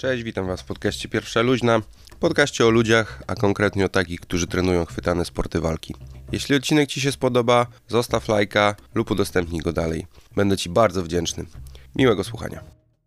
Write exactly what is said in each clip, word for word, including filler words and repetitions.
Cześć, witam Was w podcaście Pierwsza Luźna, podcaście o ludziach, a konkretnie o takich, którzy trenują chwytane sporty walki. Jeśli odcinek Ci się spodoba, zostaw lajka lub udostępnij go dalej. Będę Ci bardzo wdzięczny. Miłego słuchania.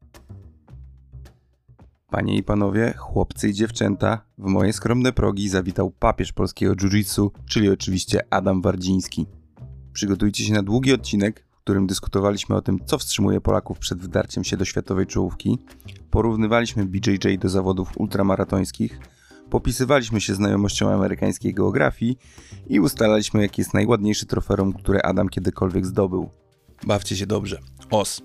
Panie i panowie, chłopcy i dziewczęta, w moje skromne progi zawitał papież polskiego jiu-jitsu, czyli oczywiście Adam Wardziński. Przygotujcie się na długi odcinek, w którym dyskutowaliśmy o tym, co wstrzymuje Polaków przed wdarciem się do światowej czołówki, porównywaliśmy B J J do zawodów ultramaratońskich, popisywaliśmy się znajomością amerykańskiej geografii i ustalaliśmy, jaki jest najładniejszy troferum, które Adam kiedykolwiek zdobył. Bawcie się dobrze. Os!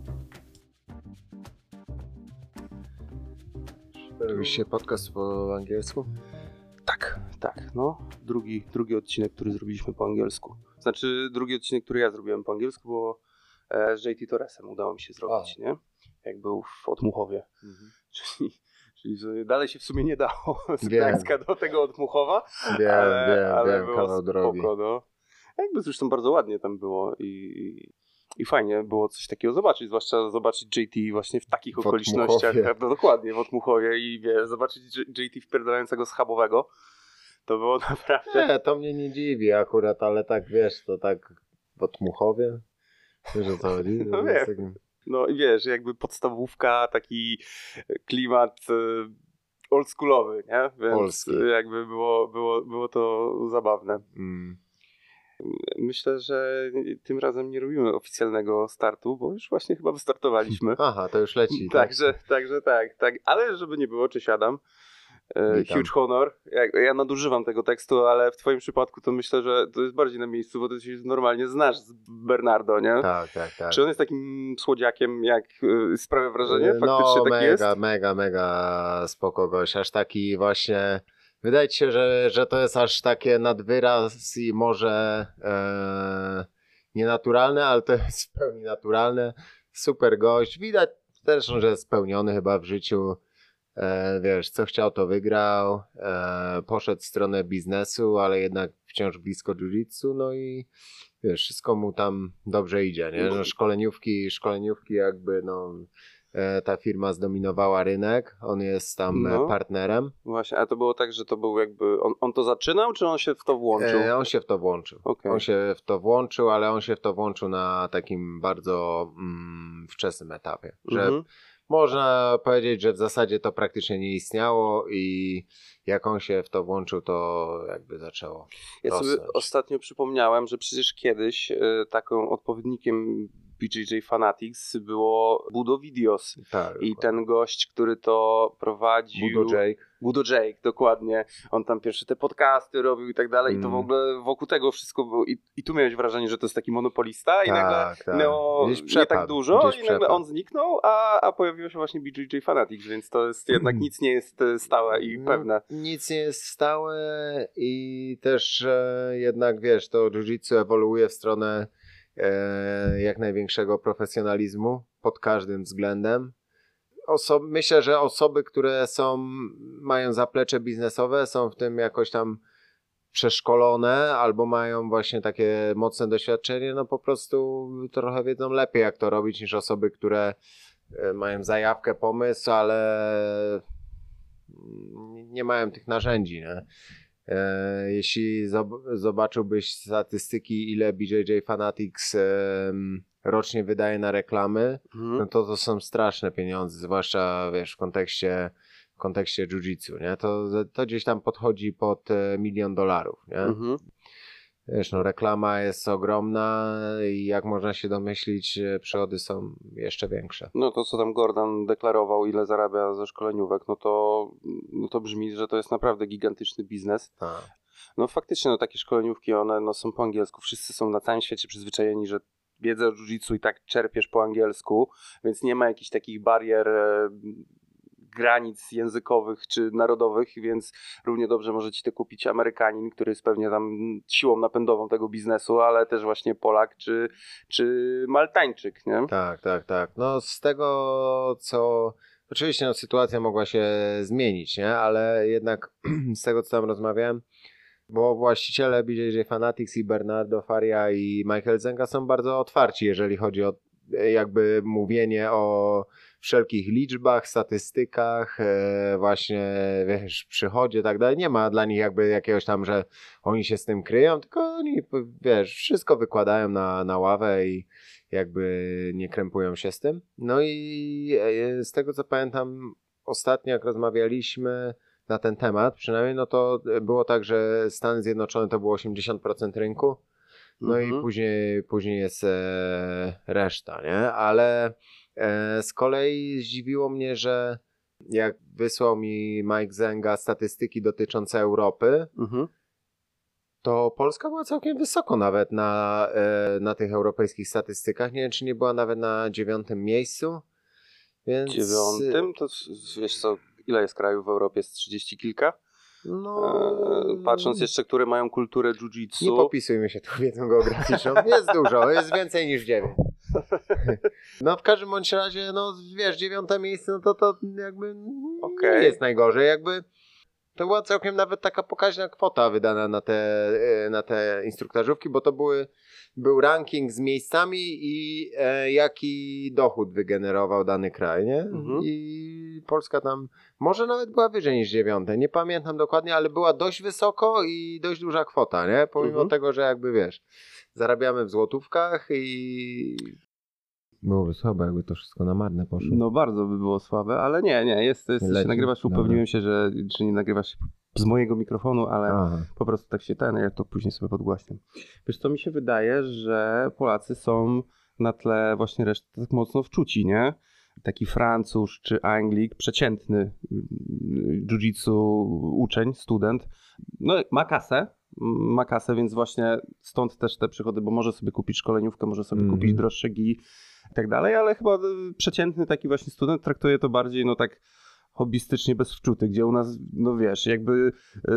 Robisz się podcast po angielsku? Tak, tak, no. Drugi, drugi odcinek, który zrobiliśmy po angielsku. Znaczy, drugi odcinek, który ja zrobiłem po angielsku, bo e, z J T Torresem udało mi się zrobić, A. nie? Jak był w Otmuchowie. Mhm. Czyli, czyli że dalej się w sumie nie dało z Gdańska do tego Otmuchowa, wiem, ale, wiem, ale wiem, było kawał drogi. spoko, no. Jakby zresztą bardzo ładnie tam było i, i fajnie było coś takiego zobaczyć, zwłaszcza zobaczyć J T właśnie w takich w okolicznościach. No, dokładnie, w Otmuchowie i wiesz, zobaczyć J T wpierdalającego schabowego. To było naprawdę... Nie, to mnie nie dziwi akurat, ale tak wiesz, to tak w Otmuchowie, wiesz o co chodzi? No, wiem. Takim... no i wiesz, jakby podstawówka, taki klimat oldschoolowy, nie? Więc Polski. Jakby było, było, było to zabawne. Mm. Myślę, że tym razem nie robimy oficjalnego startu, bo już właśnie chyba wystartowaliśmy. Aha, to już leci. Także, tak? także tak, tak. Ale żeby nie było, czy siadam. Witam. Huge honor. Ja, ja nadużywam tego tekstu, ale w twoim przypadku to myślę, że to jest bardziej na miejscu, bo ty się normalnie znasz z Bernardo, nie? Tak, tak, tak. Czy on jest takim słodziakiem, jak y, sprawia wrażenie? Faktycznie no, taki mega, jest? mega, mega, mega spoko gość. Aż taki właśnie... Wydaje ci się, że, że to jest aż takie nadwyraz i może e, nienaturalne, ale to jest w pełni naturalne. Super gość. Widać też, że jest spełniony chyba w życiu. E, wiesz, co chciał, to wygrał. E, poszedł w stronę biznesu, ale jednak wciąż blisko jiu-jitsu. No i wiesz, wszystko mu tam dobrze idzie, nie? No, szkoleniówki, szkoleniówki jakby no... ta firma zdominowała rynek, on jest tam no, partnerem. Właśnie, a to było tak, że to był jakby, on, on to zaczynał, czy on się w to włączył? E, on się w to włączył. Okay. On się w to włączył, ale on się w to włączył na takim bardzo mm, wczesnym etapie, że mhm. można powiedzieć, że w zasadzie to praktycznie nie istniało i jak on się w to włączył, to jakby zaczęło Ja rosnąć. sobie ostatnio przypomniałem, że przecież kiedyś y, taką odpowiednikiem B J J Fanatics było Budo Videos. Tak, i ten gość, który to prowadził... Budo Jake. Budo Jake, dokładnie. On tam pierwsze te podcasty robił i tak dalej mm. i to w ogóle wokół tego wszystko było. I, i tu miałeś wrażenie, że to jest taki monopolista i tak, nagle tak. no, nie tak dużo i nagle przepadł. On zniknął, a, a pojawiło się właśnie B J J Fanatics, więc to jest jednak mm. nic nie jest stałe i pewne. No, nic nie jest stałe i też e, jednak wiesz, to jiu-jitsu ewoluuje w stronę e, jak największego profesjonalizmu pod każdym względem. Oso- myślę, że osoby, które są, mają zaplecze biznesowe, są w tym jakoś tam przeszkolone albo mają właśnie takie mocne doświadczenie, no po prostu trochę wiedzą lepiej, jak to robić, niż osoby, które mają zajawkę, pomysł, ale nie mają tych narzędzi, nie? Jeśli zobaczyłbyś statystyki, ile B J J Fanatics rocznie wydaje na reklamy, mhm. no to to są straszne pieniądze, zwłaszcza wiesz, w kontekście, w kontekście jiu-jitsu, nie? To, to gdzieś tam podchodzi pod milion dolarów, nie? Mhm. Wiesz, no reklama jest ogromna i jak można się domyślić, przychody są jeszcze większe. No to co tam Gordon deklarował, ile zarabia ze szkoleniówek, no to, no to brzmi, że to jest naprawdę gigantyczny biznes. A. No faktycznie, no takie szkoleniówki, one no, są po angielsku, wszyscy są na całym świecie przyzwyczajeni, że wiedzę o jiu-jitsu i tak czerpiesz po angielsku, więc nie ma jakichś takich barier, e, granic językowych czy narodowych, więc równie dobrze może ci to kupić Amerykanin, który jest pewnie tam siłą napędową tego biznesu, ale też właśnie Polak czy, czy Maltańczyk, nie? Tak, tak, tak. No z tego, co... Oczywiście no, sytuacja mogła się zmienić, nie? Ale jednak z tego, co tam rozmawiałem, bo właściciele B J J Fanatics i Bernardo Faria i Michael Zenga są bardzo otwarci, jeżeli chodzi o jakby mówienie o wszelkich liczbach, statystykach, e, właśnie wiesz, przychodzie i tak dalej. Nie ma dla nich jakby jakiegoś tam, że oni się z tym kryją, tylko oni, wiesz, wszystko wykładają na, na ławę i jakby nie krępują się z tym. No i e, z tego co pamiętam, ostatnio jak rozmawialiśmy na ten temat, przynajmniej no to było tak, że Stany Zjednoczone to było osiemdziesiąt procent rynku, no Mhm. i później, później jest e, reszta, nie? Ale e, z kolei zdziwiło mnie, że jak wysłał mi Mike Zenga statystyki dotyczące Europy, Mhm. to Polska była całkiem wysoko nawet na, e, na tych europejskich statystykach. Nie wiem, czy nie była nawet na dziewiątym miejscu. Więc, Dziewiątym, to s- wiesz co, ile jest krajów w Europie? Jest trzydzieści kilka? No, E, patrząc jeszcze, które mają kulturę jiu-jitsu. nie popisujmy się tu wiedzą geograficzną. Jest dużo, jest więcej niż dziewięć. No w każdym bądź razie, no wiesz, dziewiąte miejsce, no to to jakby Okej. nie jest najgorzej. Jakby to była całkiem nawet taka pokaźna kwota wydana na te, e, na te instruktażówki, bo to były, był ranking z miejscami i e, jaki dochód wygenerował dany kraj, nie? Mhm. I Polska tam może nawet była wyżej niż dziewiąte, nie pamiętam dokładnie, ale była dość wysoko i dość duża kwota, nie? Pomimo Mhm. tego, że jakby wiesz, zarabiamy w złotówkach i byłoby słabo, jakby to wszystko na marne poszło. No bardzo by było słabe, ale nie, nie, jest, jest Leci. się nagrywasz, Dobra. upewniłem się, że czy nie nagrywasz z mojego mikrofonu, ale Aha. po prostu tak się ten, ja to później sobie podgłaśniam. Wiesz co, mi się wydaje, że Polacy są na tle właśnie reszty tak mocno wczuci, nie? Taki Francuz czy Anglik, przeciętny mm, jiu-jitsu uczeń, student, no ma kasę, ma kasę, więc właśnie stąd też te przychody, bo może sobie kupić szkoleniówkę, może sobie Mhm. kupić droższe gi i tak dalej, ale chyba y, przeciętny taki właśnie student traktuje to bardziej no tak hobbystycznie bezwczuty, gdzie u nas, no wiesz, jakby y,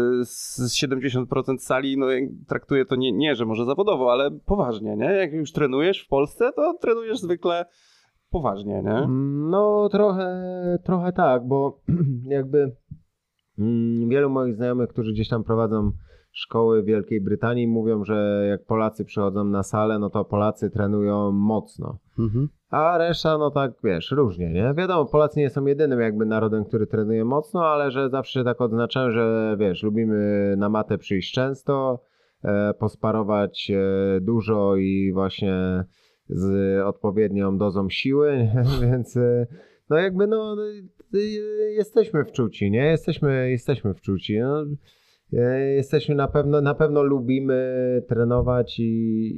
z siedemdziesiąt procent sali no jak- traktuje to nie, nie, że może zawodowo, ale poważnie, nie? Jak już trenujesz w Polsce, to trenujesz zwykle poważnie, nie? No trochę, trochę tak, bo jakby mm, wielu moich znajomych, którzy gdzieś tam prowadzą szkoły w Wielkiej Brytanii, mówią, że jak Polacy przychodzą na salę, no to Polacy trenują mocno. Mhm. A reszta, no tak wiesz, różnie, nie? Wiadomo, Polacy nie są jedynym jakby narodem, który trenuje mocno, ale że zawsze tak odznaczam, że wiesz, lubimy na matę przyjść często, e, posparować e, dużo i właśnie z odpowiednią dozą siły, nie? Więc e, no jakby no e, jesteśmy wczuci, nie? Jesteśmy, jesteśmy wczuci, no. E, Jesteśmy na pewno, na pewno lubimy trenować i,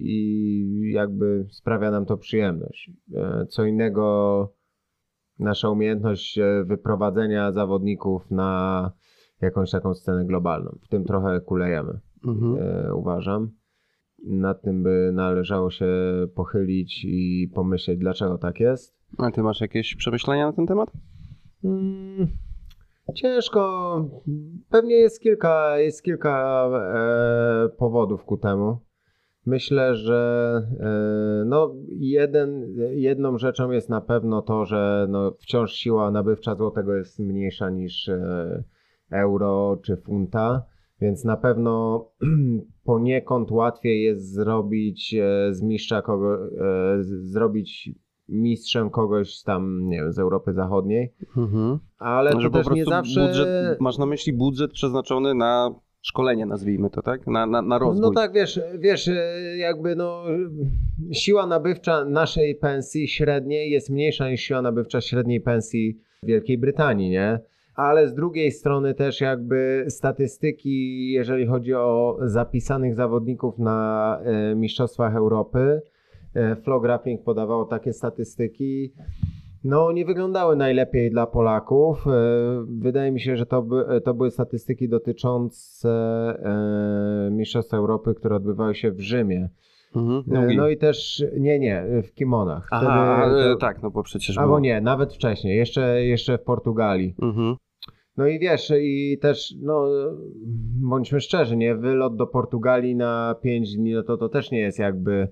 i jakby sprawia nam to przyjemność. E, Co innego nasza umiejętność e, wyprowadzenia zawodników na jakąś taką scenę globalną. W tym trochę kulejemy, Mhm. e, uważam. Nad tym by należało się pochylić i pomyśleć, dlaczego tak jest. A ty masz jakieś przemyślenia na ten temat? Mm, ciężko. Pewnie jest kilka, jest kilka e, powodów ku temu. Myślę, że e, no jeden, jedną rzeczą jest na pewno to, że no, wciąż siła nabywcza złotego jest mniejsza niż e, euro czy funta, więc na pewno poniekąd łatwiej jest zrobić e, z mistrza kogo, e, z, zrobić mistrzem kogoś tam, nie wiem, z Europy Zachodniej, Mhm. ale Że to po też nie prostu zawsze... budżet, masz na myśli budżet przeznaczony na szkolenie, nazwijmy to, tak? Na, na, na rozwój. No tak, wiesz, wiesz, jakby no siła nabywcza naszej pensji średniej jest mniejsza niż siła nabywcza średniej pensji w Wielkiej Brytanii, nie? Ale z drugiej strony też jakby statystyki, jeżeli chodzi o zapisanych zawodników na e, Mistrzostwach Europy, e, Flow Grappling podawało takie statystyki, no nie wyglądały najlepiej dla Polaków. E, Wydaje mi się, że to, by, to były statystyki dotyczące e, Mistrzostw Europy, które odbywały się w Rzymie. Mhm. E, Nogi. No i też, nie, nie, w kimonach. Aha, Wtedy ale to- tak, no bo przecież Albo było. nie, nawet wcześniej, jeszcze, jeszcze w Portugalii. Mhm. No i wiesz, i też, no bądźmy szczerzy, nie, wylot do Portugalii na pięć dni, no to to też nie jest jakby...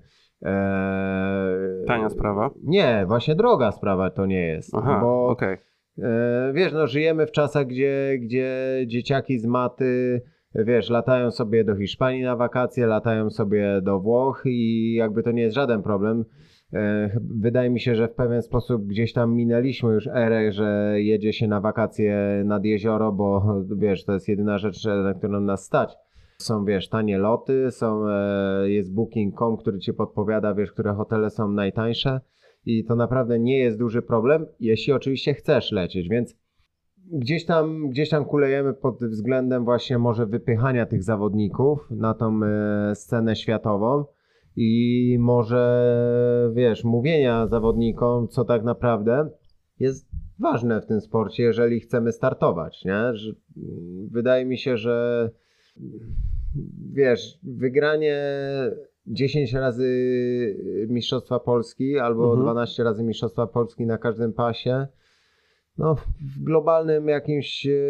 E, Tania sprawa. Nie, właśnie droga sprawa to nie jest. Aha, bo okej. e, wiesz, no żyjemy w czasach, gdzie, gdzie dzieciaki z maty, wiesz, latają sobie do Hiszpanii na wakacje, latają sobie do Włoch i jakby to nie jest żaden problem. Wydaje mi się, że w pewien sposób gdzieś tam minęliśmy już erę, że jedzie się na wakacje nad jezioro, bo wiesz, to jest jedyna rzecz, na którą nas stać. Są, wiesz, tanie loty, są, jest booking kropka com, który ci podpowiada, wiesz, które hotele są najtańsze i to naprawdę nie jest duży problem, jeśli oczywiście chcesz lecieć, więc gdzieś tam, gdzieś tam kulejemy pod względem właśnie może wypychania tych zawodników na tą scenę światową. I może, wiesz, mówienia zawodnikom, co tak naprawdę jest ważne w tym sporcie, jeżeli chcemy startować, nie? Że, wydaje mi się, że wiesz, wygranie dziesięć razy Mistrzostwa Polski albo mhm. dwanaście razy Mistrzostwa Polski na każdym pasie, no w globalnym jakimś e,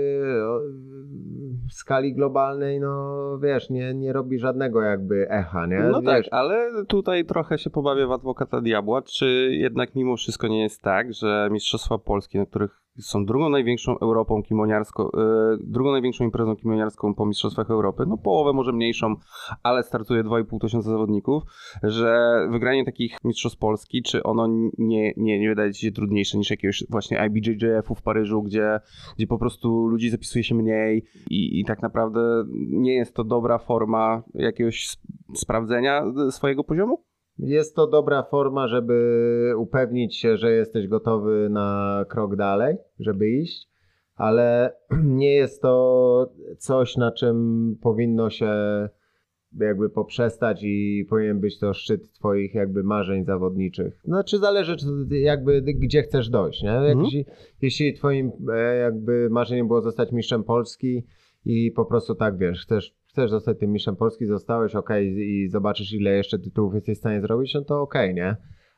w skali globalnej, no wiesz, nie, nie robi żadnego jakby echa, nie? No wiesz, tak, ale tutaj trochę się pobawię w adwokata diabła, czy jednak mimo wszystko nie jest tak, że Mistrzostwa Polski, na których są drugą największą Europą kimoniarską, yy, drugą największą imprezą kimoniarską po Mistrzostwach Europy, no połowę może mniejszą, ale startuje dwa i pół tysiąca zawodników, że wygranie takich Mistrzostw Polski, czy ono nie, nie, nie wydaje ci się trudniejsze niż jakiegoś właśnie I B J J F-u w Paryżu, gdzie, gdzie po prostu ludzi zapisuje się mniej i, i tak naprawdę nie jest to dobra forma jakiegoś sprawdzenia swojego poziomu? Jest to dobra forma, żeby upewnić się, że jesteś gotowy na krok dalej, żeby iść, ale nie jest to coś, na czym powinno się jakby poprzestać i powinien być to szczyt twoich jakby marzeń zawodniczych. Znaczy zależy jakby gdzie chcesz dojść, nie? Jak, mhm. jeśli, jeśli twoim jakby marzeniem było zostać mistrzem Polski i po prostu tak wiesz, chcesz chcesz zostać tym mistrzem Polski, zostałeś, okej, okay, i zobaczysz ile jeszcze tytułów jesteś w stanie zrobić, no to okej, okay, nie?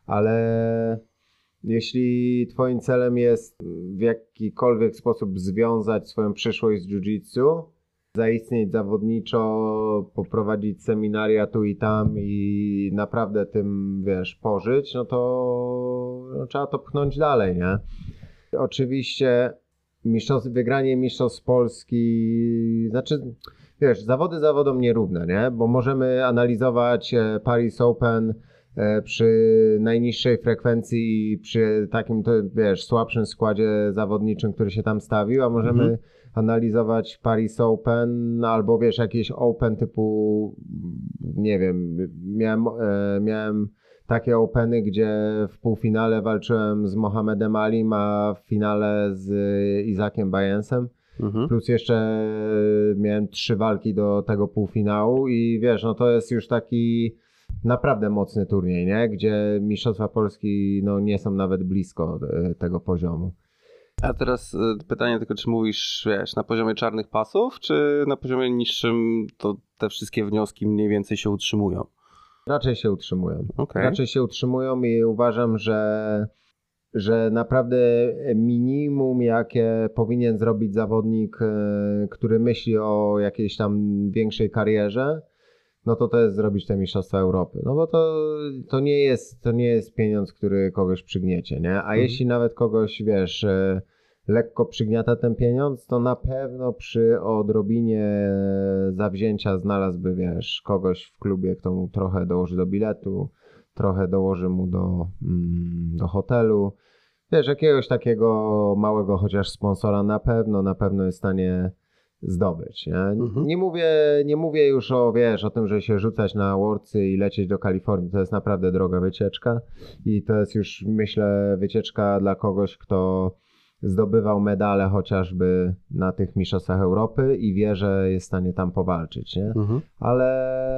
Ale jeśli twoim celem jest w jakikolwiek sposób związać swoją przyszłość z jiu-jitsu, zaistnieć zawodniczo, poprowadzić seminaria tu i tam i naprawdę tym, wiesz, pożyć, no to no, trzeba to pchnąć dalej, nie? Oczywiście mistrzostw, wygranie mistrzostw Polski, znaczy wiesz, zawody zawodom nierówne, nie? Bo możemy analizować Paris Open przy najniższej frekwencji i przy takim, to, wiesz, słabszym składzie zawodniczym, który się tam stawił, a możemy mhm. analizować Paris Open albo, wiesz, jakieś Open typu, nie wiem, miałem, e, miałem takie Openy, gdzie w półfinale walczyłem z Mohamedem Alim, a w finale z Isaaciem Bayensem. Mhm. Plus jeszcze miałem trzy walki do tego półfinału i wiesz, no to jest już taki naprawdę mocny turniej, nie? Gdzie Mistrzostwa Polski no, nie są nawet blisko tego poziomu. A teraz pytanie tylko, czy mówisz, wiesz, na poziomie czarnych pasów, czy na poziomie niższym to te wszystkie wnioski mniej więcej się utrzymują? Raczej się utrzymują. Okay. Raczej się utrzymują i uważam, że że naprawdę minimum, jakie powinien zrobić zawodnik, który myśli o jakiejś tam większej karierze, no to to jest zrobić te Mistrzostwa Europy. No bo to, to, nie, jest, to nie jest pieniądz, który kogoś przygniecie, nie? A mhm. jeśli nawet kogoś, wiesz, lekko przygniata ten pieniądz, to na pewno przy odrobinie zawzięcia znalazłby, wiesz, kogoś w klubie, kto mu trochę dołoży do biletu, trochę dołoży mu do, do hotelu. Wiesz, jakiegoś takiego małego chociaż sponsora na pewno, na pewno jest w stanie zdobyć. Nie, mhm. nie, mówię, nie mówię już o, wiesz, o tym, że się rzucać na Worldsy i lecieć do Kalifornii. To jest naprawdę droga wycieczka i to jest już, myślę, wycieczka dla kogoś, kto zdobywał medale chociażby na tych Mistrzostwach Europy i wie, że jest w stanie tam powalczyć, nie? Mhm. Ale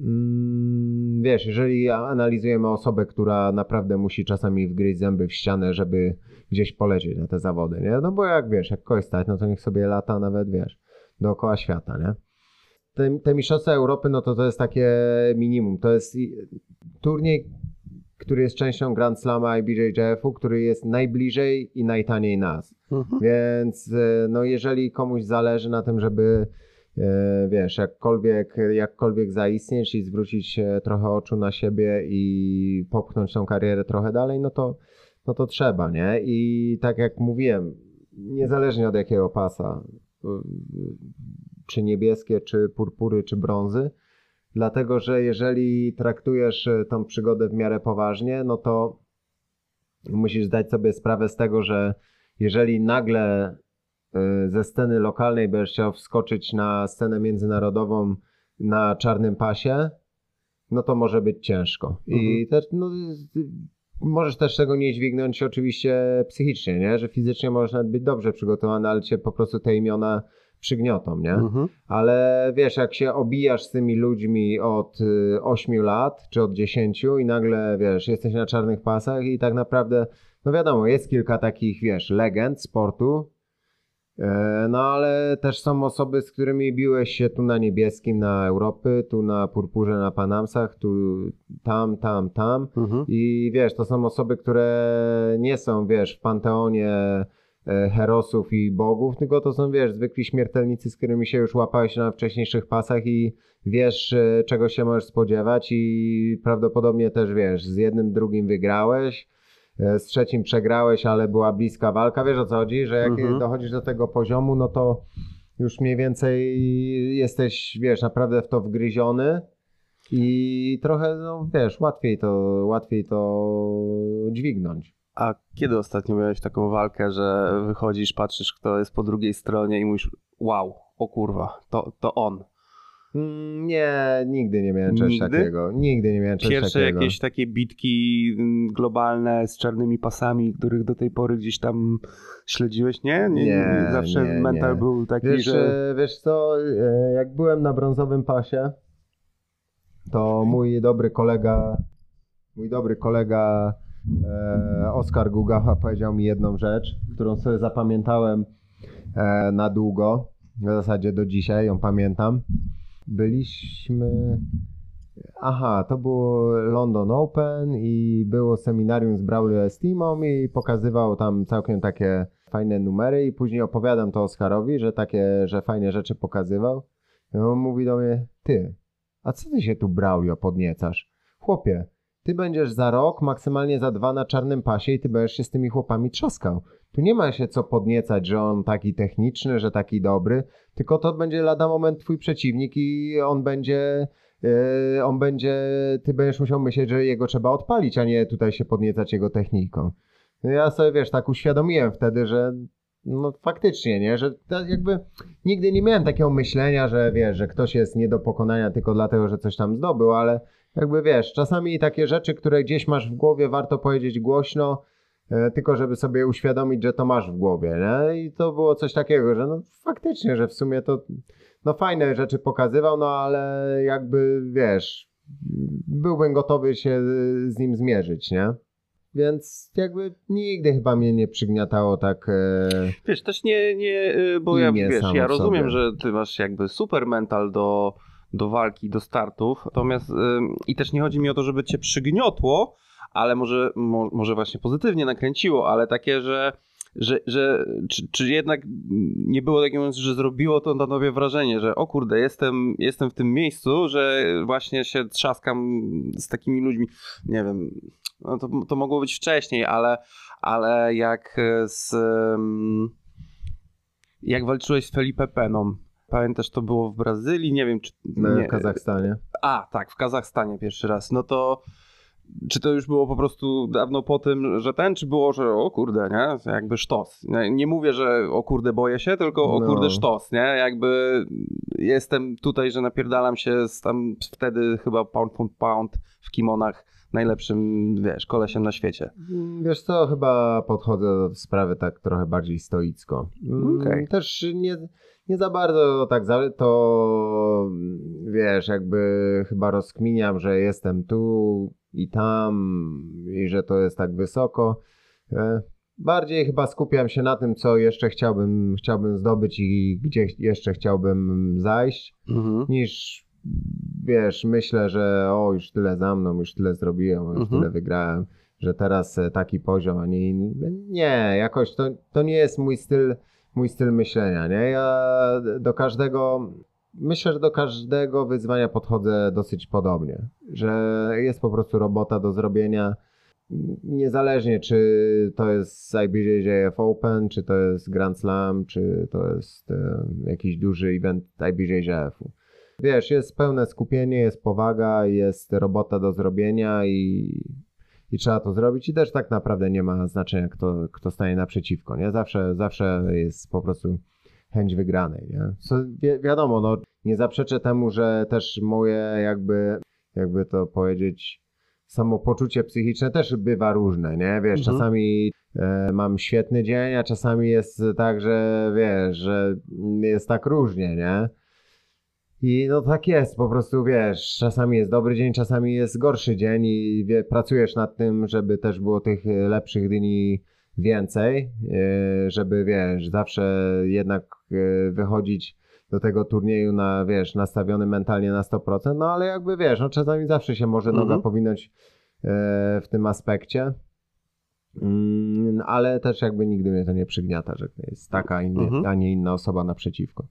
mm, wiesz, jeżeli analizujemy osobę, która naprawdę musi czasami wgryźć zęby w ścianę, żeby gdzieś polecieć na te zawody, nie? No bo jak wiesz, jak kogoś stać, no to niech sobie lata nawet, wiesz, dookoła świata, nie? Te, te Mistrzostwa Europy, no to to jest takie minimum, to jest turniej, który jest częścią Grand Slama I B J J F-u, który jest najbliżej i najtaniej nas. Mhm. Więc no jeżeli komuś zależy na tym, żeby wiesz, jakkolwiek, jakkolwiek zaistnieć i zwrócić trochę oczu na siebie i popchnąć tą karierę trochę dalej, no to, no to trzeba, nie? I tak jak mówiłem, niezależnie od jakiego pasa, czy niebieskie, czy purpury, czy brązy, dlatego że jeżeli traktujesz tą przygodę w miarę poważnie, no to musisz zdać sobie sprawę z tego, że jeżeli nagle ze sceny lokalnej będziesz chciał wskoczyć na scenę międzynarodową na czarnym pasie, no to może być ciężko. Mhm. I też, no, możesz też tego nie dźwignąć oczywiście psychicznie, nie? Że fizycznie możesz nawet być dobrze przygotowany, ale cię po prostu te imiona przygniotą, nie? Mhm. Ale wiesz, jak się obijasz z tymi ludźmi od ośmiu lat, czy od dziesięciu i nagle, wiesz, jesteś na czarnych pasach i tak naprawdę, no wiadomo, jest kilka takich, wiesz, legend sportu, no ale też są osoby, z którymi biłeś się tu na niebieskim, na Europy, tu na purpurze, na Panamsach, tu tam, tam, tam mhm. i wiesz, to są osoby, które nie są, wiesz, w panteonie herosów i bogów, tylko to są, wiesz, zwykli śmiertelnicy, z którymi się już łapałeś na wcześniejszych pasach i wiesz, czego się możesz spodziewać i prawdopodobnie też, wiesz, z jednym, drugim wygrałeś, z trzecim przegrałeś, ale była bliska walka, wiesz o co chodzi, że jak mhm. dochodzisz do tego poziomu, no to już mniej więcej jesteś, wiesz, naprawdę w to wgryziony i trochę, no wiesz, łatwiej to, łatwiej to dźwignąć. A kiedy ostatnio miałeś taką walkę, że wychodzisz, patrzysz, kto jest po drugiej stronie i mówisz, wow, o kurwa, to, to on. Nie, nigdy nie miałem czegoś nigdy? takiego. Nigdy nie miałem czegoś Pierwsze takiego. jakieś takie bitki globalne z czarnymi pasami, których do tej pory gdzieś tam śledziłeś, nie? Nie, nie zawsze nie, mental nie. był taki, wiesz, że... Wiesz co, jak byłem na brązowym pasie, to mój dobry kolega, mój dobry kolega e, Oskar Gugacha powiedział mi jedną rzecz, którą sobie zapamiętałem e, na długo, w zasadzie do dzisiaj ją pamiętam. Byliśmy... Aha, to było London Open i było seminarium z Braulio Estimą i pokazywał tam całkiem takie fajne numery i później opowiadam to Oskarowi, że takie, że fajne rzeczy pokazywał. I on mówi do mnie, ty, a co ty się tu Braulio podniecasz? Chłopie, ty będziesz za rok, maksymalnie za dwa na czarnym pasie i ty będziesz się z tymi chłopami trzaskał. Tu nie ma się co podniecać, że on taki techniczny, że taki dobry, tylko to będzie lada moment twój przeciwnik i on będzie, yy, on będzie, ty będziesz musiał myśleć, że jego trzeba odpalić, a nie tutaj się podniecać jego techniką. No ja sobie, wiesz, tak uświadomiłem wtedy, że no faktycznie, nie, że jakby nigdy nie miałem takiego myślenia, że wiesz, że ktoś jest nie do pokonania tylko dlatego, że coś tam zdobył, ale jakby wiesz, czasami takie rzeczy, które gdzieś masz w głowie, warto powiedzieć głośno, tylko żeby sobie uświadomić, że to masz w głowie, nie? I to było coś takiego, że no faktycznie, że w sumie to no fajne rzeczy pokazywał, no ale jakby wiesz, byłbym gotowy się z nim zmierzyć, nie? Więc jakby nigdy chyba mnie nie przygniatało tak... E... Wiesz, też nie, nie bo ja, wiesz, ja rozumiem, że ty masz jakby super mental do, do walki, do startów, natomiast yy, i też nie chodzi mi o to, żeby cię przygniotło, ale może, mo, może właśnie pozytywnie nakręciło, ale takie, że, że, że czy, czy jednak nie było takiego momentu, że zrobiło to na tobie wrażenie, że o kurde, jestem, jestem w tym miejscu, że właśnie się trzaskam z takimi ludźmi, nie wiem, no to, to mogło być wcześniej, ale, ale jak z jak walczyłeś z Felipe Peną, pamiętasz, to było w Brazylii, nie wiem czy... Nie. W Kazachstanie. A, tak, w Kazachstanie pierwszy raz, no to czy to już było po prostu dawno po tym, że ten, czy było, że o kurde, nie? Jakby sztos. Nie, nie mówię, że o kurde boję się, tylko o kurde sztos, nie? Jakby jestem tutaj, że napierdalam się z tam wtedy chyba pound for pound w kimonach najlepszym, wiesz, kolesiem na świecie. Wiesz co, chyba podchodzę do sprawy tak trochę bardziej stoicko. Okay. Też nie, nie za bardzo tak to, wiesz, jakby chyba rozkminiam, że jestem tu i tam i że to jest tak wysoko. Bardziej chyba skupiam się na tym, co jeszcze chciałbym, chciałbym zdobyć i gdzie jeszcze chciałbym zajść, mhm. niż wiesz, myślę, że o, już tyle za mną, już tyle zrobiłem, już mhm. tyle wygrałem, że teraz taki poziom, a nie inny. Nie, jakoś to, to nie jest mój styl, mój styl myślenia, nie? Ja do każdego, myślę, że do każdego wyzwania podchodzę dosyć podobnie, że jest po prostu robota do zrobienia, niezależnie czy to jest I B J J F Open, czy to jest Grand Slam, czy to jest e, jakiś duży event I B J J F-u. wiesz, jest pełne skupienie, jest powaga, jest robota do zrobienia i, i trzeba to zrobić i też tak naprawdę nie ma znaczenia, kto, kto stanie naprzeciwko, nie? Zawsze, zawsze jest po prostu chęć wygranej, nie? Co, wi- wiadomo, no nie zaprzeczę temu, że też moje jakby, jakby to powiedzieć, samopoczucie psychiczne też bywa różne, nie? Wiesz, mhm. czasami e, mam świetny dzień, a czasami jest tak, że wiesz, że jest tak różnie, nie? I no tak jest, po prostu wiesz, czasami jest dobry dzień, czasami jest gorszy dzień i wie, pracujesz nad tym, żeby też było tych lepszych dni więcej, e, żeby wiesz, zawsze jednak e, wychodzić do tego turnieju na, wiesz, nastawiony mentalnie na sto procent, no ale jakby wiesz, no czasami zawsze się może noga mhm. powinąć e, w tym aspekcie, mm, ale też jakby nigdy mnie to nie przygniata, że jest taka, inny, mhm. a nie inna osoba naprzeciwko.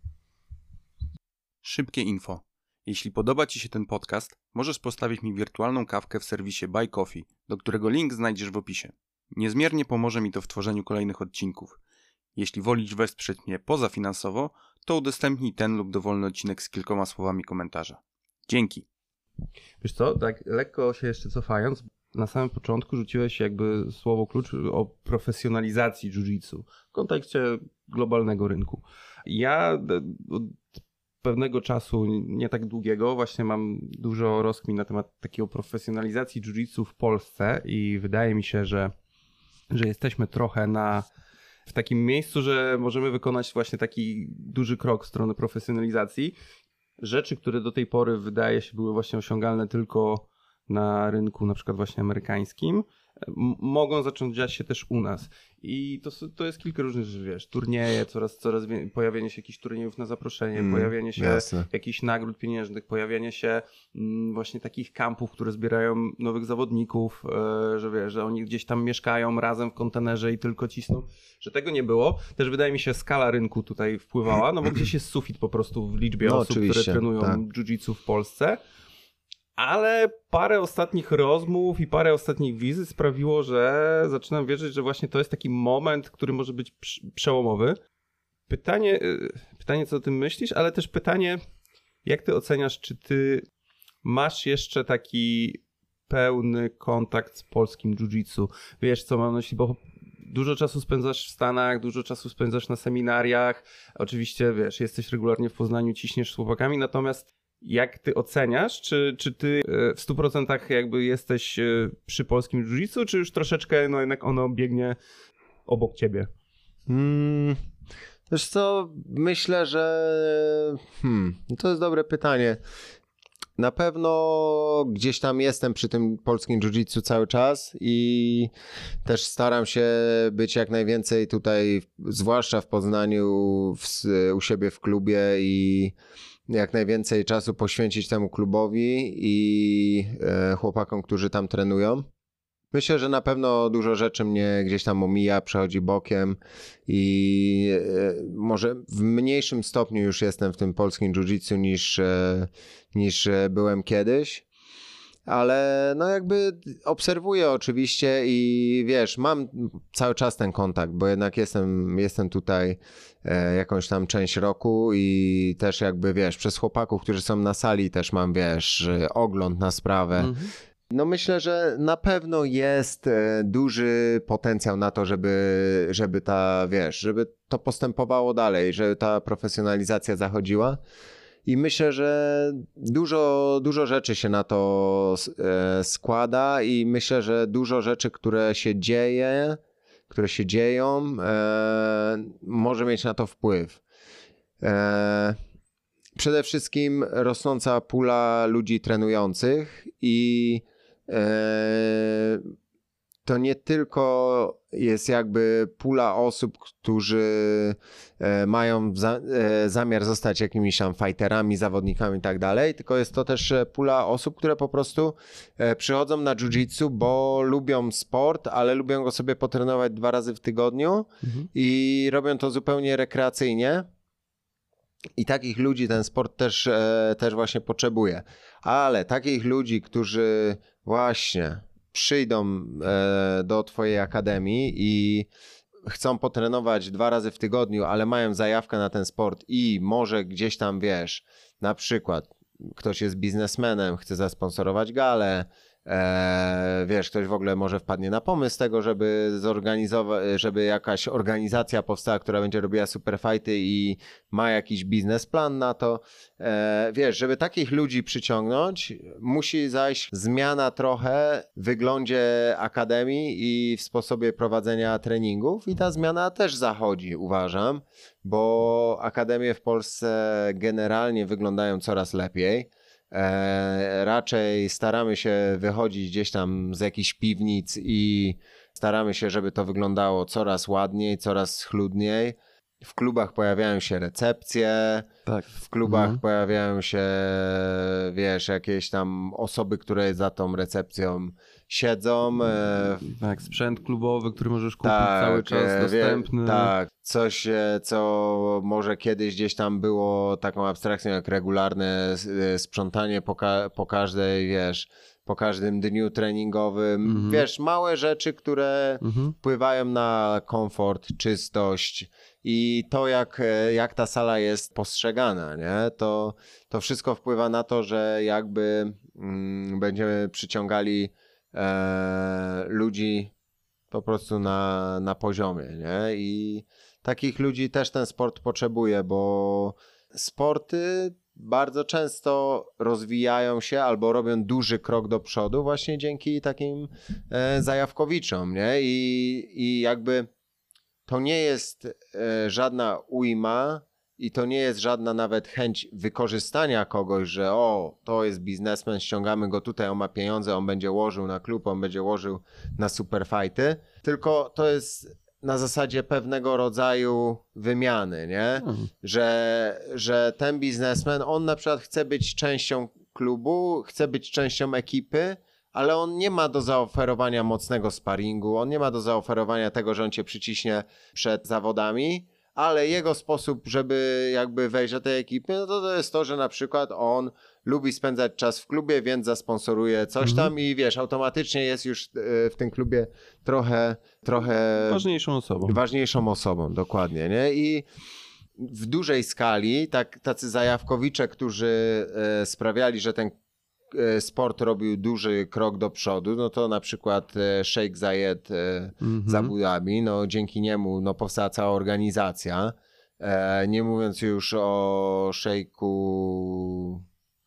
Szybkie info. Jeśli podoba Ci się ten podcast, możesz postawić mi wirtualną kawkę w serwisie Buy Coffee, do którego link znajdziesz w opisie. Niezmiernie pomoże mi to w tworzeniu kolejnych odcinków. Jeśli wolisz wesprzeć mnie pozafinansowo, to udostępnij ten lub dowolny odcinek z kilkoma słowami komentarza. Dzięki. Wiesz co, tak lekko się jeszcze cofając, na samym początku rzuciłeś jakby słowo klucz o profesjonalizacji jiu-jitsu w kontekście globalnego rynku. Ja od pewnego czasu, nie tak długiego, właśnie mam dużo rozkmin na temat takiej profesjonalizacji jiu-jitsu w Polsce i wydaje mi się, że, że jesteśmy trochę na w takim miejscu, że możemy wykonać właśnie taki duży krok w stronę profesjonalizacji. Rzeczy, które do tej pory wydaje się były właśnie osiągalne tylko na rynku na przykład właśnie amerykańskim, m- mogą zacząć dziać się też u nas. I to, to jest kilka różnych rzeczy, wiesz, turnieje, coraz, coraz wie- pojawienie się jakichś turniejów na zaproszenie, mm, pojawienie się jasne. jakichś nagród pieniężnych, pojawienie się mm, właśnie takich kampów, które zbierają nowych zawodników, e, że wiesz, że oni gdzieś tam mieszkają razem w kontenerze i tylko cisną, że tego nie było. Też wydaje mi się skala rynku tutaj wpływała, no bo gdzieś jest sufit po prostu w liczbie no, osób, które trenują tak. jiu-jitsu w Polsce. Ale parę ostatnich rozmów i parę ostatnich wizyt sprawiło, że zaczynam wierzyć, że właśnie to jest taki moment, który może być przełomowy. Pytanie, pytanie, co o tym myślisz, ale też pytanie, jak ty oceniasz, czy ty masz jeszcze taki pełny kontakt z polskim jiu-jitsu? Wiesz, co mam na myśli, bo dużo czasu spędzasz w Stanach, dużo czasu spędzasz na seminariach. Oczywiście, wiesz, jesteś regularnie w Poznaniu, ciśniesz z chłopakami, natomiast jak ty oceniasz, czy, czy ty w stu procentach jakby jesteś przy polskim jiu-jitsu, czy już troszeczkę no jednak ono biegnie obok ciebie? Hmm, wiesz co, myślę, że hmm, to jest dobre pytanie. Na pewno gdzieś tam jestem przy tym polskim jiu-jitsu cały czas i też staram się być jak najwięcej tutaj, zwłaszcza w Poznaniu, w, u siebie w klubie i jak najwięcej czasu poświęcić temu klubowi i e, chłopakom, którzy tam trenują. Myślę, że na pewno dużo rzeczy mnie gdzieś tam omija, przechodzi bokiem i e, może w mniejszym stopniu już jestem w tym polskim jiu-jitsu niż, e, niż byłem kiedyś. Ale no jakby obserwuję oczywiście i wiesz, mam cały czas ten kontakt, bo jednak jestem, jestem tutaj e, jakąś tam część roku i też jakby wiesz, przez chłopaków, którzy są na sali też mam wiesz, ogląd na sprawę. Mhm. No myślę, że na pewno jest e, duży potencjał na to, żeby, żeby ta wiesz, żeby to postępowało dalej, żeby ta profesjonalizacja zachodziła. I myślę, że dużo, dużo rzeczy się na to e, składa i myślę, że dużo rzeczy, które się dzieje, które się dzieją, e, może mieć na to wpływ. E, przede wszystkim rosnąca pula ludzi trenujących i e, to nie tylko jest jakby pula osób, którzy e, mają za, e, zamiar zostać jakimiś tam fighterami, zawodnikami i tak dalej, tylko jest to też pula osób, które po prostu e, przychodzą na jiu-jitsu, bo lubią sport, ale lubią go sobie potrenować dwa razy w tygodniu mhm. i robią to zupełnie rekreacyjnie. I takich ludzi ten sport też, e, też właśnie potrzebuje. Ale takich ludzi, którzy właśnie przyjdą e, do twojej akademii i chcą potrenować dwa razy w tygodniu, ale mają zajawkę na ten sport i może gdzieś tam, wiesz, na przykład ktoś jest biznesmenem, chce zasponsorować galę, e, wiesz, ktoś w ogóle może wpadnie na pomysł tego, żeby zorganizować, żeby jakaś organizacja powstała, która będzie robiła superfighty i ma jakiś biznesplan na to. E, wiesz, żeby takich ludzi przyciągnąć, musi zajść zmiana trochę w wyglądzie akademii i w sposobie prowadzenia treningów i ta zmiana też zachodzi, uważam, bo akademie w Polsce generalnie wyglądają coraz lepiej. E, raczej staramy się wychodzić gdzieś tam z jakichś piwnic i staramy się, żeby to wyglądało coraz ładniej, coraz schludniej. W klubach pojawiają się recepcje, tak. w klubach mhm. pojawiają się, wiesz, jakieś tam osoby, które za tą recepcją siedzą. E, tak, sprzęt klubowy, który możesz kupić tak, cały czas e, dostępny. Wie, tak, coś, e, co może kiedyś gdzieś tam było taką abstrakcją jak regularne e, sprzątanie po, ka- po każdej, wiesz, po każdym dniu treningowym. Mhm. Wiesz, małe rzeczy, które Mhm. wpływają na komfort, czystość i to, jak, jak ta sala jest postrzegana, nie? To, to wszystko wpływa na to, że jakby mm, będziemy przyciągali e, ludzi po prostu na, na poziomie, nie? I takich ludzi też ten sport potrzebuje, bo sporty bardzo często rozwijają się albo robią duży krok do przodu właśnie dzięki takim e, zajawkowiczom, nie? I, i jakby to nie jest e, żadna ujma i to nie jest żadna nawet chęć wykorzystania kogoś, że o, to jest biznesmen, ściągamy go tutaj, on ma pieniądze, on będzie łożył na klub, on będzie łożył na superfighty, tylko to jest na zasadzie pewnego rodzaju wymiany, nie? Mhm. Że, że ten biznesmen, on na przykład chce być częścią klubu, chce być częścią ekipy, ale on nie ma do zaoferowania mocnego sparingu, on nie ma do zaoferowania tego, że on cię przyciśnie przed zawodami, ale jego sposób, żeby jakby wejść do tej ekipy, no to to jest to, że na przykład on lubi spędzać czas w klubie, więc zasponsoruje coś Mhm. tam i wiesz, automatycznie jest już w tym klubie trochę, trochę ważniejszą osobą. Ważniejszą osobą, dokładnie, nie? I w dużej skali tak, tacy zajawkowicze, którzy e, sprawiali, że ten e, sport robił duży krok do przodu, no to na przykład e, Sheikh Zayed e, Mhm. z Abu Dhabi, no dzięki niemu no, powstała cała organizacja, e, nie mówiąc już o szejku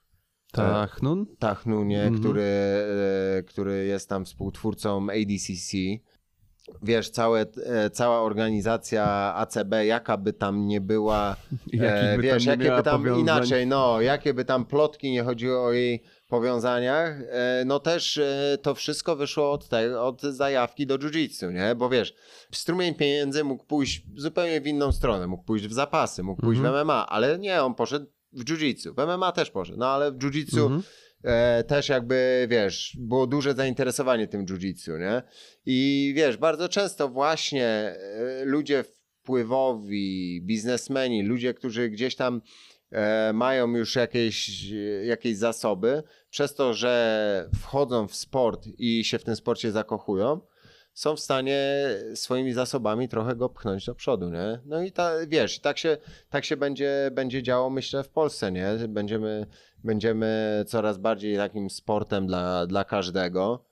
Tachnun? Tachnunie, Mhm. który, e, który jest tam współtwórcą A D C C. Wiesz, całe, e, cała organizacja A C B, jaka by tam nie była, e, by wiesz, tam nie jakie miała by tam powiązań. inaczej, no, jakie by tam plotki nie chodziło o jej powiązaniach, e, no też e, to wszystko wyszło od, te, od zajawki do jiu-jitsu, nie? Bo wiesz, strumień pieniędzy mógł pójść zupełnie w inną stronę, mógł pójść w zapasy, mógł pójść Mhm. w M M A, ale nie, on poszedł w jiu-jitsu, w M M A też poszedł, no ale w jiu-jitsu Mhm. E, też jakby, wiesz, było duże zainteresowanie tym jiu-jitsu, nie? I wiesz, bardzo często właśnie e, ludzie wpływowi, biznesmeni, ludzie, którzy gdzieś tam e, mają już jakieś, jakieś zasoby, przez to, że wchodzą w sport i się w tym sporcie zakochują, są w stanie swoimi zasobami trochę go pchnąć do przodu, nie? No i ta, wiesz, tak się, tak się będzie, będzie działo, myślę, w Polsce, nie? Będziemy, będziemy coraz bardziej takim sportem dla, dla każdego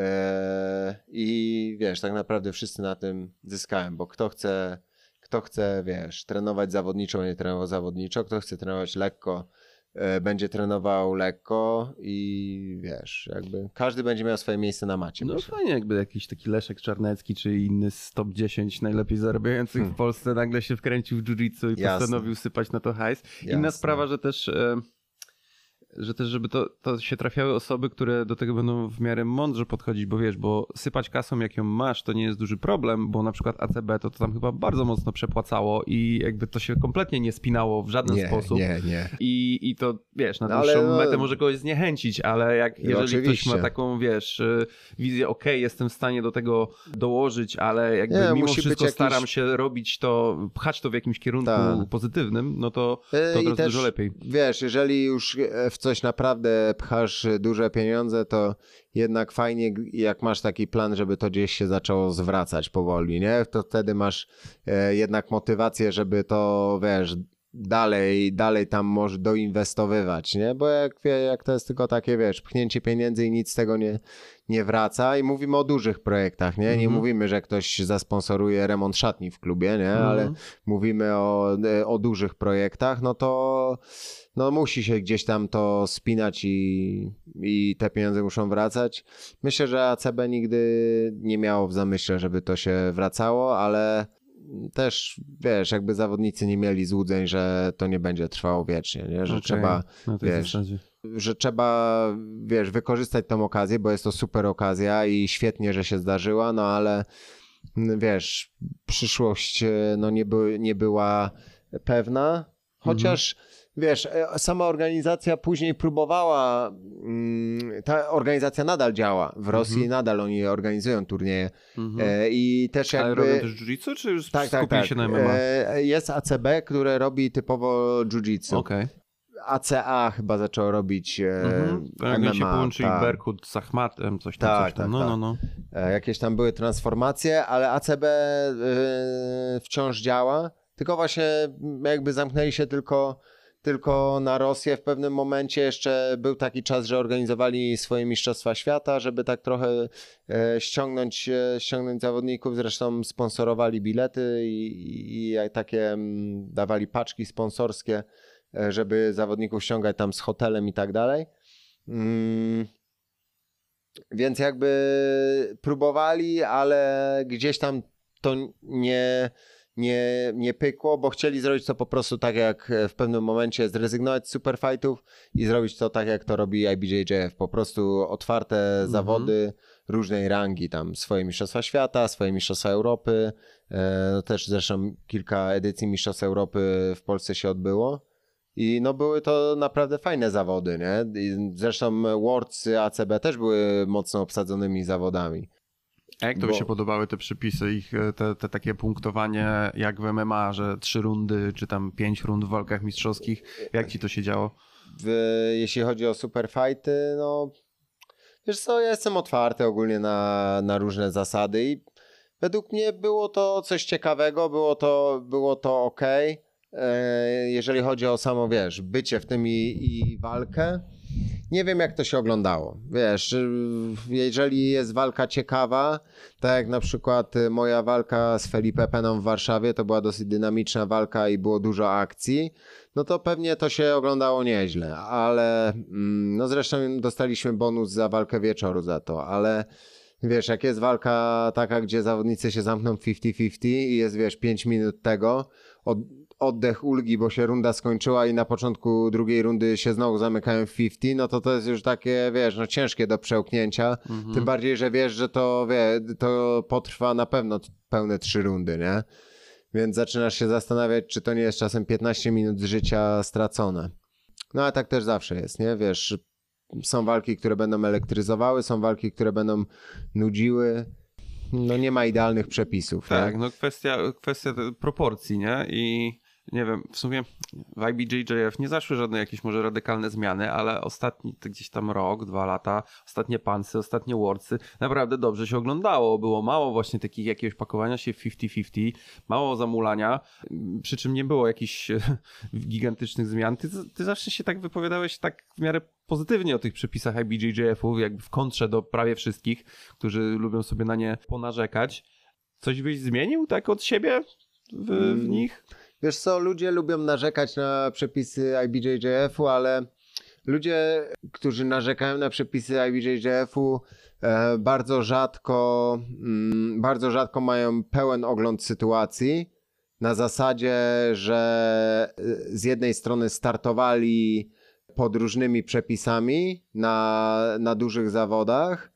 eee, i wiesz, tak naprawdę wszyscy na tym zyskają, bo kto chce, kto chce, wiesz, trenować zawodniczo, nie trenował zawodniczo, kto chce trenować lekko, będzie trenował lekko i wiesz, jakby każdy będzie miał swoje miejsce na macie. No myślę. fajnie, jakby jakiś taki Leszek Czarnecki czy inny z top dziesięć najlepiej zarabiających Hmm. w Polsce nagle się wkręcił w jiu-jitsu i Jasne. postanowił sypać na to hajs. Inna Jasne. sprawa, że też... E... że też, żeby to, to się trafiały osoby, które do tego będą w miarę mądrze podchodzić, bo wiesz, bo sypać kasą jak ją masz, to nie jest duży problem, bo na przykład A C B to, to tam chyba bardzo mocno przepłacało i jakby to się kompletnie nie spinało w żaden nie, sposób. Nie, nie. I, I to, wiesz, na No, dłuższą ale no- metę może kogoś zniechęcić, ale jak jeżeli oczywiście. ktoś ma taką, wiesz, y, wizję, okej, jestem w stanie do tego dołożyć, ale jakby Nie, mimo musi wszystko być staram jakiś- się robić to, pchać to w jakimś kierunku Tak. pozytywnym, no to, to I od razu też, dużo lepiej. Wiesz, jeżeli już w coś naprawdę pchasz duże pieniądze, to jednak fajnie, jak masz taki plan, żeby to gdzieś się zaczęło zwracać powoli, nie? To wtedy masz e, jednak motywację, żeby to, wiesz, dalej, dalej tam może doinwestowywać, nie? Bo jak, jak to jest tylko takie, wiesz, pchnięcie pieniędzy i nic z tego nie, nie wraca i mówimy o dużych projektach, nie? Nie mm-hmm. mówimy, że ktoś zasponsoruje remont szatni w klubie, nie? Mm-hmm. Ale mówimy o, o dużych projektach, no to no musi się gdzieś tam to spinać i, i te pieniądze muszą wracać. Myślę, że A C B nigdy nie miało w zamyśle, żeby to się wracało, ale też, wiesz, jakby zawodnicy nie mieli złudzeń, że to nie będzie trwało wiecznie, nie? Że okay. trzeba, wiesz, że trzeba, wiesz, wykorzystać tą okazję, bo jest to super okazja i świetnie, że się zdarzyła, no ale wiesz, przyszłość no nie, by, nie była pewna, chociaż mhm. wiesz, sama organizacja później próbowała, ta organizacja nadal działa, w Rosji mhm. nadal oni organizują turnieje mhm. i też jakby... Ale robią też jiu-jitsu, czy już tak, skupili tak, tak. się na M M A? Jest A C B, które robi typowo jiu-jitsu. Okej. Okay. A C A chyba zaczął robić mhm. tak, M M A. Jak się połączyli ta... Berkut z Achmatem, coś tam, tak, coś tam. Tak, no, no, no. Jakieś tam były transformacje, ale A C B yy, wciąż działa, tylko właśnie jakby zamknęli się tylko... tylko na Rosję w pewnym momencie. Jeszcze był taki czas, że organizowali swoje mistrzostwa świata, żeby tak trochę e, ściągnąć, e, ściągnąć zawodników. Zresztą sponsorowali bilety i, i, i takie m, dawali paczki sponsorskie, e, żeby zawodników ściągać tam z hotelem i tak dalej. Mm. Więc jakby próbowali, ale gdzieś tam to nie... Nie, nie pykło, bo chcieli zrobić to po prostu tak jak w pewnym momencie zrezygnować z superfightów i zrobić to tak jak to robi I B J J F, po prostu otwarte mm-hmm. zawody różnej rangi, tam swoje mistrzostwa świata, swoje mistrzostwa Europy, e, też zresztą kilka edycji mistrzostw Europy w Polsce się odbyło i no były to naprawdę fajne zawody, nie? I zresztą Worldsy A C B też były mocno obsadzonymi zawodami. A jak to by Bo... się podobały te przepisy, ich te, te takie punktowanie jak w M M A, że trzy rundy, czy tam pięć rund w walkach mistrzowskich? Jak ci to się działo? W, jeśli chodzi o superfighty, no wiesz co, ja jestem otwarty ogólnie na, na różne zasady i według mnie było to coś ciekawego, było to, było to okej. Jeżeli chodzi o samo, wiesz, bycie w tym i, i walkę, nie wiem jak to się oglądało, wiesz, jeżeli jest walka ciekawa, tak jak na przykład moja walka z Felipe Peną w Warszawie, to była dosyć dynamiczna walka i było dużo akcji, no to pewnie to się oglądało nieźle, ale no zresztą dostaliśmy bonus za walkę wieczoru za to, ale wiesz, jak jest walka taka, gdzie zawodnicy się zamkną pięćdziesiąt pięćdziesiąt i jest, wiesz, pięć minut tego, od, oddech ulgi, bo się runda skończyła i na początku drugiej rundy się znowu zamykają w pięćdziesiąt, no to to jest już takie, wiesz, no ciężkie do przełknięcia, mhm. tym bardziej, że wiesz, że to, wie, to potrwa na pewno pełne trzy rundy, nie? Więc zaczynasz się zastanawiać, czy to nie jest czasem piętnaście minut życia stracone. No a tak też zawsze jest, nie? Wiesz, są walki, które będą elektryzowały, są walki, które będą nudziły. No nie ma idealnych przepisów. Tak, nie? no kwestia, kwestia proporcji, nie? I nie wiem, w sumie w I B J J F nie zaszły żadne jakieś może radykalne zmiany, ale ostatni to gdzieś tam rok, dwa lata, ostatnie pansy, ostatnie worldsy, naprawdę dobrze się oglądało. Było mało właśnie takich jakiegoś pakowania się w pięćdziesiąt pięćdziesiąt, mało zamulania, przy czym nie było jakichś gigantycznych zmian. Ty, ty zawsze się tak wypowiadałeś tak w miarę pozytywnie o tych przepisach I B J J F-u, jakby w kontrze do prawie wszystkich, którzy lubią sobie na nie ponarzekać. Coś byś zmienił tak od siebie w, w nich? Wiesz co, ludzie lubią narzekać na przepisy I B J J F-u, ale ludzie, którzy narzekają na przepisy I B J J F-u e, bardzo rzadko mm, bardzo rzadko mają pełen ogląd sytuacji, na zasadzie, że z jednej strony startowali pod różnymi przepisami na, na dużych zawodach.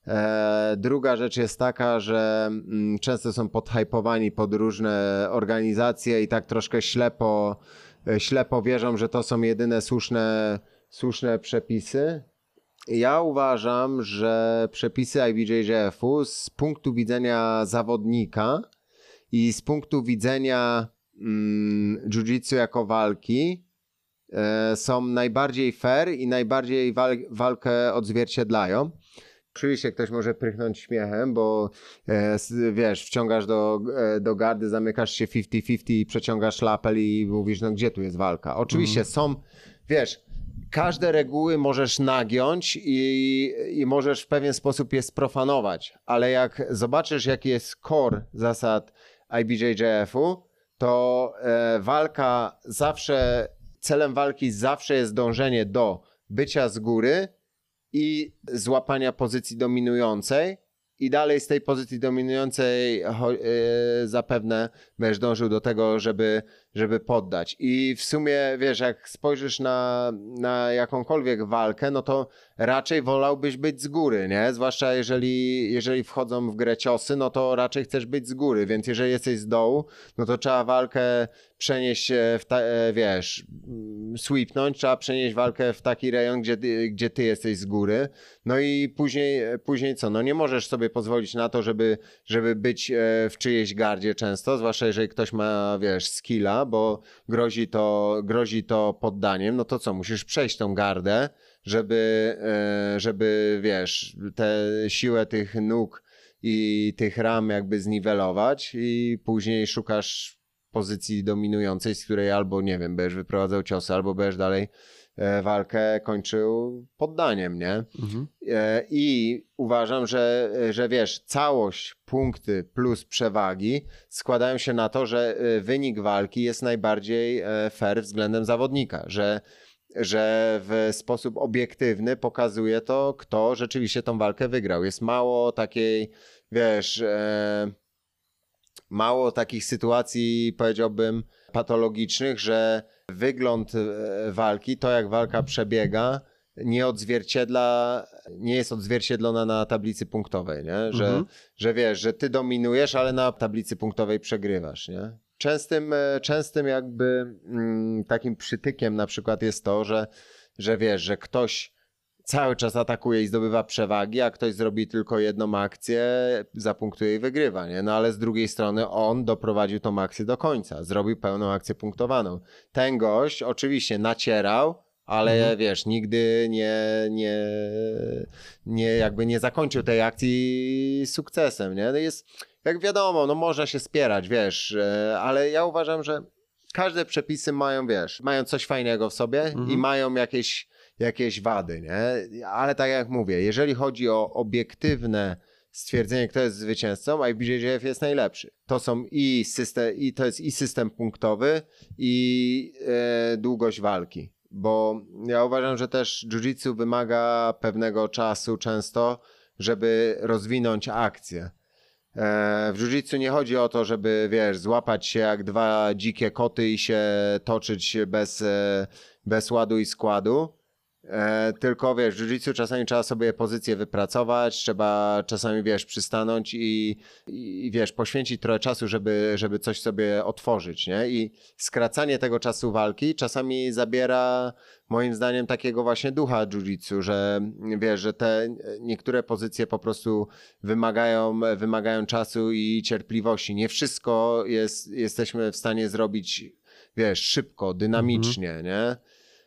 E, druga rzecz jest taka, że mm, często są podhypowani pod różne organizacje i tak troszkę ślepo, e, ślepo wierzą, że to są jedyne słuszne, słuszne przepisy. Ja uważam, że przepisy I B J J F-u z punktu widzenia zawodnika i z punktu widzenia mm, jiu-jitsu jako walki e, są najbardziej fair i najbardziej wal- walkę odzwierciedlają. Oczywiście ktoś może prychnąć śmiechem, bo e, wiesz, wciągasz do, e, do gardy, zamykasz się pięćdziesiąt pięćdziesiąt i przeciągasz lapel i mówisz, no gdzie tu jest walka? Oczywiście mm. są, wiesz, każde reguły możesz nagiąć i, i możesz w pewien sposób je sprofanować, ale jak zobaczysz, jaki jest core zasad I B J J F-u, to e, walka zawsze, celem walki zawsze jest dążenie do bycia z góry i złapania pozycji dominującej i dalej z tej pozycji dominującej yy, zapewne będziesz dążył do tego, żeby, żeby poddać. I w sumie, wiesz, jak spojrzysz na, na jakąkolwiek walkę, no to raczej wolałbyś być z góry, nie? Zwłaszcza jeżeli, jeżeli wchodzą w grę ciosy, no to raczej chcesz być z góry, więc jeżeli jesteś z dołu, no to trzeba walkę przenieść w, ta, wiesz, sweepnąć, trzeba przenieść walkę w taki rejon, gdzie, gdzie ty jesteś z góry, no i później, później co? No nie możesz sobie pozwolić na to, żeby, żeby być w czyjejś gardzie często, zwłaszcza jeżeli ktoś ma, wiesz, skilla, bo grozi to, grozi to poddaniem, no to co? Musisz przejść tą gardę, żeby, żeby, wiesz, tę siłę tych nóg i tych ram jakby zniwelować i później szukasz pozycji dominującej, z której albo, nie wiem, będziesz wyprowadzał ciosy, albo będziesz dalej walkę kończył poddaniem, nie? Mhm. I uważam, że, że wiesz, całość, punkty plus przewagi składają się na to, że wynik walki jest najbardziej fair względem zawodnika, że że w sposób obiektywny pokazuje to, kto rzeczywiście tą walkę wygrał. Jest mało takiej, wiesz, e, mało takich sytuacji, powiedziałbym, patologicznych, że wygląd walki, to jak walka przebiega, nie odzwierciedla, nie jest odzwierciedlona na tablicy punktowej, nie? Że, mhm. że wiesz, że ty dominujesz, ale na tablicy punktowej przegrywasz, nie? Częstym, częstym jakby mm, takim przytykiem na przykład jest to, że, że wiesz, że ktoś cały czas atakuje i zdobywa przewagi, a ktoś zrobi tylko jedną akcję, zapunktuje i wygrywa, nie? No ale z drugiej strony on doprowadził tą akcję do końca, zrobił pełną akcję punktowaną. Ten gość oczywiście nacierał, ale mhm. wiesz, nigdy nie, nie, nie, jakby nie zakończył tej akcji sukcesem, nie? No jest, jak wiadomo, no można się spierać, wiesz, ale ja uważam, że każde przepisy mają, wiesz, mają coś fajnego w sobie mhm. i mają jakieś, jakieś wady, nie? Ale tak jak mówię, jeżeli chodzi o obiektywne stwierdzenie, kto jest zwycięzcą, I B J J F jest najlepszy. To są i system, i to jest i system punktowy, i e, długość walki. Bo ja uważam, że też jiu-jitsu wymaga pewnego czasu często, żeby rozwinąć akcję. E, w jiu-jitsu nie chodzi o to, żeby, wiesz, złapać się jak dwa dzikie koty i się toczyć bez, e, bez ładu i składu. E, tylko wiesz, w jiu-jitsu czasami trzeba sobie pozycję wypracować, trzeba czasami, wiesz, przystanąć i, i wiesz, poświęcić trochę czasu, żeby, żeby coś sobie otworzyć, nie? I skracanie tego czasu walki czasami zabiera, moim zdaniem, takiego właśnie ducha jiu-jitsu, że wiesz, że te niektóre pozycje po prostu wymagają, wymagają czasu i cierpliwości. Nie wszystko jest, jesteśmy w stanie zrobić, wiesz, szybko, dynamicznie, mhm. nie?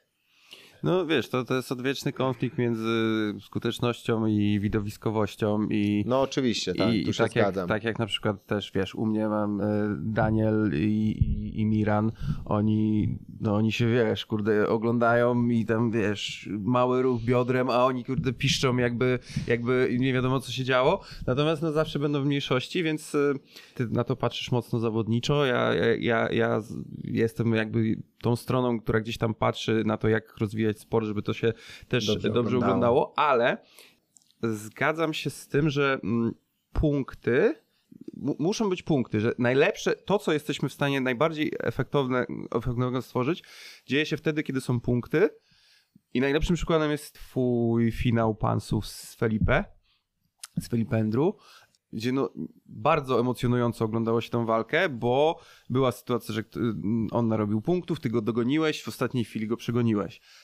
No wiesz, to, to jest odwieczny konflikt między skutecznością i widowiskowością i... No oczywiście, tak, i, tu i się tak zgadzam. Jak, tak jak na przykład też, wiesz, u mnie mam Daniel i, i, i Miran, oni, no oni się, wiesz, kurde, oglądają i tam, wiesz, mały ruch biodrem, a oni, kurde, piszczą jakby, jakby nie wiadomo, co się działo. Natomiast no zawsze będą w mniejszości, więc ty na to patrzysz mocno zawodniczo. Ja, ja, ja, ja jestem jakby tą stroną, która gdzieś tam patrzy na to, jak rozwijać sport, żeby to się też dobrze, dobrze oglądało. oglądało, ale zgadzam się z tym, że mm, punkty, m- muszą być punkty, że najlepsze, to co jesteśmy w stanie najbardziej efektowne, efektownego stworzyć, dzieje się wtedy, kiedy są punkty i najlepszym przykładem jest twój finał pansów z Felipe, z Felipe Endru, gdzie no bardzo emocjonująco oglądało się tę walkę, bo była sytuacja, że on narobił punktów, ty go dogoniłeś, w ostatniej chwili go przegoniłeś.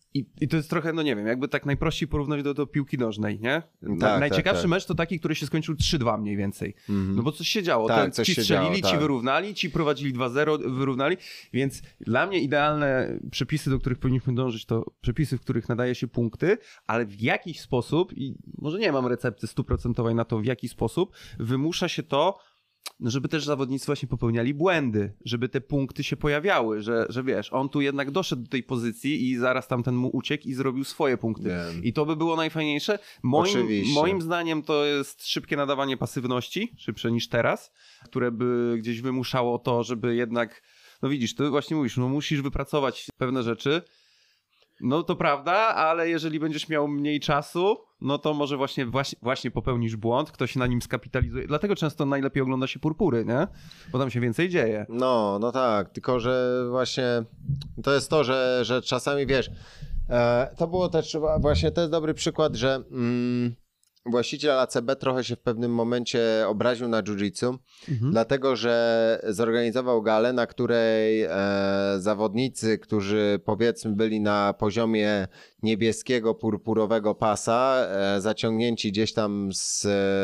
I, I to jest trochę, no nie wiem, jakby tak najprościej porównać do, do piłki nożnej, nie? Na, tak, najciekawszy tak, tak. mecz to taki, który się skończył trzy dwa mniej więcej. Mm-hmm. No bo coś się działo. Tak, Ten, coś ci się strzelili, działo, ci tak. wyrównali, ci prowadzili dwa zero, wyrównali, więc dla mnie idealne przepisy, do których powinniśmy dążyć, to przepisy, w których nadaje się punkty, ale w jakiś sposób, i może nie mam recepty stuprocentowej na to, w jaki sposób, wymusza się to, no żeby też zawodnicy właśnie popełniali błędy, żeby te punkty się pojawiały, że, że wiesz, on tu jednak doszedł do tej pozycji i zaraz tamten mu uciekł i zrobił swoje punkty. Wiem. I to by było najfajniejsze. Moim, Oczywiście. moim zdaniem to jest szybkie nadawanie pasywności, szybsze niż teraz, które by gdzieś wymuszało to, żeby jednak, no widzisz, ty właśnie mówisz, no musisz wypracować pewne rzeczy. No to prawda, ale jeżeli będziesz miał mniej czasu, no to może właśnie, właśnie, właśnie popełnisz błąd, ktoś na nim skapitalizuje. Dlatego często najlepiej ogląda się Purpury, nie? Bo tam się więcej dzieje. No, no tak, tylko że właśnie to jest to, że, że czasami wiesz, e, to było też właśnie, to jest dobry przykład, że mm, właściciel A C B trochę się w pewnym momencie obraził na jiu-jitsu, mhm. dlatego że zorganizował galę, na której e, zawodnicy, którzy powiedzmy byli na poziomie niebieskiego, purpurowego pasa, e, zaciągnięci gdzieś tam z,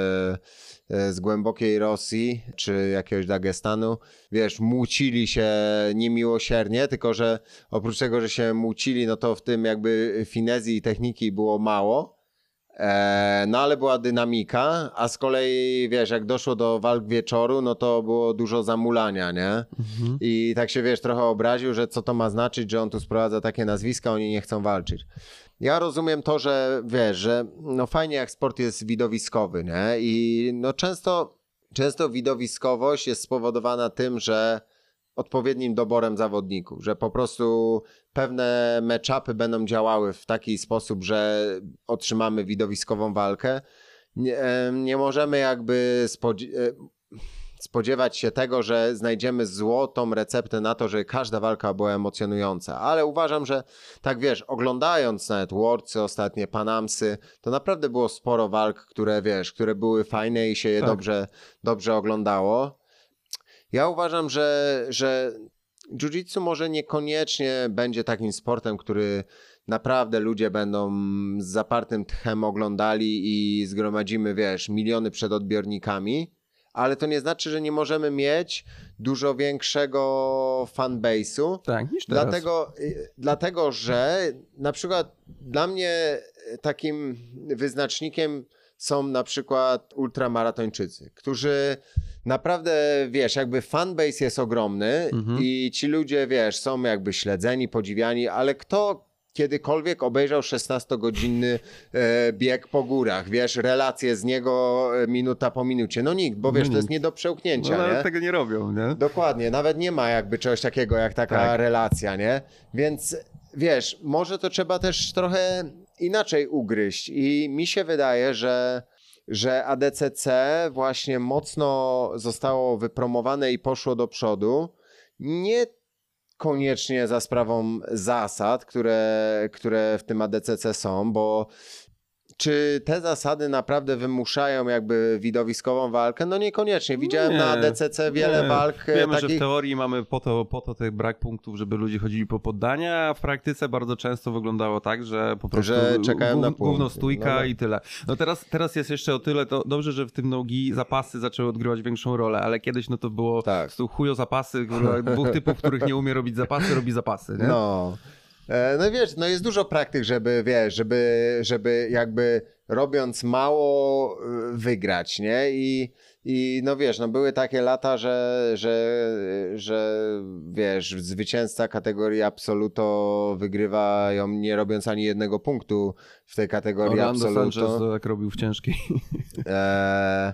e, z głębokiej Rosji, czy jakiegoś Dagestanu, wiesz, mucili się niemiłosiernie, tylko że oprócz tego, że się mucili, no to w tym jakby finezji i techniki było mało. No ale była dynamika, a z kolei wiesz, jak doszło do walk wieczoru, no to było dużo zamulania, nie? Mhm. I tak się wiesz, trochę obraził, że co to ma znaczyć, że on tu sprowadza takie nazwiska, oni nie chcą walczyć. Ja rozumiem to, że wiesz, że no fajnie jak sport jest widowiskowy, nie? I no często, często widowiskowość jest spowodowana tym, że odpowiednim doborem zawodników, że po prostu pewne match-upy będą działały w taki sposób, że otrzymamy widowiskową walkę. Nie, nie możemy jakby spodzie- spodziewać się tego, że znajdziemy złotą receptę na to, że każda walka była emocjonująca, ale uważam, że tak wiesz, oglądając nawet Worldsy, ostatnie Panamsy, to naprawdę było sporo walk, które wiesz, które były fajne i się je tak. dobrze, dobrze oglądało. Ja uważam, że, że jiu-jitsu może niekoniecznie będzie takim sportem, który naprawdę ludzie będą z zapartym tchem oglądali i zgromadzimy, wiesz, miliony przed odbiornikami, ale to nie znaczy, że nie możemy mieć dużo większego fanbase'u. Tak, niż teraz. Dlatego, dlatego, że na przykład dla mnie takim wyznacznikiem są na przykład ultramaratończycy, którzy naprawdę, wiesz, jakby fanbase jest ogromny mhm. i ci ludzie, wiesz, są jakby śledzeni, podziwiani, ale kto kiedykolwiek obejrzał szesnastogodzinny e, bieg po górach, wiesz, relacje z niego minuta po minucie? No nikt, bo wiesz, to jest nie do przełknięcia, no, nawet nie? tego nie robią, nie? Dokładnie, nawet nie ma jakby czegoś takiego jak taka tak. relacja, nie? Więc wiesz, może to trzeba też trochę inaczej ugryźć i mi się wydaje, że że A D C C właśnie mocno zostało wypromowane i poszło do przodu, nie koniecznie za sprawą zasad, które, które w tym A D C C są, bo czy te zasady naprawdę wymuszają jakby widowiskową walkę? No niekoniecznie. Widziałem nie, na A D C C wiele nie. walk Wiemy, takich... że w teorii mamy po to, po to ten brak punktów, żeby ludzie chodzili po poddania, a w praktyce bardzo często wyglądało tak, że po prostu że czekają na gówno stójka no, i tyle. No teraz, teraz jest jeszcze o tyle, to dobrze, że w tym nogi zapasy zaczęły odgrywać większą rolę, ale kiedyś no to było tak. chujo zapasy, dwóch typów, których nie umie robić zapasy, robi zapasy. Nie? No. No wiesz, no jest dużo praktyk, żeby, wiesz, żeby, żeby jakby robiąc mało wygrać, nie? I, i no wiesz, no były takie lata, że, że, że wiesz, zwycięzca kategorii Absoluto wygrywa ją nie robiąc ani jednego punktu w tej kategorii Orlando Absoluto. Sanchez to jak robił w ciężkiej. E,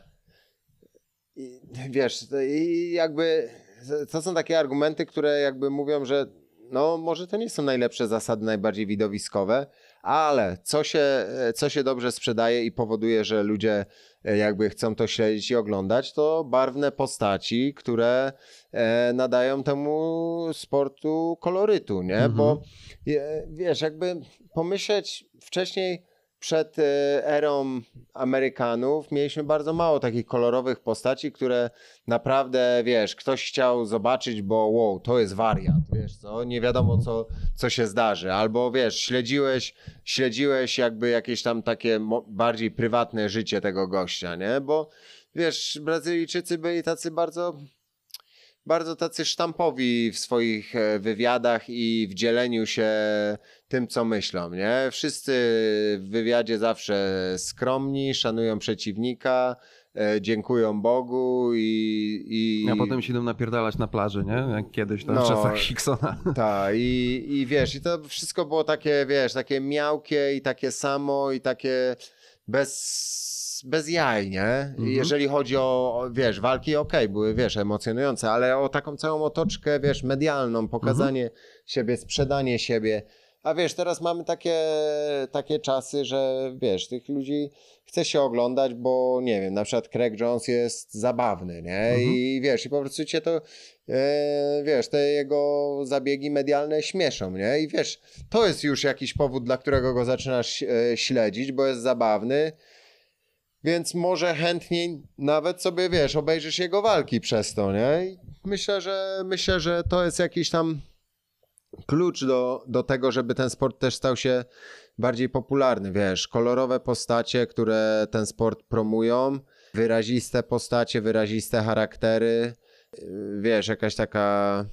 i, wiesz, i jakby to są takie argumenty, które jakby mówią, że no może to nie są najlepsze zasady, najbardziej widowiskowe, ale co się, co się dobrze sprzedaje i powoduje, że ludzie jakby chcą to śledzić i oglądać, to barwne postaci, które nadają temu sportu kolorytu, nie? Mhm. Bo wiesz, jakby pomyśleć wcześniej przed erą Amerykanów mieliśmy bardzo mało takich kolorowych postaci, które naprawdę, wiesz, ktoś chciał zobaczyć, bo wow, to jest wariat, wiesz. wiesz co, nie wiadomo co, co się zdarzy, albo wiesz, śledziłeś, śledziłeś jakby jakieś tam takie bardziej prywatne życie tego gościa, nie, bo wiesz, Brazylijczycy byli tacy bardzo, bardzo tacy sztampowi w swoich wywiadach i w dzieleniu się tym, co myślą, nie, wszyscy w wywiadzie zawsze skromni, szanują przeciwnika, dziękują Bogu i, i... A potem się idą napierdalać na plaży, nie? Jak kiedyś tam no, w czasach Hicksona. Tak, i, i wiesz, i to wszystko było takie, wiesz, takie miałkie i takie samo i takie bez, bez jaj, nie? Mhm. Jeżeli chodzi o, wiesz, walki, okej, okay, były, wiesz, emocjonujące, ale o taką całą otoczkę, wiesz, medialną, pokazanie mhm. siebie, sprzedanie siebie. A wiesz, teraz mamy takie, takie czasy, że wiesz, tych ludzi chce się oglądać, bo nie wiem, na przykład Craig Jones jest zabawny, nie? Mhm. I wiesz, i po prostu cię to, e, wiesz, te jego zabiegi medialne śmieszą, nie? I wiesz, to jest już jakiś powód, dla którego go zaczynasz e, śledzić, bo jest zabawny, więc może chętniej nawet sobie, wiesz, obejrzysz jego walki przez to, nie? I myślę, że myślę, że to jest jakiś tam klucz do, do tego, żeby ten sport też stał się bardziej popularny, wiesz, kolorowe postacie, które ten sport promują, wyraziste postacie, wyraziste charaktery, wiesz, jakaś taka,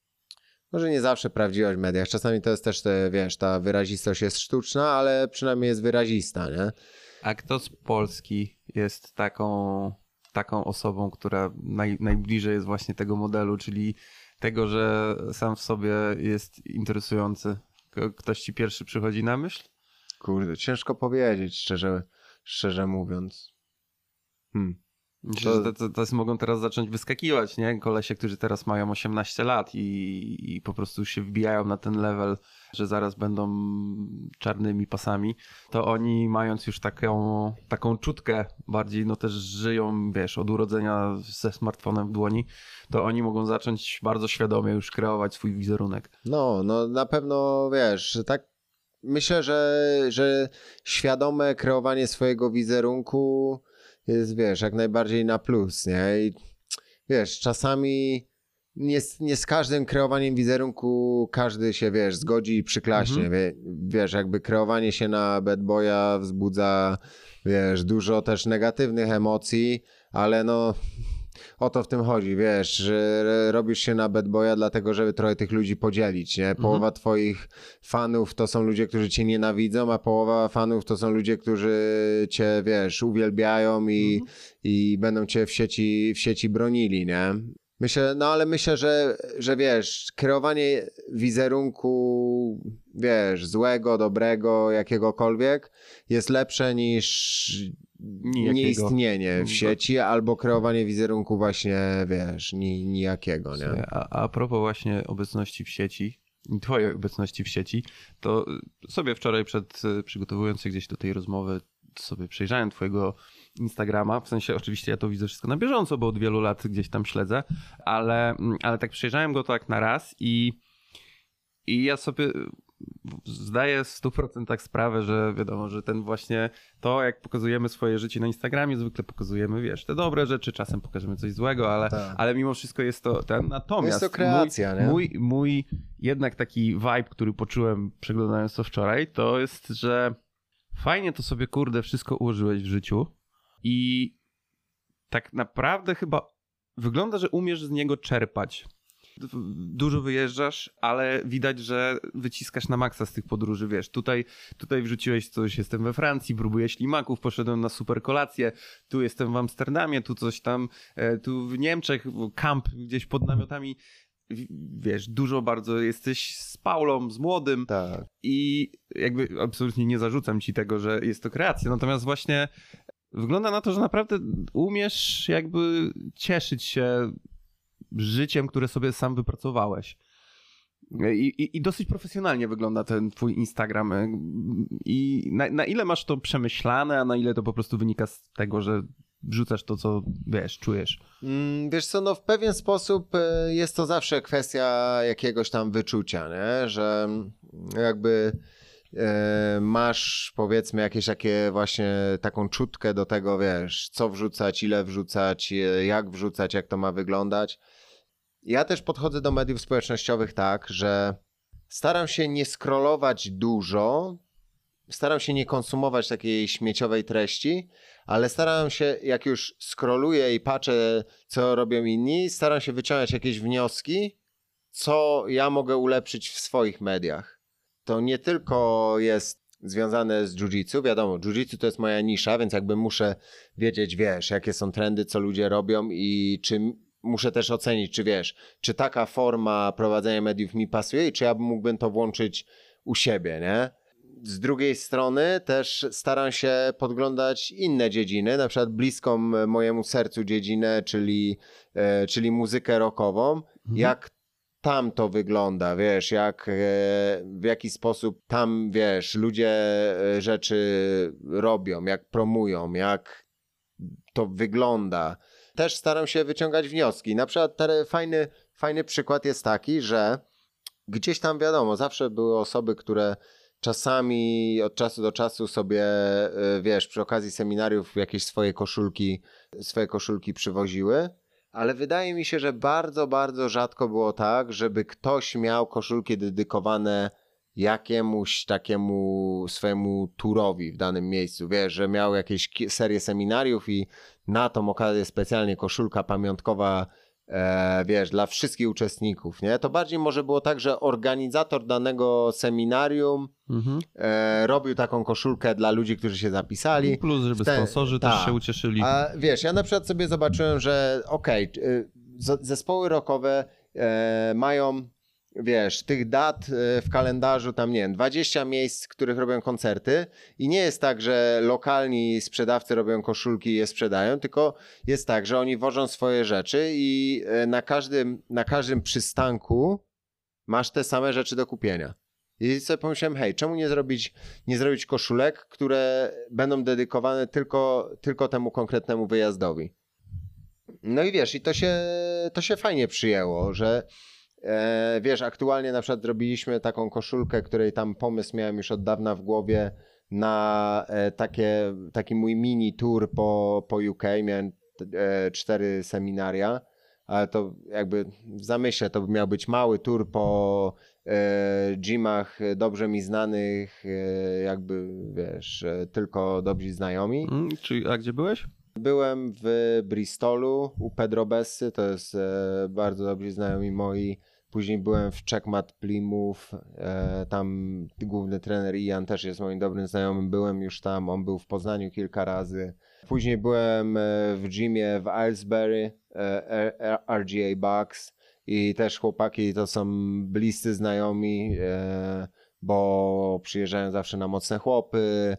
może nie zawsze prawdziwość w mediach, czasami to jest też, te, wiesz, ta wyrazistość jest sztuczna, ale przynajmniej jest wyrazista, nie? A kto z Polski jest taką, taką osobą, która naj, najbliżej jest właśnie tego modelu, czyli tego, że sam w sobie jest interesujący? Ktoś ci pierwszy przychodzi na myśl? Kurde, ciężko powiedzieć, szczerze, szczerze mówiąc. Hmm. Myślę, to... że to, to, to mogą teraz zacząć wyskakiwać, nie? Kolesie, którzy teraz mają osiemnaście lat i, i po prostu już się wbijają na ten level, że zaraz będą czarnymi pasami, to oni mając już taką, taką czutkę bardziej, no też żyją, wiesz, od urodzenia ze smartfonem w dłoni, to oni mogą zacząć bardzo świadomie już kreować swój wizerunek. No, no na pewno, wiesz, tak myślę, że, że świadome kreowanie swojego wizerunku jest, wiesz, jak najbardziej na plus, nie? I wiesz, czasami nie, nie z każdym kreowaniem wizerunku każdy się, wiesz, zgodzi i przyklaśnie. Mhm. Wie, wiesz, jakby kreowanie się na bad boya wzbudza, wiesz, dużo też negatywnych emocji, ale no o to w tym chodzi, wiesz, że robisz się na bad boya dlatego, żeby trochę tych ludzi podzielić, nie? Połowa mhm. twoich fanów to są ludzie, którzy cię nienawidzą, a połowa fanów to są ludzie, którzy cię, wiesz, uwielbiają i, mhm. i będą cię w sieci, w sieci bronili, nie? Myślę, no ale myślę, że, że wiesz, kreowanie wizerunku, wiesz, złego, dobrego, jakiegokolwiek jest lepsze niż Nijakiego. nieistnienie w sieci albo kreowanie wizerunku właśnie, wiesz, ni, nijakiego, nie? A, a propos właśnie obecności w sieci, twojej obecności w sieci, to sobie wczoraj przed przygotowując się gdzieś do tej rozmowy sobie przejrzałem twojego Instagrama, w sensie oczywiście ja to widzę wszystko na bieżąco, bo od wielu lat gdzieś tam śledzę, ale, ale tak przejrzałem go tak na raz i, i ja sobie zdaję w stu procentach sprawę, że wiadomo, że ten właśnie to, jak pokazujemy swoje życie na Instagramie, zwykle pokazujemy, wiesz, te dobre rzeczy, czasem pokażemy coś złego, ale, tak. ale mimo wszystko jest to ten, natomiast jest to kreacja, mój, nie? Mój, mój jednak taki vibe, który poczułem przeglądając to wczoraj, to jest, że fajnie to sobie, kurde, wszystko ułożyłeś w życiu i tak naprawdę chyba wygląda, że umiesz z niego czerpać. Dużo wyjeżdżasz, ale widać, że wyciskasz na maksa z tych podróży, wiesz, tutaj, tutaj wrzuciłeś coś, jestem we Francji, próbuję ślimaków, poszedłem na super kolację, tu jestem w Amsterdamie, tu coś tam, tu w Niemczech, kamp gdzieś pod namiotami, wiesz, dużo bardzo jesteś z Paulą, z młodym tak. I jakby absolutnie nie zarzucam ci tego, że jest to kreacja, natomiast właśnie wygląda na to, że naprawdę umiesz jakby cieszyć się życiem, które sobie sam wypracowałeś. I, i, i dosyć profesjonalnie wygląda ten twój Instagram. I na, na ile masz to przemyślane, a na ile to po prostu wynika z tego, że wrzucasz to, co wiesz, czujesz? Mm, wiesz co, no w pewien sposób jest to zawsze kwestia jakiegoś tam wyczucia, nie? Że jakby e, masz powiedzmy jakieś takie właśnie taką czutkę do tego, wiesz, co wrzucać, ile wrzucać, jak wrzucać, jak to ma wyglądać. ja też podchodzę do mediów społecznościowych tak, że staram się nie scrollować dużo, staram się nie konsumować takiej śmieciowej treści, ale staram się, jak już scrolluję i patrzę, co robią inni, staram się wyciągać jakieś wnioski, co ja mogę ulepszyć w swoich mediach. To nie tylko jest związane z jiu-jitsu, wiadomo, jiu-jitsu to jest moja nisza, więc jakby muszę wiedzieć, wiesz, jakie są trendy, co ludzie robią i czy muszę też ocenić, czy wiesz, czy taka forma prowadzenia mediów mi pasuje i czy ja mógłbym to włączyć u siebie, nie? Z drugiej strony też staram się podglądać inne dziedziny, na przykład bliską mojemu sercu dziedzinę, czyli, e, czyli muzykę rockową, mhm. jak tam to wygląda, wiesz, jak, e, w jaki sposób tam, wiesz, ludzie rzeczy robią, jak promują, jak to wygląda. Też staram się wyciągać wnioski. Na przykład ten fajny, fajny przykład jest taki, że gdzieś tam wiadomo, zawsze były osoby, które czasami od czasu do czasu sobie, wiesz, przy okazji seminariów jakieś swoje koszulki, swoje koszulki przywoziły, ale wydaje mi się, że bardzo, bardzo rzadko było tak, żeby ktoś miał koszulki dedykowane jakiemuś takiemu swojemu turowi w danym miejscu. Wiesz, że miał jakieś serię seminariów i na tą okazję specjalnie koszulka pamiątkowa, e, wiesz, dla wszystkich uczestników, nie? To bardziej może było tak, że organizator danego seminarium mhm. e, robił taką koszulkę dla ludzi, którzy się zapisali. Plus, żeby Te, sponsorzy ta. też się ucieszyli. A wiesz, ja na przykład sobie zobaczyłem, że okej, okay, zespoły rockowe e, mają wiesz, tych dat w kalendarzu tam, nie wiem, dwadzieścia miejsc, w których robią koncerty i nie jest tak, że lokalni sprzedawcy robią koszulki i je sprzedają, tylko jest tak, że oni wożą swoje rzeczy i na każdym, na każdym przystanku masz te same rzeczy do kupienia. I sobie pomyślałem, hej, czemu nie zrobić, nie zrobić koszulek, które będą dedykowane tylko, tylko temu konkretnemu wyjazdowi. No i wiesz, i to się, to się fajnie przyjęło, że E, wiesz, aktualnie na przykład zrobiliśmy taką koszulkę, której tam pomysł miałem już od dawna w głowie na e, takie, taki mój mini tour po, po U K. Miałem e, cztery seminaria, ale to jakby w zamyśle to miał być mały tour po e, gymach dobrze mi znanych, e, jakby wiesz, e, tylko dobrzy znajomi. Mm, czyli, a gdzie byłeś? Byłem w Bristolu u Pedro Bessy, to jest e, bardzo dobrzy znajomi moi. Później byłem w Checkmat Plymouth, e, tam główny trener Ian też jest moim dobrym znajomym, byłem już tam, on był w Poznaniu kilka razy. Później byłem w gymie w Aylesbury, e, R G A Bucks i też chłopaki to są bliscy znajomi, e, bo przyjeżdżają zawsze na mocne chłopy.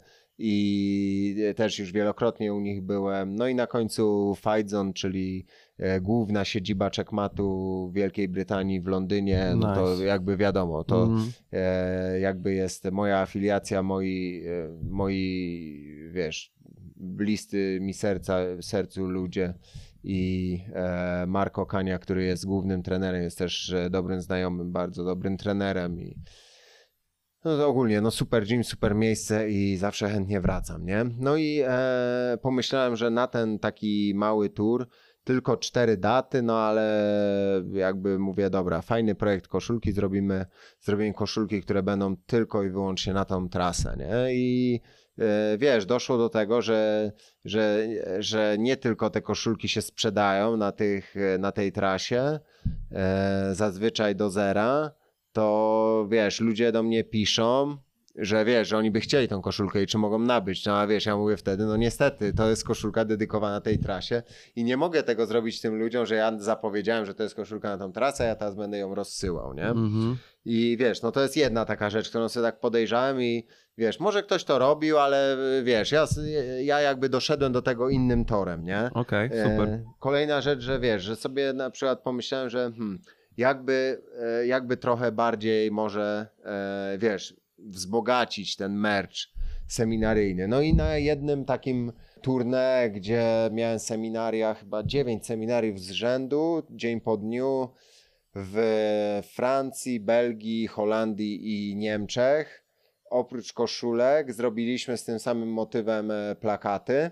I też już wielokrotnie u nich byłem. No i na końcu Fight Zone, czyli e, główna siedziba Checkmatu w Wielkiej Brytanii w Londynie, no nice. To jakby wiadomo, to mm. e, jakby jest moja afiliacja, moi, e, moi wiesz, bliscy mi serca, sercu ludzie i e, Marco Kania, który jest głównym trenerem, jest też dobrym znajomym, bardzo dobrym trenerem i no to ogólnie, no super gym, super miejsce i zawsze chętnie wracam, nie? No i e, pomyślałem, że na ten taki mały tour tylko cztery daty, no ale jakby mówię, dobra, fajny projekt koszulki, zrobimy, zrobimy koszulki, które będą tylko i wyłącznie na tą trasę, nie? I e, wiesz, doszło do tego, że, że, że nie tylko te koszulki się sprzedają na, tych, na tej trasie, e, zazwyczaj do zera, to wiesz, ludzie do mnie piszą, że wiesz, że oni by chcieli tą koszulkę i czy mogą nabyć, no a wiesz, ja mówię wtedy, no niestety, to jest koszulka dedykowana tej trasie i nie mogę tego zrobić tym ludziom, że ja zapowiedziałem, że to jest koszulka na tą trasę, a ja teraz będę ją rozsyłał, nie? Mm-hmm. I wiesz, no to jest jedna taka rzecz, którą sobie tak podejrzałem i wiesz, może ktoś to robił, ale wiesz, ja, ja jakby doszedłem do tego innym torem, nie? Okej, okay, super. E, kolejna rzecz, że wiesz, że sobie na przykład pomyślałem, że hmm, jakby, jakby trochę bardziej może, wiesz, wzbogacić ten merch seminaryjny. No i na jednym takim tournée, gdzie miałem seminaria, chyba dziewięć seminariów z rzędu, dzień po dniu, w Francji, Belgii, Holandii i Niemczech. Oprócz koszulek zrobiliśmy z tym samym motywem plakaty.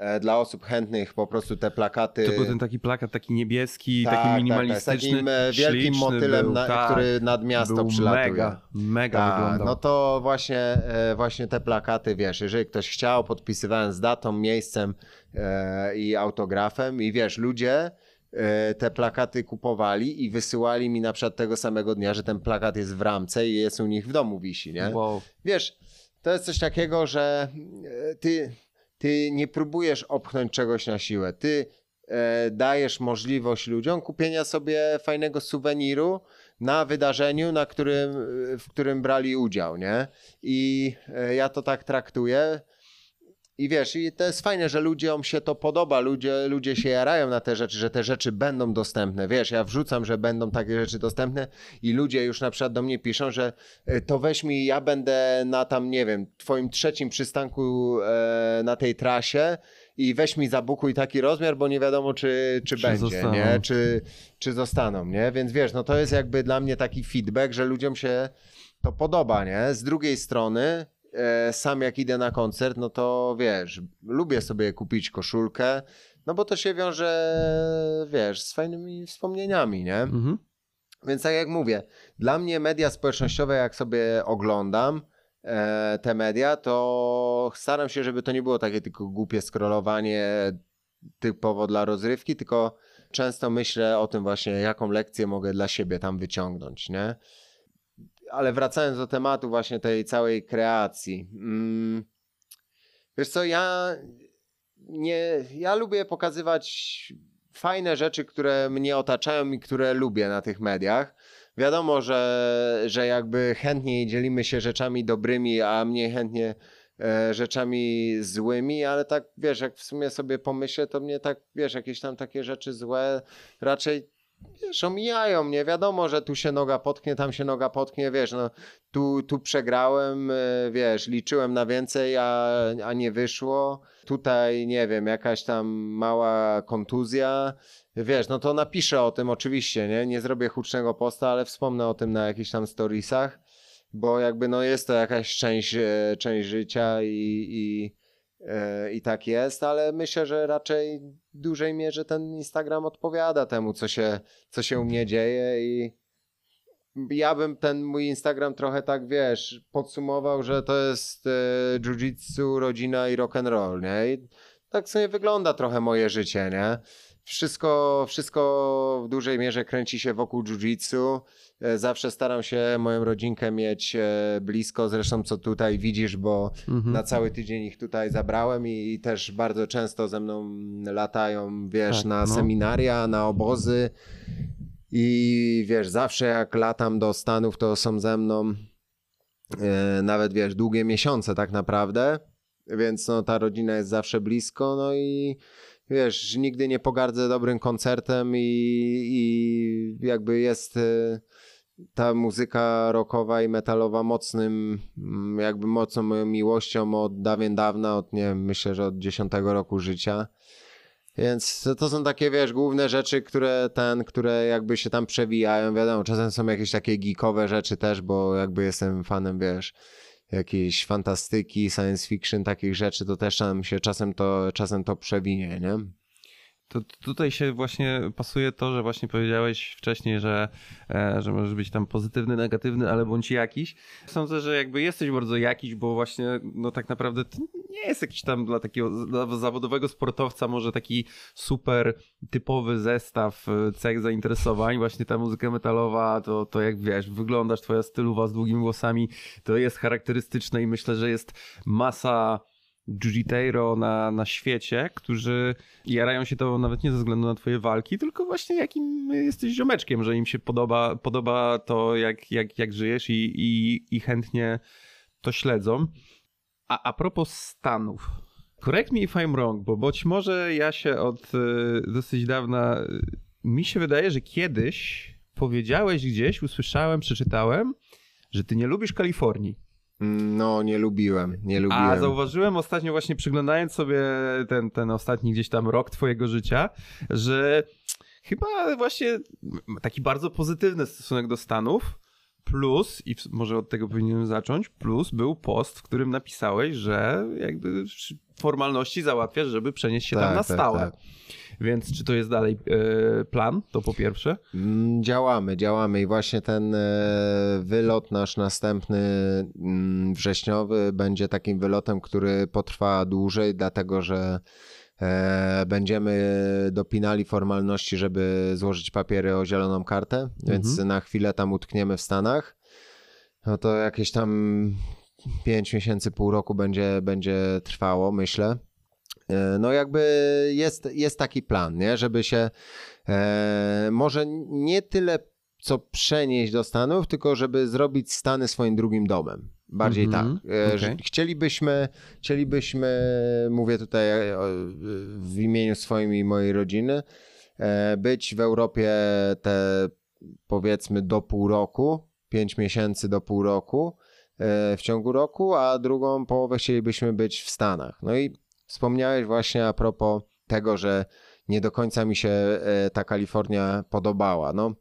dla osób chętnych po prostu te plakaty. To był ten taki plakat, taki niebieski, tak, taki minimalistyczny. Tak, tak, z takim wielkim motylem, był, na, tak, który nad miasto przylatuje. Mega, mega tak, wyglądał. No to właśnie, właśnie te plakaty, wiesz, jeżeli ktoś chciał, podpisywałem z datą, miejscem e, i autografem i wiesz, ludzie e, te plakaty kupowali i wysyłali mi na przykład tego samego dnia, że ten plakat jest w ramce i jest u nich w domu wisi, nie? Wow. Wiesz, to jest coś takiego, że ty... Ty nie próbujesz opchnąć czegoś na siłę. Ty e, dajesz możliwość ludziom kupienia sobie fajnego suweniru na wydarzeniu, na którym, w którym brali udział, nie? I e, ja to tak traktuję. I wiesz, i to jest fajne, że ludziom się to podoba, ludzie, ludzie się jarają na te rzeczy, że te rzeczy będą dostępne. Wiesz, ja wrzucam, że będą takie rzeczy dostępne i ludzie już na przykład do mnie piszą, że to weź mi, ja będę na tam, nie wiem, twoim trzecim przystanku e, na tej trasie i weź mi zabukuj taki rozmiar, bo nie wiadomo, czy, czy, czy będzie, zostaną. nie? Czy, czy zostaną, nie? Więc wiesz, no to jest jakby dla mnie taki feedback, że ludziom się to podoba, nie? Z drugiej strony sam jak idę na koncert, no to wiesz, lubię sobie kupić koszulkę, no bo to się wiąże, wiesz, z fajnymi wspomnieniami, nie? Mhm. Więc tak jak mówię, dla mnie media społecznościowe, jak sobie oglądam e, te media, to staram się, żeby to nie było takie tylko głupie scrollowanie typowo dla rozrywki, tylko często myślę o tym właśnie, jaką lekcję mogę dla siebie tam wyciągnąć, nie? Ale wracając do tematu właśnie tej całej kreacji. Mm, wiesz co, ja nie, ja lubię pokazywać fajne rzeczy, które mnie otaczają i które lubię na tych mediach. Wiadomo, że, że jakby chętniej dzielimy się rzeczami dobrymi, a mniej chętnie e, rzeczami złymi, ale tak wiesz, jak w sumie sobie pomyślę, to mnie tak, wiesz, jakieś tam takie rzeczy złe raczej wiesz, omijają mnie, wiadomo, że tu się noga potknie, tam się noga potknie, wiesz, no tu, tu przegrałem, wiesz, liczyłem na więcej, a, a nie wyszło, tutaj, nie wiem, jakaś tam mała kontuzja, wiesz, no to napiszę o tym oczywiście, nie, nie zrobię hucznego posta, ale wspomnę o tym na jakichś tam storiesach, bo jakby no jest to jakaś część, część życia i, i I tak jest, ale myślę, że raczej w dużej mierze ten Instagram odpowiada temu, co się, co się u mnie dzieje i ja bym ten mój Instagram trochę tak, wiesz, podsumował, że to jest e, jiu-jitsu, rodzina i rock'n'roll, nie? I tak sobie wygląda trochę moje życie, nie? Wszystko, wszystko w dużej mierze kręci się wokół jiu-jitsu. Zawsze staram się moją rodzinkę mieć blisko, zresztą co tutaj widzisz, bo mhm. na cały tydzień ich tutaj zabrałem i, i też bardzo często ze mną latają, wiesz, tak, na no. seminaria, na obozy i wiesz, zawsze jak latam do Stanów, to są ze mną e, nawet, wiesz, długie miesiące tak naprawdę, więc no ta rodzina jest zawsze blisko, no i wiesz, nigdy nie pogardzę dobrym koncertem i, i jakby jest ta muzyka rockowa i metalowa mocnym, jakby mocną moją miłością od dawien dawna, od nie wiem, myślę, że od dziesiątego roku życia. Więc to są takie, wiesz, główne rzeczy, które ten, które jakby się tam przewijają. Wiadomo, czasem są jakieś takie geekowe rzeczy też, bo jakby jestem fanem, wiesz, jakiejś fantastyki, science fiction, takich rzeczy, to też tam się czasem to, czasem to przewinie, nie? To tutaj się właśnie pasuje to, że właśnie powiedziałeś wcześniej, że, e, że możesz być tam pozytywny, negatywny, ale bądź jakiś. Sądzę, że jakby jesteś bardzo jakiś, bo właśnie no tak naprawdę to nie jest jakiś tam dla takiego dla zawodowego sportowca może taki super typowy zestaw cech zainteresowań. Właśnie ta muzyka metalowa, to, to jak wiesz, wyglądasz, twoja stylowa z długimi włosami, to jest charakterystyczne i myślę, że jest masa jiu-jiteiro na, na świecie, którzy jarają się to nawet nie ze względu na twoje walki, tylko właśnie jakim jesteś ziomeczkiem, że im się podoba, podoba to, jak, jak, jak żyjesz i, i, i chętnie to śledzą. A, a propos Stanów, correct me if I'm wrong, bo być może ja się od y, dosyć dawna, y, mi się wydaje, że kiedyś powiedziałeś gdzieś, usłyszałem, przeczytałem, że ty nie lubisz Kalifornii. No, nie lubiłem, nie lubiłem. A zauważyłem ostatnio właśnie przyglądając sobie ten, ten ostatni gdzieś tam rok twojego życia, że chyba właśnie taki bardzo pozytywny stosunek do Stanów, Plus, i w, może od tego powinienem zacząć, plus był post, w którym napisałeś, że jakby formalności załatwiasz, żeby przenieść się tak, tam na tak, stałe. Tak. Więc czy to jest dalej e, plan? To po pierwsze. Mm, działamy, działamy i właśnie ten e, wylot nasz następny mm, wrześniowy będzie takim wylotem, który potrwa dłużej, dlatego że e, będziemy dopinali formalności, żeby złożyć papiery o zieloną kartę, mhm. więc na chwilę tam utkniemy w Stanach. No to jakieś tam pięć miesięcy, pół roku będzie, będzie trwało, myślę. No jakby jest, jest taki plan, nie? Żeby się e, może nie tyle co przenieść do Stanów, tylko żeby zrobić Stany swoim drugim domem. Bardziej mm-hmm. tak. E, okay. Chcielibyśmy, chcielibyśmy, mówię tutaj w imieniu swoim i mojej rodziny, e, być w Europie te powiedzmy do pół roku, pięć miesięcy do pół roku e, w ciągu roku, a drugą połowę chcielibyśmy być w Stanach. No i wspomniałeś właśnie a propos tego, że nie do końca mi się ta Kalifornia podobała. No,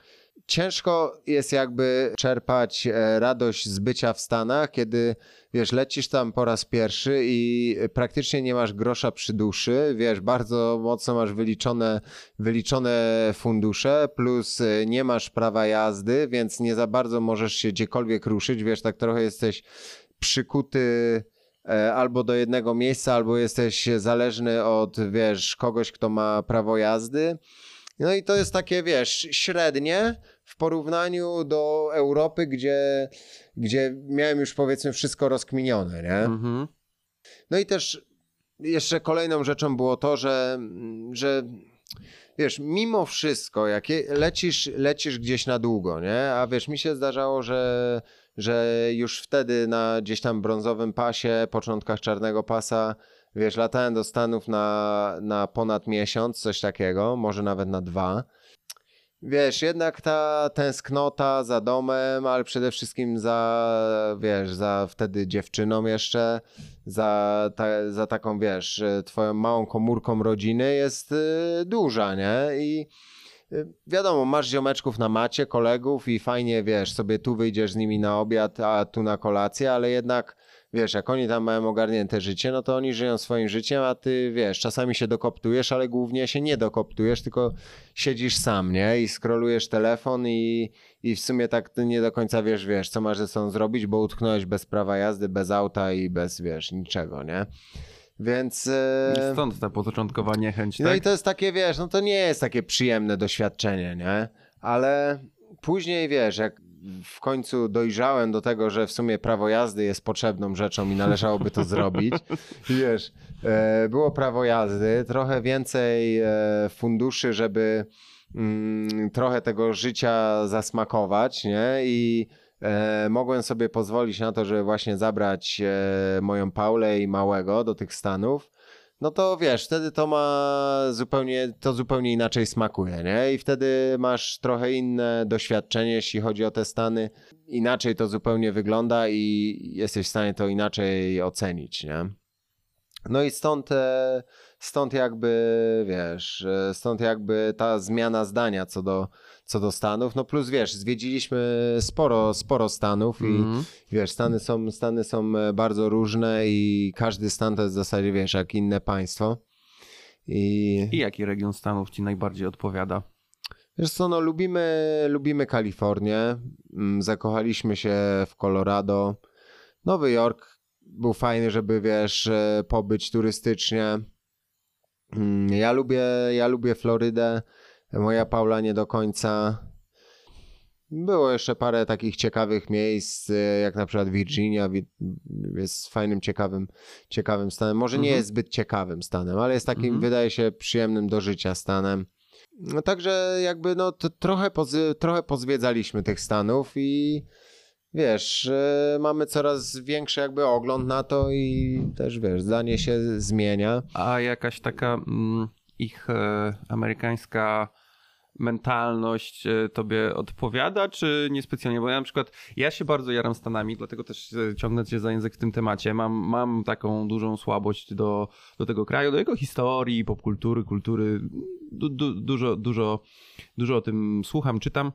ciężko jest jakby czerpać radość z bycia w Stanach, kiedy wiesz, lecisz tam po raz pierwszy i praktycznie nie masz grosza przy duszy, wiesz, bardzo mocno masz wyliczone, wyliczone fundusze, plus nie masz prawa jazdy, więc nie za bardzo możesz się gdziekolwiek ruszyć, wiesz, tak trochę jesteś przykuty albo do jednego miejsca, albo jesteś zależny od, wiesz, kogoś, kto ma prawo jazdy. No i to jest takie, wiesz, średnie w porównaniu do Europy, gdzie, gdzie miałem już, powiedzmy, wszystko rozkminione, nie? Mhm. No i też jeszcze kolejną rzeczą było to, że, że wiesz, mimo wszystko, jak lecisz, lecisz gdzieś na długo, nie? A wiesz, mi się zdarzało, że że już wtedy na gdzieś tam brązowym pasie, początkach czarnego pasa, wiesz, latałem do Stanów na, na ponad miesiąc, coś takiego, może nawet na dwa. Wiesz, jednak ta tęsknota za domem, ale przede wszystkim za, wiesz, za wtedy dziewczyną jeszcze, za, ta, za taką, wiesz, twoją małą komórką rodziny jest y, duża, nie? I wiadomo, masz ziomeczków na macie, kolegów i fajnie, wiesz, sobie tu wyjdziesz z nimi na obiad, a tu na kolację, ale jednak, wiesz, jak oni tam mają ogarnięte życie, no to oni żyją swoim życiem, a ty, wiesz, czasami się dokoptujesz, ale głównie się nie dokoptujesz, tylko siedzisz sam, nie? I scrollujesz telefon i, i w sumie tak ty nie do końca wiesz, wiesz, co masz ze sobą zrobić, bo utknąłeś bez prawa jazdy, bez auta i bez, wiesz, niczego, nie? Więc... I stąd ta początkowa niechęć, no tak? i to jest takie, wiesz, no to nie jest takie przyjemne doświadczenie, nie? Ale później, wiesz, jak w końcu dojrzałem do tego, że w sumie prawo jazdy jest potrzebną rzeczą i należałoby to zrobić, wiesz, e, było prawo jazdy, trochę więcej e, funduszy, żeby mm, trochę tego życia zasmakować, nie? I E, mogłem sobie pozwolić na to, żeby właśnie zabrać e, moją Paulę i małego do tych Stanów, no to wiesz, wtedy to ma zupełnie, to zupełnie inaczej smakuje, nie? I wtedy masz trochę inne doświadczenie, jeśli chodzi o te Stany. Inaczej to zupełnie wygląda i jesteś w stanie to inaczej ocenić, nie? No i stąd, stąd jakby, wiesz, stąd jakby ta zmiana zdania co do, co do Stanów, no plus wiesz, zwiedziliśmy sporo, sporo Stanów mm. i wiesz, Stany są, Stany są bardzo różne i każdy stan to jest w zasadzie, wiesz, jak inne państwo. I, I jaki region Stanów ci najbardziej odpowiada? Wiesz co, no lubimy, lubimy Kalifornię, zakochaliśmy się w Colorado, Nowy Jork był fajny, żeby, wiesz, pobyć turystycznie. Ja lubię, ja lubię Florydę, moja Paula nie do końca. Było jeszcze parę takich ciekawych miejsc, jak na przykład Virginia, jest fajnym, ciekawym, ciekawym stanem. Może mhm. nie jest zbyt ciekawym stanem, ale jest takim, mhm. wydaje się, przyjemnym do życia stanem. No także jakby, no to trochę, pozy, trochę pozwiedzaliśmy tych stanów i wiesz, mamy coraz większy jakby ogląd na to i też, wiesz, zdanie się zmienia. A jakaś taka mm, ich e, amerykańska mentalność tobie odpowiada, czy niespecjalnie? Bo ja na przykład, ja się bardzo jaram Stanami, dlatego też ciągnę cię za język w tym temacie. Mam, mam taką dużą słabość do, do tego kraju, do jego historii, popkultury, kultury. Du, du, dużo, dużo, dużo o tym słucham, czytam.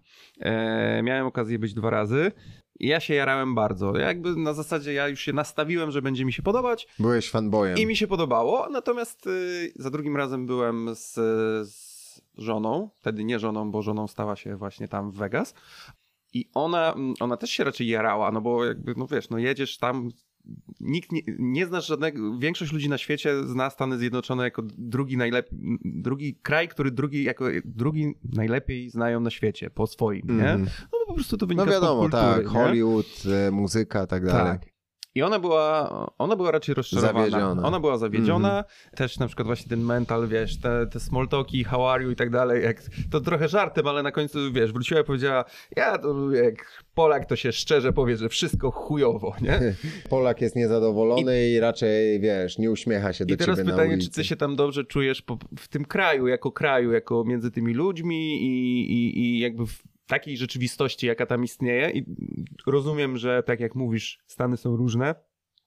E, miałem okazję być dwa razy. Ja się jarałem bardzo. Ja jakby na zasadzie ja już się nastawiłem, że będzie mi się podobać. Byłeś fanboyem. I mi się podobało, natomiast y, za drugim razem byłem z, z żoną, wtedy nie żoną, bo żoną stała się właśnie tam w Vegas i ona, ona też się raczej jarała, no bo jakby, no wiesz, no jedziesz tam, nikt nie, nie znasz żadnego, większość ludzi na świecie zna Stany Zjednoczone jako drugi najlepiej, drugi kraj, który drugi, jako drugi najlepiej znają na świecie, po swoim, nie? Mm. No bo po prostu to wynika no wiadomo, z popkultury, tak, Hollywood, e, muzyka, tak dalej. Tak. I ona była, ona była raczej rozczarowana. Zawiedziona. Ona była zawiedziona. Mm-hmm. Też na przykład właśnie ten mental, wiesz, te, te small talki, how are you i tak dalej. Jak, to trochę żartem, ale na końcu, wiesz, wróciła i powiedziała, ja to jak Polak to się szczerze powie, że wszystko chujowo, nie? Polak jest niezadowolony i, i raczej, wiesz, nie uśmiecha się do ciebie na ulicy. I teraz pytanie, czy ty się tam dobrze czujesz po, w tym kraju, jako kraju, jako między tymi ludźmi i, i, i jakby w takiej rzeczywistości, jaka tam istnieje. I rozumiem, że tak jak mówisz, Stany są różne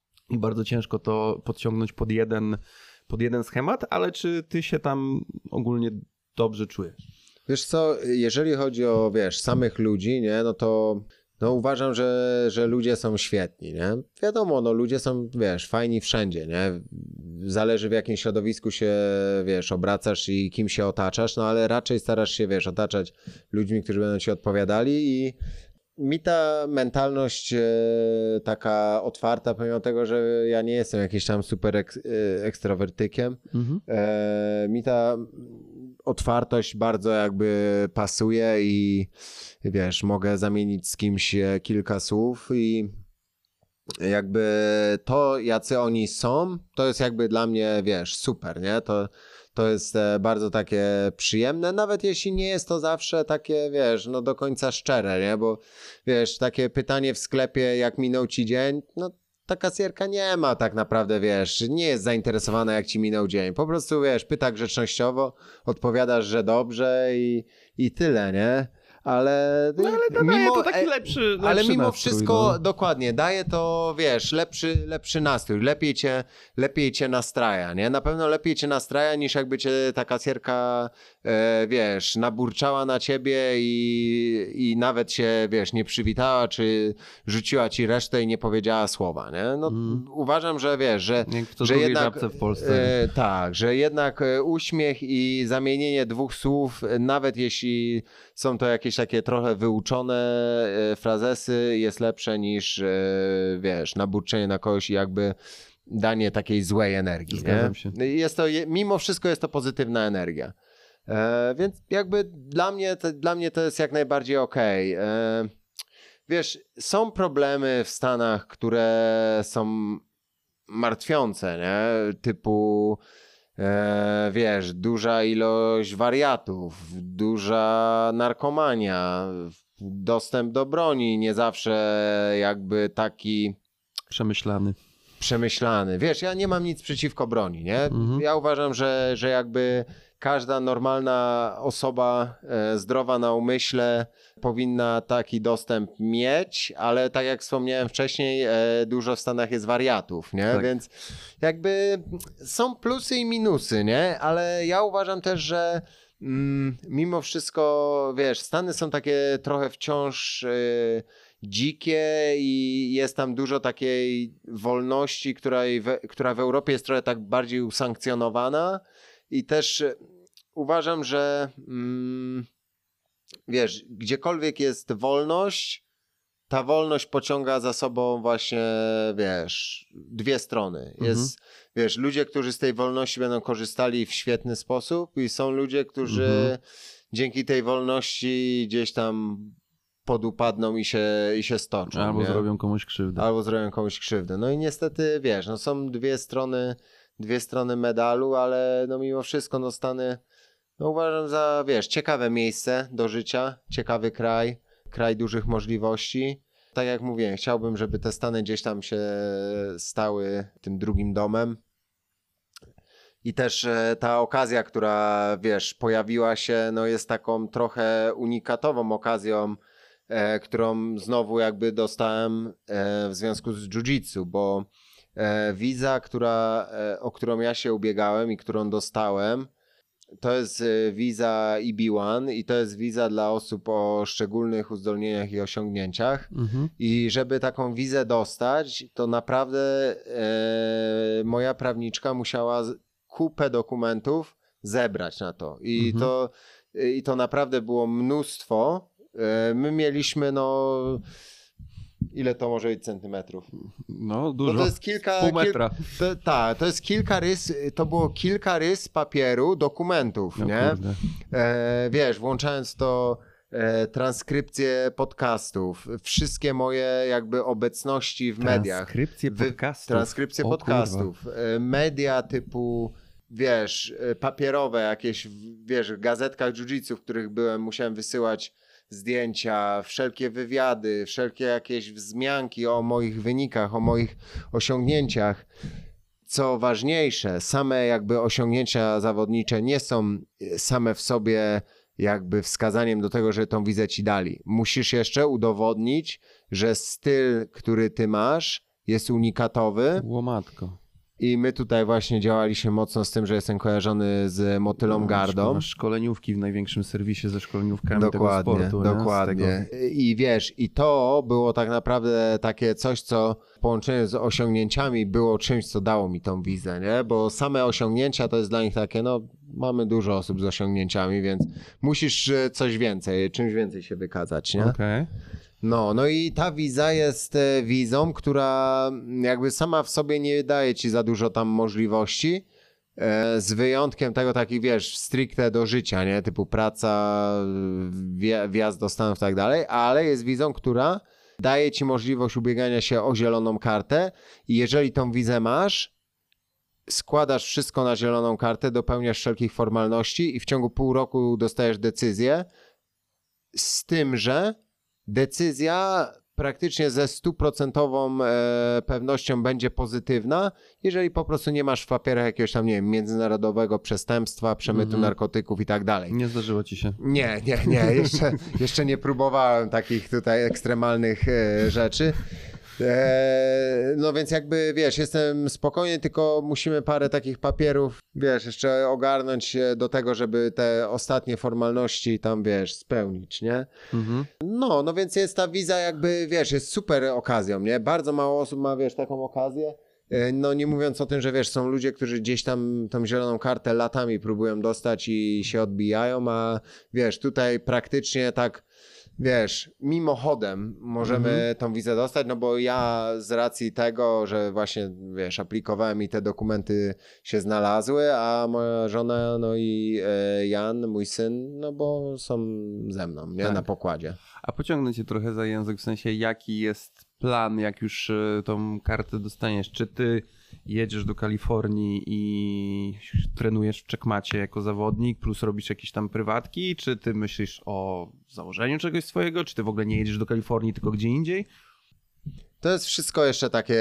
i bardzo ciężko to podciągnąć pod jeden, pod jeden schemat, ale czy ty się tam ogólnie dobrze czujesz? Wiesz co, jeżeli chodzi o, wiesz, samych ludzi, nie, no to no uważam, że, że ludzie są świetni, nie? Wiadomo, no ludzie są, wiesz, fajni wszędzie, nie? Zależy w jakim środowisku się, wiesz, obracasz i kim się otaczasz, no ale raczej starasz się, wiesz, otaczać ludźmi, którzy będą ci odpowiadali i mi ta mentalność e, taka otwarta, pomimo tego, że ja nie jestem jakiś tam super ek, e, ekstrowertykiem, mhm. e, mi ta otwartość bardzo jakby pasuje i wiesz, mogę zamienić z kimś kilka słów i jakby to, jacy oni są, to jest jakby dla mnie, wiesz, super, nie? To, to jest bardzo takie przyjemne, nawet jeśli nie jest to zawsze takie, wiesz, no do końca szczere, nie? Bo wiesz, takie pytanie w sklepie, jak minął ci dzień, no ta kasjerka nie ma tak naprawdę, wiesz, nie jest zainteresowana, jak ci minął dzień. Po prostu, wiesz, pyta grzecznościowo, odpowiadasz, że dobrze i, i tyle, nie? Ale, no, ale to mimo, to taki lepszy, lepszy ale mimo nastrój, wszystko, no. Dokładnie, daje to, wiesz, lepszy, lepszy nastrój, lepiej cię, lepiej cię nastraja, nie? Na pewno lepiej cię nastraja, niż jakby cię ta kasjerka, e, wiesz, naburczała na ciebie i, i nawet się, wiesz, nie przywitała, czy rzuciła ci resztę i nie powiedziała słowa, nie? No, mm. uważam, że wiesz, że, że jednak, w Polsce. E, tak, że jednak uśmiech i zamienienie dwóch słów, nawet jeśli są to jakieś takie trochę wyuczone e, frazesy, jest lepsze niż, e, wiesz, naburczenie na kogoś i jakby danie takiej złej energii. Zgadzam nie? się. Jest to, mimo wszystko jest to pozytywna energia. E, więc jakby dla mnie, to, dla mnie to jest jak najbardziej okej. Okay. Wiesz, są problemy w Stanach, które są martwiące, nie? Typu E, wiesz, duża ilość wariatów, duża narkomania, dostęp do broni nie zawsze jakby taki przemyślany. Przemyślany. Wiesz, ja nie mam nic przeciwko broni, nie? Mhm. Ja uważam, że, że jakby każda normalna osoba e, zdrowa na umyśle powinna taki dostęp mieć, ale tak jak wspomniałem wcześniej, e, dużo w Stanach jest wariatów, nie? Tak. Więc jakby są plusy i minusy, nie? Ale ja uważam też, że mm, mimo wszystko, wiesz, Stany są takie trochę wciąż e, dzikie i jest tam dużo takiej wolności, której w, która w Europie jest trochę tak bardziej usankcjonowana. I też uważam, że mm, wiesz, gdziekolwiek jest wolność, ta wolność pociąga za sobą właśnie, wiesz, dwie strony. Jest, mhm. wiesz, ludzie, którzy z tej wolności będą korzystali w świetny sposób i są ludzie, którzy mhm. dzięki tej wolności gdzieś tam podupadną i się, i się stoczą. Albo nie? zrobią komuś krzywdę. Albo zrobią komuś krzywdę. No i niestety, wiesz, no są dwie strony dwie strony medalu, ale no mimo wszystko no Stany no uważam za, wiesz, ciekawe miejsce do życia, ciekawy kraj, kraj dużych możliwości. Tak jak mówiłem, chciałbym, żeby te Stany gdzieś tam się stały tym drugim domem I też e, ta okazja, która, wiesz, pojawiła się, no jest taką trochę unikatową okazją, e, którą znowu jakby dostałem e, w związku z jiu-jitsu, bo e, wiza, która, e, o którą ja się ubiegałem i którą dostałem, to jest wiza E B jeden i to jest wiza dla osób o szczególnych uzdolnieniach i osiągnięciach. Mhm. I żeby taką wizę dostać, to naprawdę e, moja prawniczka musiała kupę dokumentów zebrać na to. I, mhm. to, i to naprawdę było mnóstwo. E, my mieliśmy no... Ile to może być centymetrów? No, dużo. No to jest kilka... Pół metra. Kil, tak, to jest kilka rys, to było kilka rys papieru, dokumentów, no, nie? E, wiesz, włączając to e, transkrypcje podcastów, wszystkie moje jakby obecności w mediach. Transkrypcje podcastów? Wy, transkrypcje o, podcastów. E, media typu... wiesz, papierowe jakieś, wiesz, w gazetkach jiu-jitsu, w których byłem, musiałem wysyłać zdjęcia, wszelkie wywiady, wszelkie jakieś wzmianki o moich wynikach, o moich osiągnięciach. Co ważniejsze, same jakby osiągnięcia zawodnicze nie są same w sobie jakby wskazaniem do tego, że tą wizę ci dali. Musisz jeszcze udowodnić, że styl, który ty masz, jest unikatowy. Łomatko. I my tutaj właśnie działaliśmy mocno z tym, że jestem kojarzony z Motylą no, Gardą. Masz szkoleniówki w największym serwisie ze szkoleniówkami dokładnie, tego sportu. Dokładnie. Tego... I wiesz, i to było tak naprawdę takie coś, co w połączeniu z osiągnięciami było czymś, co dało mi tą wizę, nie? Bo same osiągnięcia to jest dla nich takie, no mamy dużo osób z osiągnięciami, więc musisz coś więcej, czymś więcej się wykazać, nie? Okej. Okay. No, no i ta wiza jest wizą, która jakby sama w sobie nie daje ci za dużo tam możliwości, z wyjątkiem tego takich, wiesz, stricte do życia, nie? Typu praca, wjazd do Stanów i tak dalej, ale jest wizą, która daje ci możliwość ubiegania się o zieloną kartę i jeżeli tą wizę masz, składasz wszystko na zieloną kartę, dopełniasz wszelkich formalności i w ciągu pół roku dostajesz decyzję, z tym, że decyzja praktycznie ze stuprocentową e, pewnością będzie pozytywna, jeżeli po prostu nie masz w papierach jakiegoś tam, nie wiem, międzynarodowego przestępstwa, przemytu mm-hmm. narkotyków i tak dalej. Nie zdarzyło ci się? Nie, nie, nie. Jeszcze, jeszcze nie próbowałem takich tutaj ekstremalnych e, rzeczy. Eee, no więc jakby, wiesz, jestem spokojny, tylko musimy parę takich papierów, wiesz, jeszcze ogarnąć się do tego, żeby te ostatnie formalności tam, wiesz, spełnić, nie? Mhm. No, no więc jest ta wiza jakby, wiesz, jest super okazją, nie? Bardzo mało osób ma, wiesz, taką okazję. No nie mówiąc o tym, że wiesz, są ludzie, którzy gdzieś tam tą zieloną kartę latami próbują dostać i się odbijają, a wiesz, tutaj praktycznie tak wiesz, mimochodem możemy mhm. tą wizę dostać, no bo ja z racji tego, że właśnie, wiesz, aplikowałem i te dokumenty się znalazły, a moja żona, no i e, Jan, mój syn, no bo są ze mną, nie? Tak. Na pokładzie. A pociągnę cię trochę za język, w sensie jaki jest plan, jak już tą kartę dostaniesz? Czy ty jedziesz do Kalifornii i trenujesz w Checkmacie jako zawodnik, plus robisz jakieś tam prywatki, czy ty myślisz o założeniu czegoś swojego, czy ty w ogóle nie jedziesz do Kalifornii, tylko gdzie indziej? To jest wszystko jeszcze takie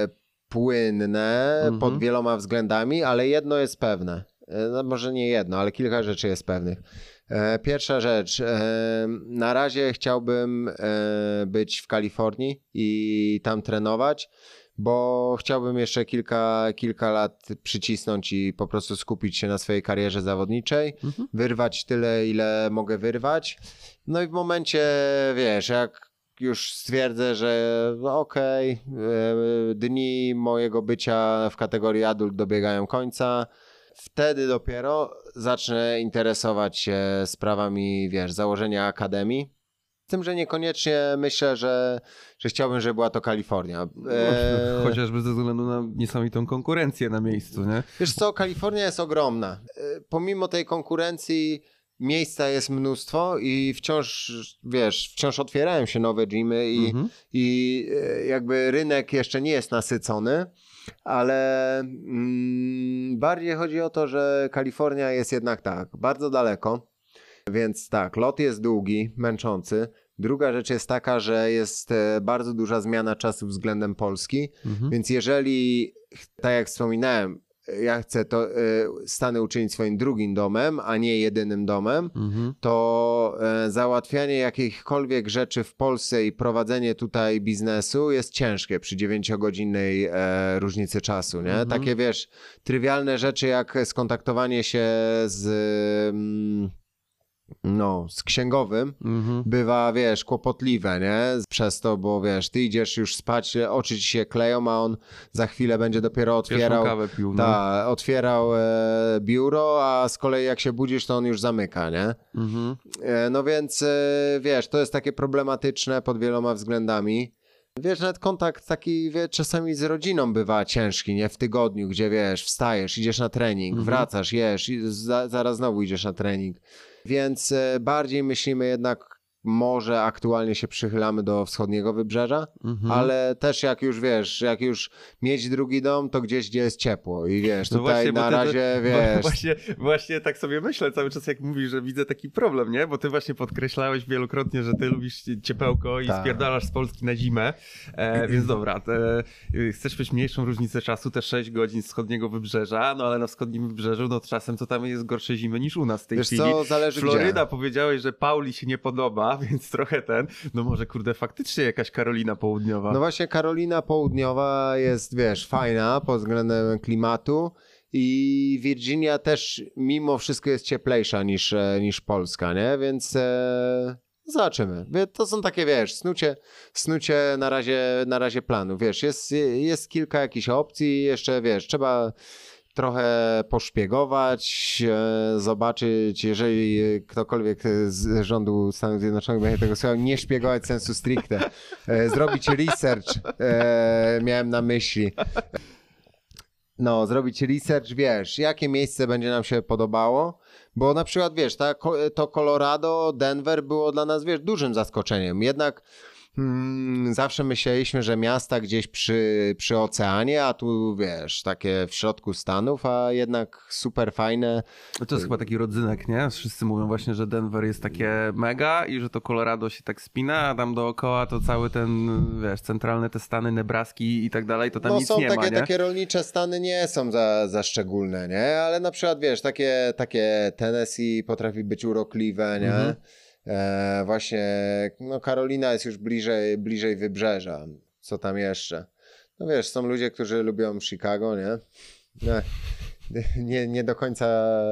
płynne mhm. pod wieloma względami, ale jedno jest pewne. No, może nie jedno, ale kilka rzeczy jest pewnych. Pierwsza rzecz, na razie chciałbym być w Kalifornii i tam trenować, bo chciałbym jeszcze kilka, kilka lat przycisnąć i po prostu skupić się na swojej karierze zawodniczej, mhm. wyrwać tyle, ile mogę wyrwać. No i w momencie, wiesz, jak już stwierdzę, że no okej, okay, dni mojego bycia w kategorii adult dobiegają końca, wtedy dopiero zacznę interesować się sprawami, wiesz, założenia akademii. Z tym, że niekoniecznie myślę, że, że chciałbym, żeby była to Kalifornia. E... Chociażby ze względu na niesamowitą konkurencję na miejscu, nie? Wiesz co, Kalifornia jest ogromna. Pomimo tej konkurencji miejsca jest mnóstwo i wciąż, wiesz, wciąż otwierają się nowe gymy i, mhm. i jakby rynek jeszcze nie jest nasycony. Ale mm, bardziej chodzi o to, że Kalifornia jest jednak tak, bardzo daleko, więc tak, lot jest długi, męczący. Druga rzecz jest taka, że jest bardzo duża zmiana czasu względem Polski, mhm. więc jeżeli, tak jak wspominałem, ja chcę to Stany uczynić swoim drugim domem, a nie jedynym domem, mhm. to załatwianie jakichkolwiek rzeczy w Polsce i prowadzenie tutaj biznesu jest ciężkie przy dziewięciogodzinnej różnicy czasu, nie? Mhm. Takie, wiesz, trywialne rzeczy jak skontaktowanie się z... no, z księgowym mm-hmm. bywa, wiesz, kłopotliwe, nie? Przez to, bo wiesz, ty idziesz już spać, oczy ci się kleją, a on za chwilę będzie dopiero otwierał kawę pił, no. ta, otwierał e, biuro, a z kolei jak się budzisz, to on już zamyka, nie? Mm-hmm. E, no więc, e, wiesz, to jest takie problematyczne pod wieloma względami. Wiesz, nawet kontakt taki, wie, czasami z rodziną bywa ciężki, nie? W tygodniu, gdzie, wiesz, wstajesz, idziesz na trening, mm-hmm. wracasz, jesz, i za, zaraz znowu idziesz na trening. Więc e, bardziej myślimy jednak, może aktualnie się przychylamy do wschodniego wybrzeża, mhm. ale też jak już wiesz, jak już mieć drugi dom, to gdzieś, gdzie jest ciepło i wiesz, no tutaj właśnie, na razie, ty, wiesz... Właśnie, właśnie tak sobie myślę cały czas, jak mówisz, że widzę taki problem, nie? Bo ty właśnie podkreślałeś wielokrotnie, że ty lubisz ciepełko i tak. spierdalasz z Polski na zimę, e, więc dobra, te, chcesz mieć mniejszą różnicę czasu, te sześć godzin z wschodniego wybrzeża, no ale na wschodnim wybrzeżu, no czasem to tam jest gorsze zimy niż u nas w tej wiesz chwili. Co, zależy Floryda gdzie. Powiedziałeś, że Pauli się nie podoba, więc trochę ten, no może kurde faktycznie jakaś Karolina Południowa. No właśnie Karolina Południowa jest, wiesz, fajna pod względem klimatu i Virginia też mimo wszystko jest cieplejsza niż, niż Polska, nie? Więc e, zobaczymy. To są takie, wiesz, snucie, snucie na razie, na razie planu, wiesz, jest, jest kilka jakichś opcji, jeszcze, wiesz, trzeba trochę poszpiegować, e, zobaczyć, jeżeli ktokolwiek z rządu Stanów Zjednoczonych będzie tego słuchał, nie szpiegować sensu stricte, e, zrobić research, e, miałem na myśli. No, zrobić research, wiesz, jakie miejsce będzie nam się podobało, bo na przykład, wiesz, ta, to Colorado, Denver było dla nas, wiesz, dużym zaskoczeniem, jednak Hmm, zawsze myśleliśmy, że miasta gdzieś przy, przy oceanie, a tu wiesz, takie w środku Stanów, a jednak super fajne. To jest chyba taki rodzynek, nie? Wszyscy mówią właśnie, że Denver jest takie mega i że to Colorado się tak spina, a tam dookoła to cały ten, wiesz, centralne te stany, Nebraski i tak dalej, to tam no nic są nie takie, ma, nie? takie rolnicze stany nie są za, za szczególne, nie? Ale na przykład, wiesz, takie, takie Tennessee potrafi być urokliwe, nie? Mhm. E, właśnie, no Karolina jest już bliżej, bliżej wybrzeża. Co tam jeszcze? No wiesz, są ludzie, którzy lubią Chicago, nie? Nie, nie, nie do końca...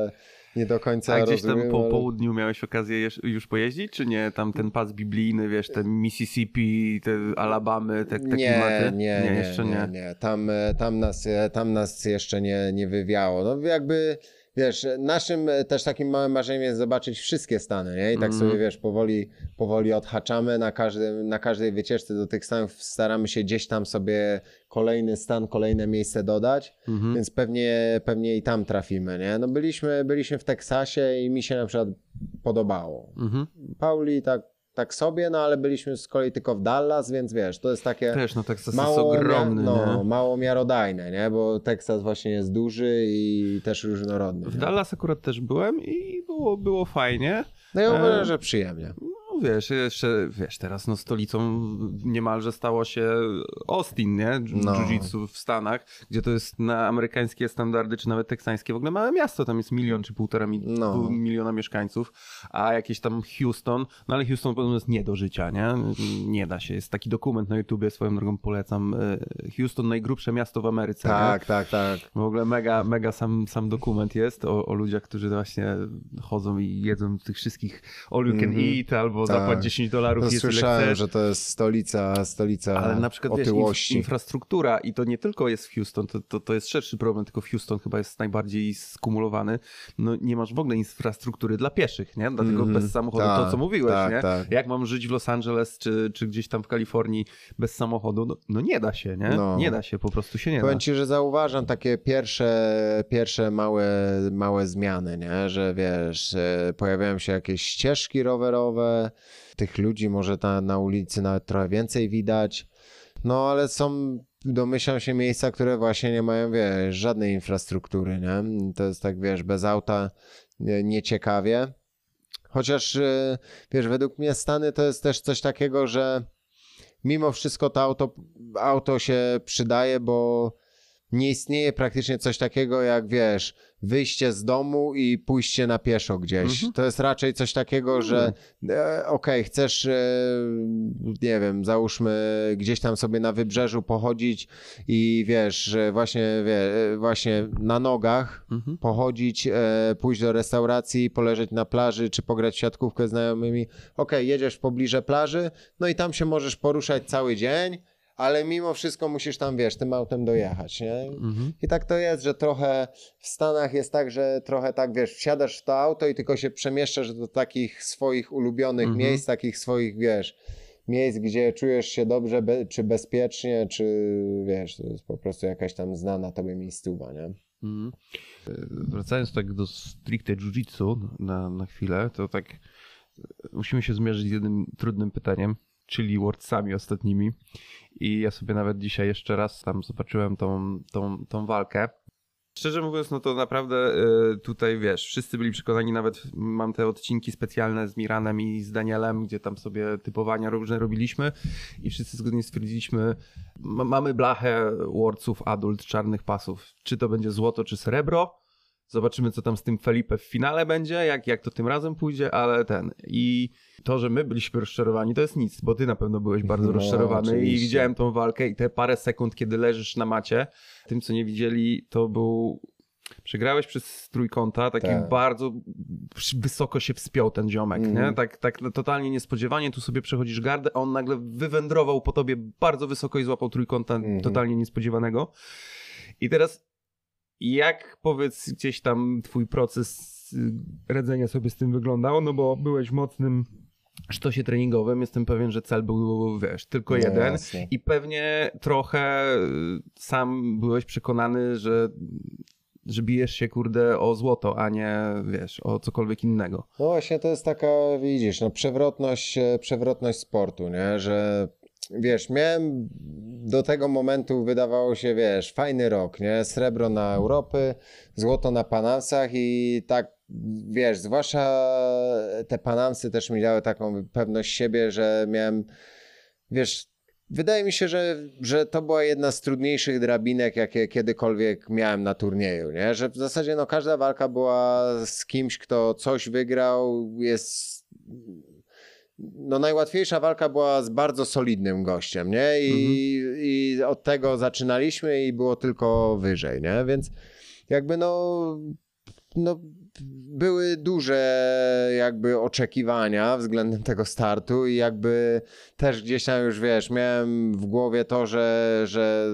Nie do końca A gdzieś rozumiem, tam po ale... południu miałeś okazję już pojeździć, czy nie? Tam ten pas biblijny, wiesz, te Mississippi, te Alabamy, te, te nie, klimaty? Nie, nie, jeszcze nie. nie, nie. Tam, tam, nas, tam nas jeszcze nie, nie wywiało. No jakby... Wiesz, naszym też takim małym marzeniem jest zobaczyć wszystkie Stany, nie? I tak mm. sobie, wiesz, powoli, powoli odhaczamy na, każdym, na każdej wycieczce do tych Stanów, staramy się gdzieś tam sobie kolejny stan, kolejne miejsce dodać, mm-hmm. więc pewnie, pewnie i tam trafimy, nie? No byliśmy, byliśmy w Teksasie i mi się na przykład podobało. Mm-hmm. Pauli tak tak sobie, no ale byliśmy z kolei tylko w Dallas, więc wiesz, to jest takie też, no Teksas mało, jest ogromny, no, nie? mało miarodajne, nie? Bo Teksas właśnie jest duży i też różnorodny. W nie? Dallas akurat też byłem i było, było fajnie. No ja uważam, e... że przyjemnie. No wiesz, jeszcze, wiesz, teraz no stolicą niemalże stało się Austin, nie? No. Jiu-jitsu w Stanach, gdzie to jest na amerykańskie standardy, czy nawet teksańskie, w ogóle małe miasto, tam jest milion czy półtora mi- no. miliona mieszkańców, a jakieś tam Houston, no ale Houston podobno jest nie do życia, nie? Nie da się, jest taki dokument na YouTubie, swoją drogą polecam, Houston, najgrubsze miasto w Ameryce. Tak, nie? tak, tak. W ogóle mega, mega sam, sam dokument jest o, o ludziach, którzy właśnie chodzą i jedzą tych wszystkich all you can mm-hmm. eat, albo tak. zapłać dziesięć dolarów, jest słyszałem, ile chcesz. że to jest stolica, stolica ale na przykład otyłości. Wiesz, infrastruktura i to nie tylko jest w Houston, to, to, to jest szerszy problem, tylko w Houston chyba jest najbardziej skumulowany. No nie masz w ogóle infrastruktury dla pieszych, nie? Dlatego mm, bez samochodu, tak, to co mówiłeś, tak, nie? Tak. Jak mam żyć w Los Angeles czy, czy gdzieś tam w Kalifornii bez samochodu? No, no nie da się, nie? No. Nie da się, po prostu się nie Powiem da. ci, że zauważam takie pierwsze, pierwsze małe, małe zmiany, nie? Że wiesz, pojawiają się jakieś ścieżki rowerowe, tych ludzi może ta, na ulicy nawet trochę więcej widać, no ale są, domyślam się, miejsca, które właśnie nie mają, wiesz, żadnej infrastruktury, nie? To jest tak, wiesz, bez auta nieciekawie. Chociaż, wiesz, według mnie Stany to jest też coś takiego, że mimo wszystko to auto, auto się przydaje, bo nie istnieje praktycznie coś takiego jak, wiesz, wyjście z domu i pójście na pieszo gdzieś. Mhm. To jest raczej coś takiego, że e, okej, okay, chcesz, e, nie wiem, załóżmy gdzieś tam sobie na wybrzeżu pochodzić i wiesz, właśnie, wie, właśnie na nogach mhm. pochodzić, e, pójść do restauracji, poleżeć na plaży, czy pograć w siatkówkę z znajomymi. Okej, okay, jedziesz w pobliże plaży, no i tam się możesz poruszać cały dzień, ale mimo wszystko musisz tam, wiesz, tym autem dojechać, nie? Mhm. I tak to jest, że trochę w Stanach jest tak, że trochę tak, wiesz, wsiadasz w to auto i tylko się przemieszczasz do takich swoich ulubionych mhm. miejsc, takich swoich, wiesz, miejsc, gdzie czujesz się dobrze, be, czy bezpiecznie, czy, wiesz, to jest po prostu jakaś tam znana tobie miejscowa, nie? Mhm. Wracając tak do stricte jiu-jitsu na, na chwilę, to tak musimy się zmierzyć z jednym trudnym pytaniem, czyli wordsami ostatnimi. I ja sobie nawet dzisiaj jeszcze raz tam zobaczyłem tą, tą, tą walkę. Szczerze mówiąc, no to naprawdę y, tutaj, wiesz, wszyscy byli przekonani, nawet mam te odcinki specjalne z Miranem i z Danielem, gdzie tam sobie typowania różne robiliśmy i wszyscy zgodnie stwierdziliśmy, ma, mamy blachę wordsów adult czarnych pasów. Czy to będzie złoto, czy srebro? Zobaczymy, co tam z tym Felipe w finale będzie, jak, jak to tym razem pójdzie, ale ten. I to, że my byliśmy rozczarowani, to jest nic, bo ty na pewno byłeś bardzo no, rozczarowany oczywiście. I widziałem tą walkę i te parę sekund, kiedy leżysz na macie, tym, co nie widzieli, to był... Przegrałeś przez trójkąta, taki tak. bardzo wysoko się wspiął ten ziomek, mm. nie? Tak, tak totalnie niespodziewanie, tu sobie przechodzisz gardę, a on nagle wywędrował po tobie bardzo wysoko i złapał trójkąta mm. totalnie niespodziewanego. I teraz jak, powiedz, gdzieś tam twój proces radzenia sobie z tym wyglądał? No bo byłeś w mocnym sztosie treningowym. Jestem pewien, że cel był, wiesz, tylko no jeden. Jasne. I pewnie trochę sam byłeś przekonany, że, że bijesz się, kurde, o złoto, a nie, wiesz, o cokolwiek innego. No właśnie, to jest taka, widzisz, no przewrotność, przewrotność sportu, nie? Że wiesz, miałem do tego momentu, wydawało się, wiesz, fajny rok, nie? Srebro na Europy, złoto na Panamsach i tak, wiesz, zwłaszcza te Panamsy też mi dały taką pewność siebie, że miałem, wiesz, wydaje mi się, że, że to była jedna z trudniejszych drabinek, jakie kiedykolwiek miałem na turnieju, nie? Że w zasadzie no każda walka była z kimś, kto coś wygrał, jest... No najłatwiejsza walka była z bardzo solidnym gościem, nie? I, mhm. i od tego zaczynaliśmy i było tylko wyżej, nie? Więc jakby no, no były duże jakby oczekiwania względem tego startu i jakby też gdzieś tam już, wiesz, miałem w głowie to, że, że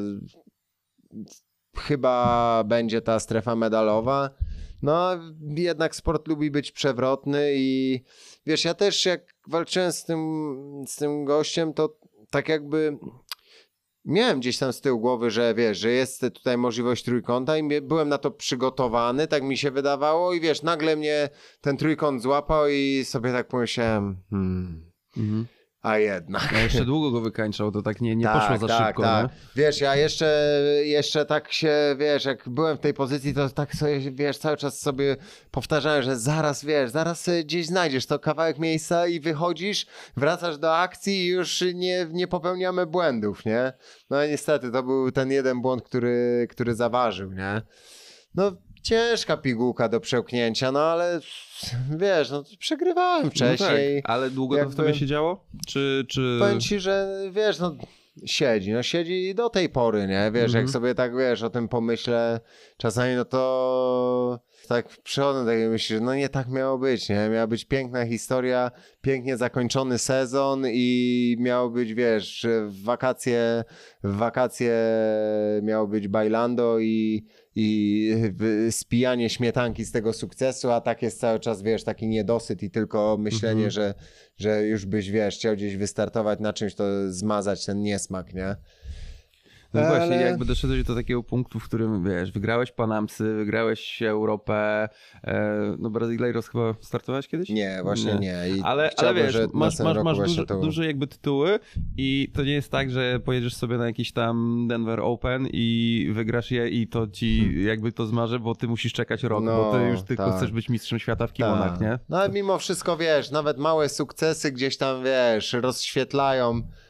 chyba będzie ta strefa medalowa. No jednak sport lubi być przewrotny i wiesz, ja też jak walczyłem z tym, z tym gościem, to tak jakby miałem gdzieś tam z tyłu głowy, że wiesz, że jest tutaj możliwość trójkąta i byłem na to przygotowany, tak mi się wydawało i wiesz, nagle mnie ten trójkąt złapał i sobie tak pomyślałem, hmm... Mhm. A jednak. A jeszcze długo go wykańczał, to tak nie, nie tak, poszło za tak, szybko, tak. Nie? Wiesz, ja jeszcze, jeszcze tak się, wiesz, jak byłem w tej pozycji, to tak sobie, wiesz, cały czas sobie powtarzałem, że zaraz, wiesz, zaraz sobie gdzieś znajdziesz to kawałek miejsca i wychodzisz, wracasz do akcji i już nie, nie popełniamy błędów, nie? No i niestety, to był ten jeden błąd, który, który zaważył, nie? No ciężka pigułka do przełknięcia, no ale wiesz, no przegrywałem wcześniej. No tak, ale długo jakby... to w tobie się działo? Czy, czy... Powiem ci, że wiesz, no siedzi, no siedzi do tej pory, nie? Wiesz, mhm. jak sobie tak, wiesz, o tym pomyślę czasami, no to tak przychodzę do takiej myśli, że no nie tak miało być, nie? Miała być piękna historia, pięknie zakończony sezon i miało być, wiesz, w wakacje, w wakacje miało być bailando i i spijanie śmietanki z tego sukcesu, a tak jest cały czas, wiesz, taki niedosyt i tylko myślenie, mm-hmm. że, że już byś, wiesz, chciał gdzieś wystartować na czymś, to zmazać ten niesmak, nie? No ale... właśnie, jakby doszedłeś do takiego punktu, w którym, wiesz, wygrałeś Panamsy, wygrałeś Europę, e, no Brazylejros chyba startowałeś kiedyś? Nie, właśnie nie. nie. I ale, ale wiesz, masz, masz, masz duże, to... duże jakby tytuły i to nie jest tak, że pojedziesz sobie na jakiś tam Denver Open i wygrasz je i to ci hmm. jakby to zmarzy, bo ty musisz czekać rok, no, bo ty już tylko tak. chcesz być mistrzem świata w kimonach, tak. nie? No ale mimo wszystko, wiesz, nawet małe sukcesy gdzieś tam, wiesz, rozświetlają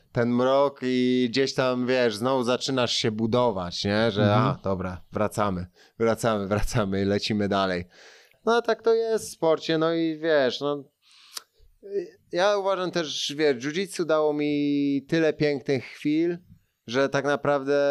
ten mrok i gdzieś tam, wiesz, znowu zaczynasz się budować, nie? Że mhm. a, dobra, wracamy, wracamy, wracamy i lecimy dalej. No tak to jest w sporcie, no i wiesz, no ja uważam też, wiesz, jiu-jitsu dało mi tyle pięknych chwil, że tak naprawdę,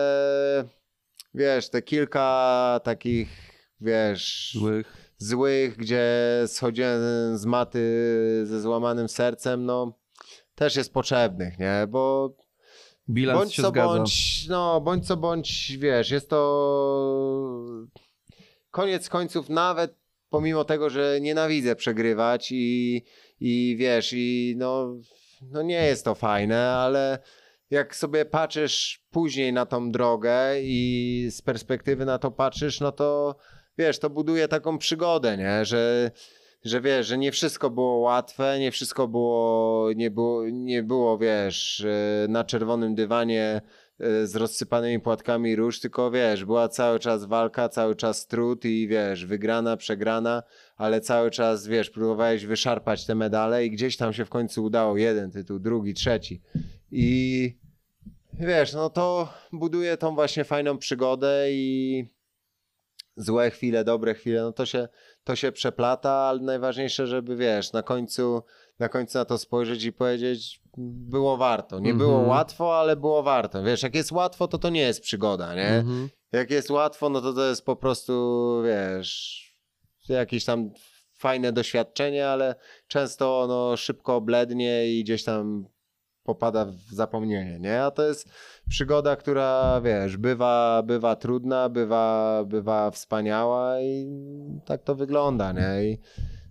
wiesz, te kilka takich, wiesz, złych, złych gdzie schodziłem z maty ze złamanym sercem, no też jest potrzebnych, nie, bo bilans bądź się co zgadza. bądź, no bądź co bądź, wiesz, jest to koniec końców, nawet pomimo tego, że nienawidzę przegrywać i, i wiesz, i no, no nie jest to fajne, ale jak sobie patrzysz później na tą drogę i z perspektywy na to patrzysz, no to wiesz, to buduje taką przygodę, nie, że że wiesz, że nie wszystko było łatwe, nie wszystko było, nie było, nie było, wiesz, na czerwonym dywanie z rozsypanymi płatkami róż, tylko wiesz, była cały czas walka, cały czas trud i wiesz, wygrana, przegrana, ale cały czas, wiesz, próbowałeś wyszarpać te medale i gdzieś tam się w końcu udało jeden tytuł, drugi, trzeci i wiesz, no to buduje tą właśnie fajną przygodę i złe chwile, dobre chwile, no to się, to się przeplata, ale najważniejsze, żeby wiesz, na końcu, na końcu na to spojrzeć i powiedzieć, było warto. Nie było Mhm. łatwo, ale było warto. Wiesz, jak jest łatwo, to to nie jest przygoda, nie? Mhm. Jak jest łatwo, no to to jest po prostu, wiesz, jakieś tam fajne doświadczenie, ale często ono szybko oblednie i gdzieś tam popada w zapomnienie, nie? A to jest przygoda, która, wiesz, bywa, bywa trudna, bywa, bywa wspaniała i tak to wygląda, nie? I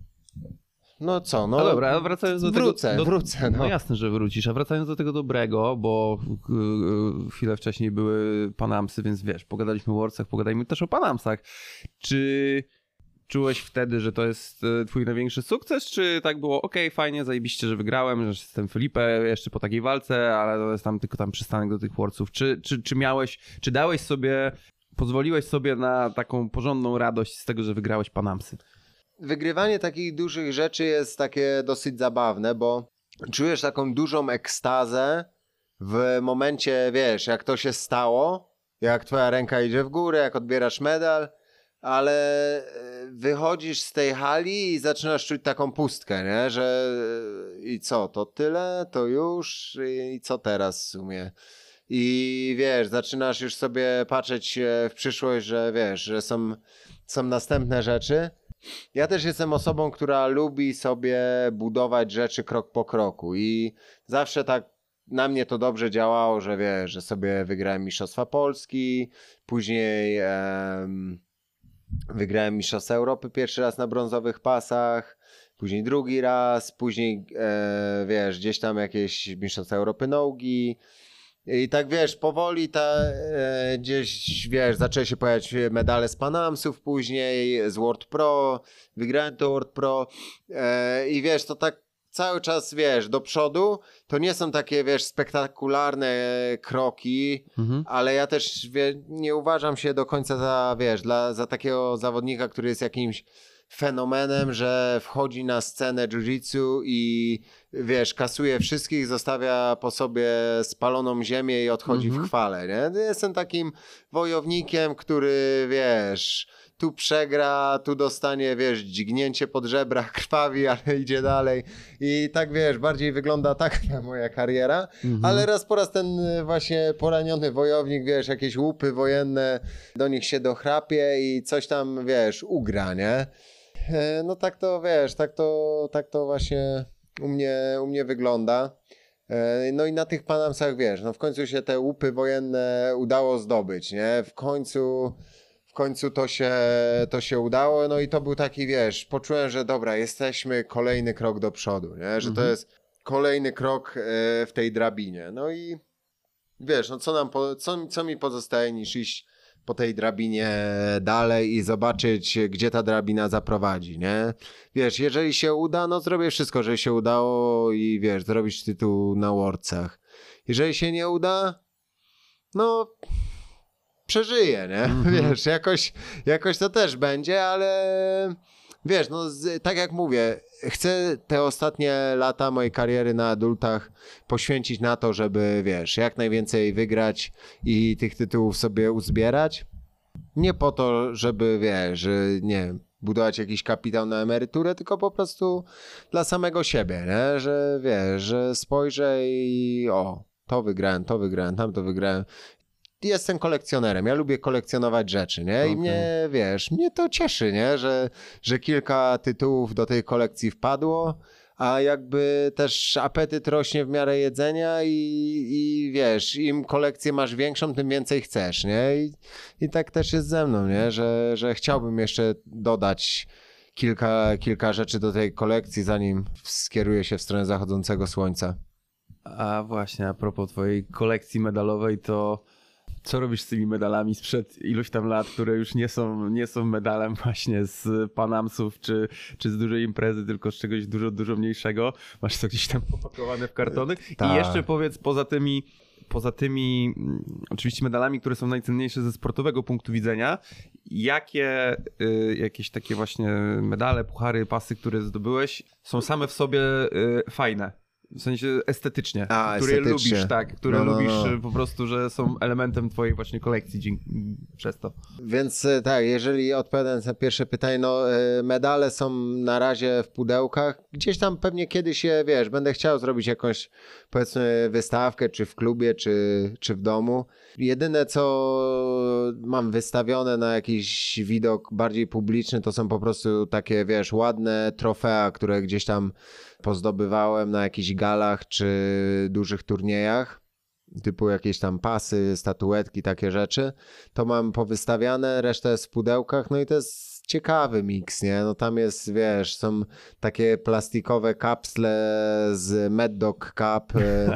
no co, no, no dobra, a wracając do wrócę, tego... Do, wrócę, no. no jasne, że wrócisz, a wracając do tego dobrego, bo yy, chwilę wcześniej były Panamsy, więc wiesz, pogadaliśmy o Worldsach, pogadajmy też o Panamsach. Czy czułeś wtedy, że to jest twój największy sukces, czy tak było, okej, okay, fajnie, zajebiście, że wygrałem, że jestem Felipe jeszcze po takiej walce, ale to jest tam tylko tam przystanek do tych Worldsów. Czy, czy, czy miałeś, czy dałeś sobie, pozwoliłeś sobie na taką porządną radość z tego, że wygrałeś Panamsy? Wygrywanie takich dużych rzeczy jest takie dosyć zabawne, bo czujesz taką dużą ekstazę w momencie, wiesz, jak to się stało, jak twoja ręka idzie w górę, jak odbierasz medal, ale wychodzisz z tej hali i zaczynasz czuć taką pustkę, nie? Że i co, to tyle, to już i co teraz w sumie? I wiesz, zaczynasz już sobie patrzeć w przyszłość, że wiesz, że są, są następne rzeczy. Ja też jestem osobą, która lubi sobie budować rzeczy krok po kroku i zawsze tak na mnie to dobrze działało, że wiesz, że sobie wygrałem Mistrzostwa Polski, później em, wygrałem Mistrzostwa Europy pierwszy raz na brązowych pasach, później drugi raz, później e, wiesz, gdzieś tam jakieś Mistrzostwa Europy nogi. I tak wiesz, powoli ta, e, gdzieś wiesz, zaczęły się pojawiać medale z Panamsów później, z World Pro, wygrałem to World Pro e, i wiesz, to tak cały czas, wiesz, do przodu, to nie są takie, wiesz, spektakularne kroki, mhm. ale ja też wie, nie uważam się do końca za, wiesz, dla, za takiego zawodnika, który jest jakimś fenomenem, że wchodzi na scenę jiu-jitsu i wiesz, kasuje wszystkich, zostawia po sobie spaloną ziemię i odchodzi mm-hmm. w chwale, nie? Jestem takim wojownikiem, który wiesz, tu przegra, tu dostanie, wiesz, dźgnięcie pod żebra, krwawi, ale idzie dalej i tak wiesz, bardziej wygląda tak moja kariera, mm-hmm. ale raz po raz ten właśnie poraniony wojownik, wiesz, jakieś łupy wojenne, do nich się dochrapie i coś tam, wiesz, ugra, nie? No tak to, wiesz, tak to, tak to właśnie u mnie, u mnie wygląda. No i na tych Panamsach, wiesz, no w końcu się te łupy wojenne udało zdobyć, nie? W końcu, w końcu to się, to się udało, no i to był taki, wiesz, poczułem, że dobra, jesteśmy kolejny krok do przodu, nie? Że mhm. to jest kolejny krok w tej drabinie. No i wiesz, no co nam, po, co, co mi pozostaje niż iść po tej drabinie dalej i zobaczyć, gdzie ta drabina zaprowadzi, nie? Wiesz, jeżeli się uda, no zrobię wszystko, żeby się udało i wiesz, zrobić tytuł na Worldsach. Jeżeli się nie uda, no przeżyję, nie? Mm-hmm. Wiesz, jakoś, jakoś to też będzie, ale wiesz, no z, tak jak mówię, chcę te ostatnie lata mojej kariery na adultach poświęcić na to, żeby, wiesz, jak najwięcej wygrać i tych tytułów sobie uzbierać. Nie po to, żeby, wiesz, że nie wiem, budować jakiś kapitał na emeryturę, tylko po prostu dla samego siebie, nie? Że wiesz, że spojrzę i o, to wygrałem, to wygrałem, tam to wygrałem. Jestem kolekcjonerem, ja lubię kolekcjonować rzeczy, nie? I okay. mnie, wiesz, mnie to cieszy, nie? Że, że kilka tytułów do tej kolekcji wpadło, a jakby też apetyt rośnie w miarę jedzenia i, i wiesz, im kolekcję masz większą, tym więcej chcesz, nie? I, i tak też jest ze mną, nie? Że, że chciałbym jeszcze dodać kilka, kilka rzeczy do tej kolekcji, zanim skieruję się w stronę zachodzącego słońca. A właśnie, a propos twojej kolekcji medalowej, to co robisz z tymi medalami sprzed iluś tam lat, które już nie są, nie są medalem właśnie z Panamsów czy, czy z dużej imprezy, tylko z czegoś dużo, dużo mniejszego? Masz to gdzieś tam popakowane w kartony? Ta. I jeszcze powiedz, poza tymi, poza tymi oczywiście medalami, które są najcenniejsze ze sportowego punktu widzenia, jakie y, jakieś takie właśnie medale, puchary, pasy, które zdobyłeś, są same w sobie y, fajne? W sensie estetycznie, A, które estetycznie. lubisz, tak, które no, no, lubisz no. po prostu, że są elementem twojej właśnie kolekcji dzięki, przez to. Więc tak, jeżeli odpowiadając na pierwsze pytanie, no medale są na razie w pudełkach, gdzieś tam pewnie kiedyś je, wiesz, będę chciał zrobić jakąś, powiedzmy, wystawkę, czy w klubie, czy, czy w domu. Jedyne, co mam wystawione na jakiś widok bardziej publiczny, to są po prostu takie, wiesz, ładne trofea, które gdzieś tam pozdobywałem na jakichś galach, czy dużych turniejach, typu jakieś tam pasy, statuetki, takie rzeczy. To mam powystawiane, resztę jest w pudełkach, no i to jest ciekawy miks, nie? No tam jest, wiesz, są takie plastikowe kapsle z Mad Dog Cup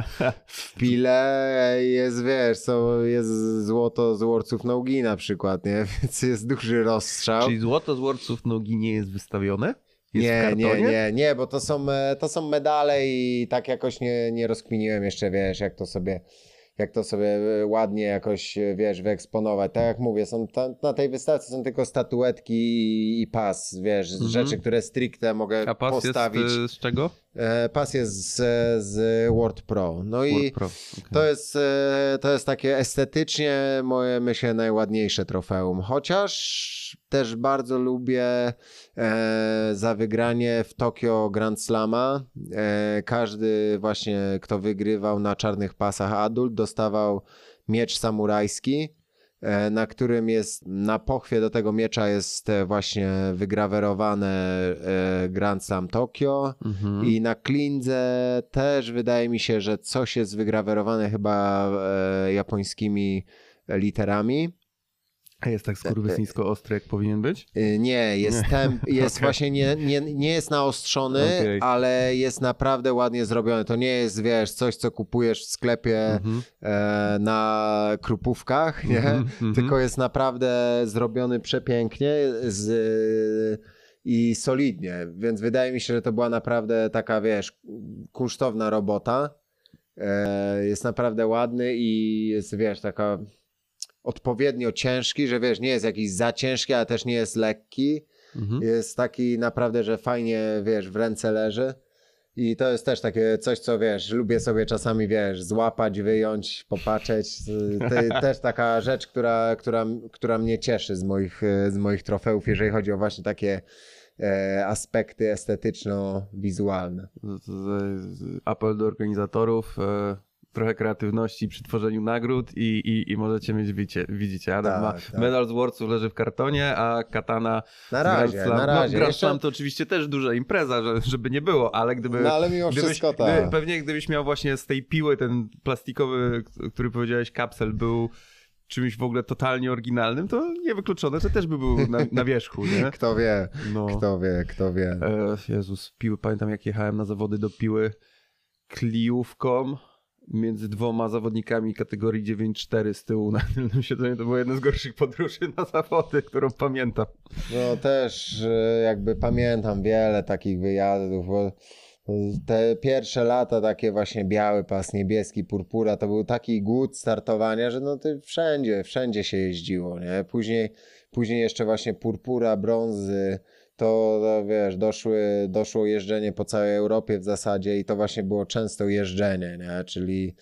w pile i jest, wiesz, są, jest złoto z Worldsów Nogi na przykład, nie? Więc jest duży rozstrzał. Czyli złoto z Worldsów Nogi nie jest wystawione? Jest nie, nie, nie, nie, bo to są, to są medale i tak jakoś nie, nie rozkminiłem jeszcze, wiesz, jak to sobie, jak to sobie ładnie jakoś, wiesz, wyeksponować. Tak jak mówię, są ta, na tej wystawie są tylko statuetki i, i pas, wiesz, mhm. rzeczy, które stricte mogę A pas postawić. Jest z czego? E, pas jest z, z World Pro. No World i Pro. Okay. to jest, to jest takie estetycznie moje, myślę, najładniejsze trofeum. Chociaż też bardzo lubię e, za wygranie w Tokio Grand Slama. E, każdy właśnie, kto wygrywał na czarnych pasach adult, dostawał miecz samurajski, e, na którym jest, na pochwie do tego miecza jest właśnie wygrawerowane e, Grand Slam Tokio mhm. i na klindze też wydaje mi się, że coś jest wygrawerowane chyba e, japońskimi literami. A jest tak skurwysyńsko ostry, jak powinien być? Nie, jest, temp, jest okay. właśnie nie, nie, nie jest naostrzony, okay. ale jest naprawdę ładnie zrobiony. To nie jest, wiesz, coś, co kupujesz w sklepie mm-hmm. e, na krupówkach, nie? Mm-hmm. Tylko jest naprawdę zrobiony przepięknie z, i solidnie, więc wydaje mi się, że to była naprawdę taka, wiesz, kunsztowna robota. E, jest naprawdę ładny i jest, wiesz, taka odpowiednio ciężki, że wiesz, nie jest jakiś za ciężki, ale też nie jest lekki. Mhm. Jest taki naprawdę, że fajnie, wiesz, w ręce leży. I to jest też takie coś, co wiesz, lubię sobie czasami, wiesz, złapać, wyjąć, popatrzeć. To też taka rzecz, która, która, która mnie cieszy z moich, z moich trofeów, jeżeli chodzi o właśnie takie e, aspekty estetyczno-wizualne. Apel do organizatorów. E... trochę kreatywności przy tworzeniu nagród i, i, i możecie mieć, widzicie, widzicie Adam tak, ma tak. medal z Worldsów leży w kartonie, a katana na razie, Grand Slam, na razie. No, Grand Slam to oczywiście też duża impreza, że, żeby nie było, ale gdyby... No ale mimo gdybyś, wszystko tak. Gdy, pewnie gdybyś miał właśnie z tej piły ten plastikowy, który powiedziałeś, kapsel był czymś w ogóle totalnie oryginalnym, to niewykluczone, że też by był na, na wierzchu, nie? Kto wie, no. kto wie, kto wie. E, Jezus, piły, pamiętam jak jechałem na zawody do piły kliówką, między dwoma zawodnikami kategorii dziewięć cztery z tyłu na tylnym siedzeniu. To było jedno z gorszych podróży na zawody, którą pamiętam. No też jakby pamiętam wiele takich wyjazdów, bo te pierwsze lata takie właśnie biały pas, niebieski, purpura, to był taki głód startowania, że no to wszędzie, wszędzie się jeździło, nie? Później, później jeszcze właśnie purpura, brązy, to, to wiesz, doszły, doszło jeżdżenie po całej Europie w zasadzie i to właśnie było często jeżdżenie, nie? Czyli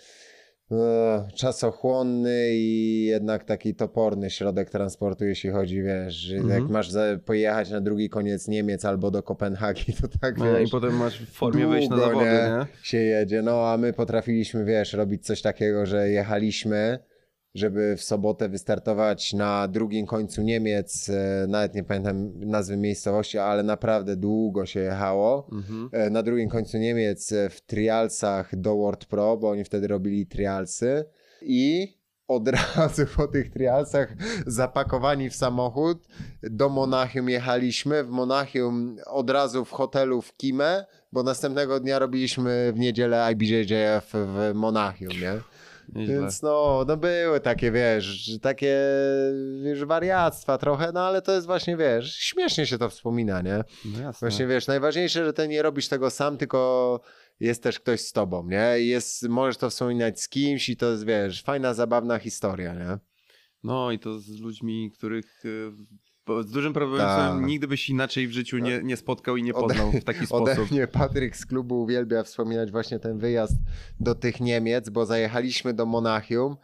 no, czasochłonny i jednak taki toporny środek transportu, jeśli chodzi, wiesz, mhm. jak masz za, pojechać na drugi koniec Niemiec albo do Kopenhagi, to tak, no, wiesz, i potem masz w formie wejść na zawody, nie? nie? się jedzie, no a my potrafiliśmy, wiesz, robić coś takiego, że jechaliśmy, żeby w sobotę wystartować na drugim końcu Niemiec, nawet nie pamiętam nazwy miejscowości, ale naprawdę długo się jechało. Mhm. Na drugim końcu Niemiec w trialsach do World Pro, bo oni wtedy robili trialsy i od razu po tych trialsach zapakowani w samochód do Monachium jechaliśmy. W Monachium od razu w hotelu w Kimę, bo następnego dnia robiliśmy w niedzielę I B J J F w Monachium, nie? Nieźle. Więc no, no były takie, wiesz, takie wiesz, wariactwa trochę, no ale to jest właśnie, wiesz, śmiesznie się to wspomina, nie? No jasne. Właśnie, wiesz, najważniejsze, że ty nie robisz tego sam, tylko jest też ktoś z tobą, nie? I jest, możesz to wspominać z kimś i to jest, wiesz, fajna, zabawna historia, nie? No i to z ludźmi, których... z dużym prawdopodobieństwem nigdy byś inaczej w życiu nie, nie spotkał i nie poznał ode, w taki sposób. Ode mnie Patryk z klubu uwielbia wspominać właśnie ten wyjazd do tych Niemiec, bo zajechaliśmy do Monachium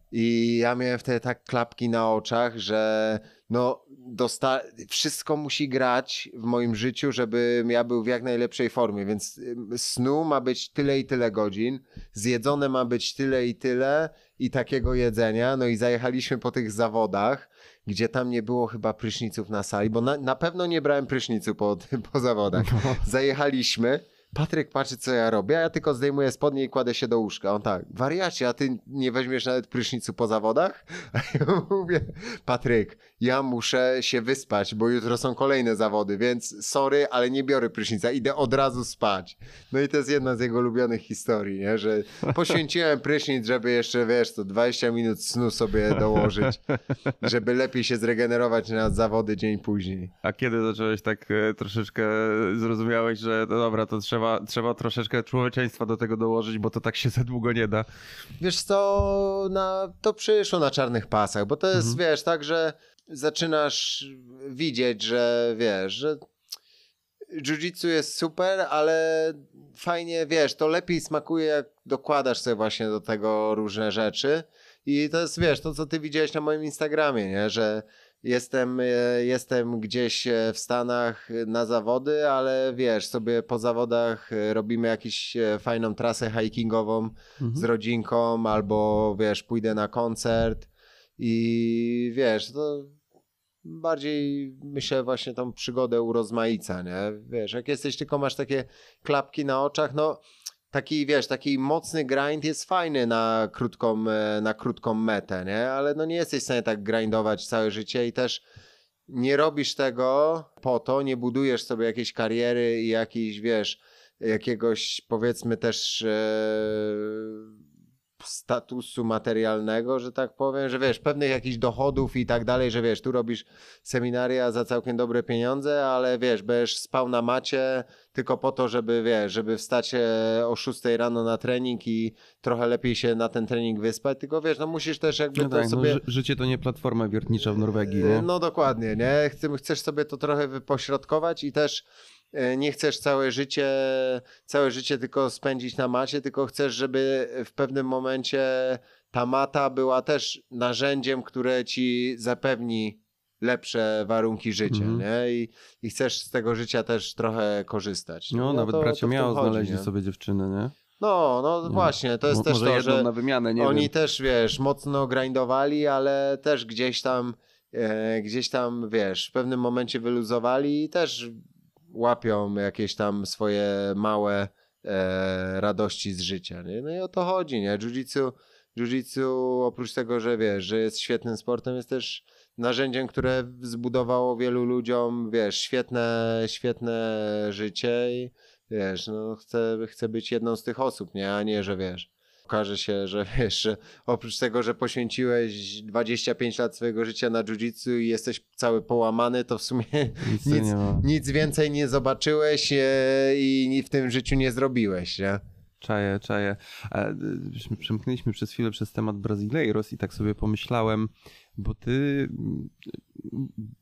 i ja miałem wtedy tak klapki na oczach, że no dosta- wszystko musi grać w moim życiu, żebym ja był w jak najlepszej formie, więc snu ma być tyle i tyle godzin, zjedzone ma być tyle i tyle i takiego jedzenia, no i zajechaliśmy po tych zawodach, gdzie tam nie było chyba pryszniców na sali, bo na, na pewno nie brałem prysznicu po, po zawodach. No. Zajechaliśmy, Patryk patrzy, co ja robię, a ja tylko zdejmuję spodnie i kładę się do łóżka. On tak, wariacie, a ty nie weźmiesz nawet prysznicu po zawodach? A ja mówię, Patryk, ja muszę się wyspać, bo jutro są kolejne zawody, więc sorry, ale nie biorę prysznica, idę od razu spać. No i to jest jedna z jego ulubionych historii, nie? Że poświęciłem prysznic, żeby jeszcze, wiesz, to dwadzieścia minut snu sobie dołożyć, żeby lepiej się zregenerować na zawody dzień później. A kiedy zacząłeś tak e, troszeczkę zrozumiałeś, że no dobra, to trzeba Trzeba, trzeba troszeczkę człowieczeństwa do tego dołożyć, bo to tak się za długo nie da. Wiesz co, na, to przyszło na czarnych pasach, bo to jest, mhm. wiesz, tak, że zaczynasz widzieć, że wiesz, że jiu-jitsu jest super, ale fajnie, wiesz, to lepiej smakuje, jak dokładasz sobie właśnie do tego różne rzeczy i to jest, wiesz, to co ty widziałeś na moim Instagramie, nie, że Jestem, jestem gdzieś w Stanach na zawody, ale wiesz, sobie po zawodach robimy jakąś fajną trasę hikingową mhm. z rodzinką, albo wiesz, pójdę na koncert i wiesz, to bardziej myślę właśnie tą przygodę urozmaica, nie? Wiesz, jak jesteś, tylko masz takie klapki na oczach, no taki, wiesz, taki mocny grind jest fajny na krótką, na krótką metę, nie? Ale no nie jesteś w stanie tak grindować całe życie i też nie robisz tego po to, nie budujesz sobie jakiejś kariery i jakiejś, wiesz, jakiegoś powiedzmy też e, statusu materialnego, że tak powiem, że wiesz, pewnych jakichś dochodów i tak dalej, że wiesz, tu robisz seminaria za całkiem dobre pieniądze, ale wiesz, będziesz spał na macie tylko po to, żeby wiesz, żeby wstać o szóstej rano na trening i trochę lepiej się na ten trening wyspać, tylko wiesz, no musisz też jakby no to tak, sobie... No, ży- życie to nie platforma wiertnicza w Norwegii, nie? No dokładnie, nie? Chcesz sobie to trochę wypośrodkować i też nie chcesz całe życie, całe życie tylko spędzić na macie, tylko chcesz, żeby w pewnym momencie ta mata była też narzędziem, które ci zapewni lepsze warunki życia, mm. nie? I, I chcesz z tego życia też trochę korzystać. No, no nawet to, bracia Miao znaleźli nie? sobie dziewczyny, nie? No, no nie. właśnie, to jest Mo- też może to, jedną że na wymianę, nie oni wiem. też, wiesz, mocno grindowali, ale też gdzieś tam, e, gdzieś tam, wiesz, w pewnym momencie wyluzowali i też łapią jakieś tam swoje małe e, radości z życia, nie? No i o to chodzi, nie? Jiu-jitsu, jiu-jitsu oprócz tego, że wiesz, że jest świetnym sportem, jest też narzędziem, które zbudowało wielu ludziom, wiesz, świetne, świetne życie i wiesz, no chcę, chcę być jedną z tych osób, nie? A nie, że wiesz, okaże się, że wiesz, że oprócz tego, że poświęciłeś dwadzieścia pięć lat swojego życia na jiu-jitsu i jesteś cały połamany, to w sumie nic, nic, nic więcej nie zobaczyłeś e, i w tym życiu nie zrobiłeś, nie? Czaję, czaję. Przemknęliśmy przez chwilę przez temat Brasileiros i tak sobie pomyślałem, bo ty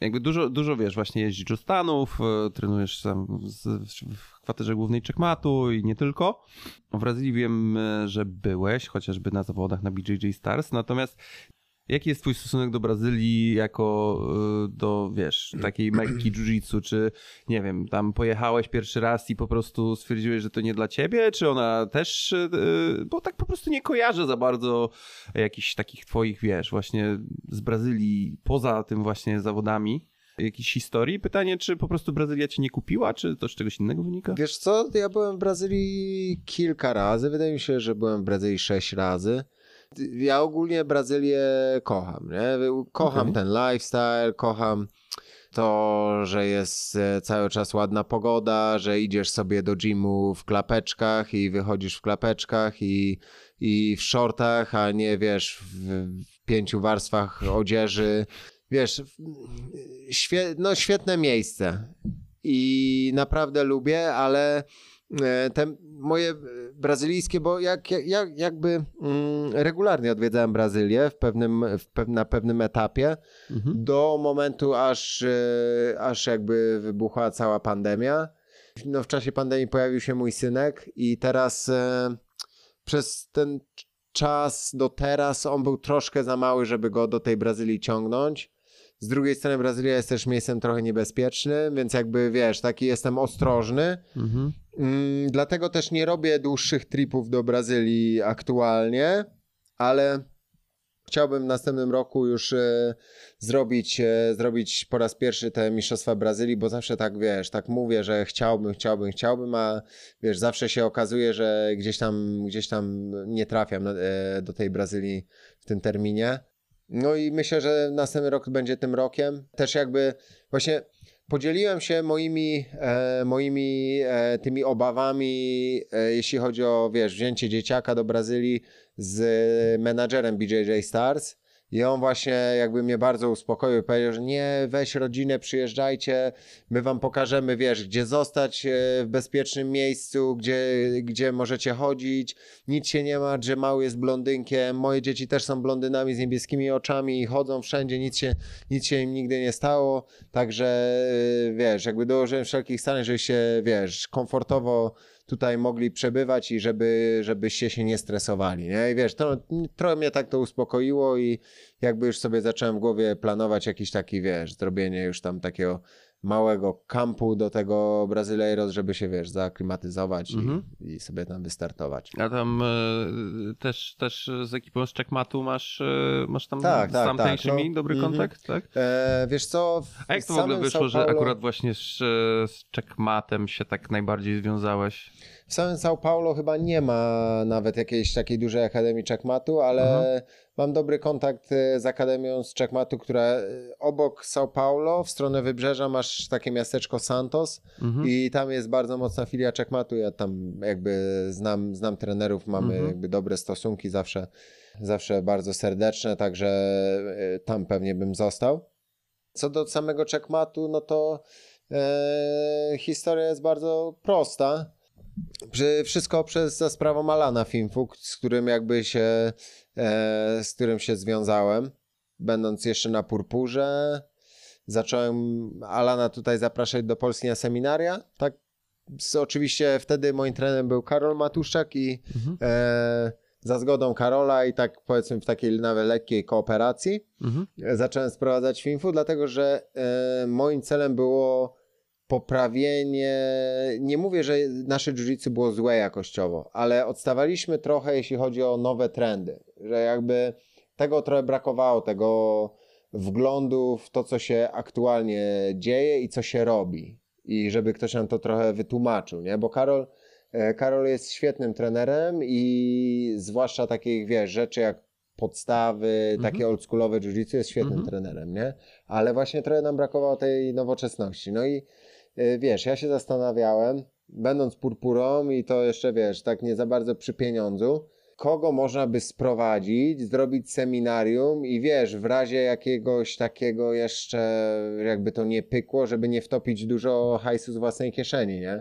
jakby dużo, dużo wiesz, właśnie jeździsz do Stanów, e, trenujesz tam z, w kwaterze głównej Checkmatu i nie tylko. W Brazylii wiem, że byłeś, chociażby na zawodach na B J J Stars, natomiast jaki jest twój stosunek do Brazylii jako do, wiesz, takiej Mekki jiu-jitsu? Czy, nie wiem, tam pojechałeś pierwszy raz i po prostu stwierdziłeś, że to nie dla ciebie? Czy ona też, bo tak po prostu nie kojarzę za bardzo jakichś takich twoich, wiesz, właśnie z Brazylii, poza tym właśnie zawodami, jakiejś historii? Pytanie, czy po prostu Brazylia cię nie kupiła, czy to z czegoś innego wynika? Wiesz co, ja byłem w Brazylii kilka razy, wydaje mi się, że byłem w Brazylii sześć razy. Ja ogólnie Brazylię kocham, nie? Kocham okay. ten lifestyle, kocham to, że jest cały czas ładna pogoda, że idziesz sobie do gymu w klapeczkach i wychodzisz w klapeczkach i, i w shortach, a nie wiesz w, w pięciu warstwach odzieży. Wiesz, świe, no świetne miejsce i naprawdę lubię, ale te moje brazylijskie, bo jak, jak, jakby mm, regularnie odwiedzałem Brazylię w pewnym, w pew, na pewnym etapie mhm. do momentu, aż, aż jakby wybuchła cała pandemia. No, w czasie pandemii pojawił się mój synek i teraz e, przez ten czas do teraz on był troszkę za mały, żeby go do tej Brazylii ciągnąć. Z drugiej strony Brazylia jest też miejscem trochę niebezpiecznym, więc jakby wiesz, taki jestem ostrożny. Mhm. Mm, dlatego też nie robię dłuższych tripów do Brazylii aktualnie, ale chciałbym w następnym roku już e, zrobić, e, zrobić po raz pierwszy te Mistrzostwa Brazylii, bo zawsze tak wiesz, tak mówię, że chciałbym, chciałbym, chciałbym, a wiesz, zawsze się okazuje, że gdzieś tam, gdzieś tam nie trafiam e, do tej Brazylii w tym terminie. No i myślę, że następny rok będzie tym rokiem. Też jakby właśnie podzieliłem się moimi, e, moimi e, tymi obawami, e, jeśli chodzi o, wiesz, wzięcie dzieciaka do Brazylii z menadżerem B J J Stars. I on właśnie jakby mnie bardzo uspokoił, powiedział, że nie, weź rodzinę, przyjeżdżajcie, my wam pokażemy, wiesz, gdzie zostać w bezpiecznym miejscu, gdzie, gdzie możecie chodzić, nic się nie martw, że mały jest blondynkiem, moje dzieci też są blondynami z niebieskimi oczami i chodzą wszędzie, nic się, nic się im nigdy nie stało, także wiesz, jakby dołożyłem wszelkich starań, żebyście, wiesz, komfortowo tutaj mogli przebywać i żeby, żebyście się nie stresowali, nie? I wiesz, to, trochę mnie tak to uspokoiło i jakby już sobie zacząłem w głowie planować jakiś taki, wiesz, zrobienie już tam takiego małego kampu do tego Brazyleiros, żeby się, wiesz, zaaklimatyzować mhm. i, i sobie tam wystartować. A tam y, też, też z ekipą z Checkmatu masz, y, masz tam tak, z tak, tamtejszymi tak, no, dobry mm-hmm. kontakt, tak? E, wiesz co? A jak to w ogóle wyszło, Paulo... że akurat właśnie z, z Checkmatem się tak najbardziej związałeś? W samym São Paulo chyba nie ma nawet jakiejś takiej dużej akademii Checkmatu, ale Aha. mam dobry kontakt z akademią z Checkmatu, która obok São Paulo, w stronę wybrzeża masz takie miasteczko Santos mhm. i tam jest bardzo mocna filia Checkmatu. Ja tam jakby znam, znam trenerów, mamy mhm. jakby dobre stosunki, zawsze, zawsze bardzo serdeczne, także tam pewnie bym został. Co do samego Checkmatu, no to e, historia jest bardzo prosta. Wszystko przez za sprawą Alana Finfuk, z którym jakby się e, z którym się związałem, będąc jeszcze na Purpurze. Zacząłem Alana tutaj zapraszać do Polski na seminaria. Tak, z, oczywiście wtedy moim trenerem był Karol Matuszczak i mhm. e, za zgodą Karola i tak powiedzmy w takiej nawet lekkiej kooperacji mhm. zacząłem sprowadzać Finfuk, dlatego że e, moim celem było poprawienie, nie mówię, że nasze jiu-jitsu było złe jakościowo, ale odstawaliśmy trochę, jeśli chodzi o nowe trendy, że jakby tego trochę brakowało, tego wglądu w to, co się aktualnie dzieje i co się robi i żeby ktoś nam to trochę wytłumaczył, nie? Bo Karol, Karol jest świetnym trenerem i zwłaszcza takich, wiesz, rzeczy jak podstawy, mhm. takie oldschoolowe jiu-jitsu jest świetnym mhm. trenerem, nie? Ale właśnie trochę nam brakowało tej nowoczesności. No i yy, wiesz, ja się zastanawiałem, będąc purpurą i to jeszcze, wiesz, tak nie za bardzo przy pieniądzu, kogo można by sprowadzić, zrobić seminarium i wiesz, w razie jakiegoś takiego jeszcze jakby to nie pykło, żeby nie wtopić dużo hajsu z własnej kieszeni, nie?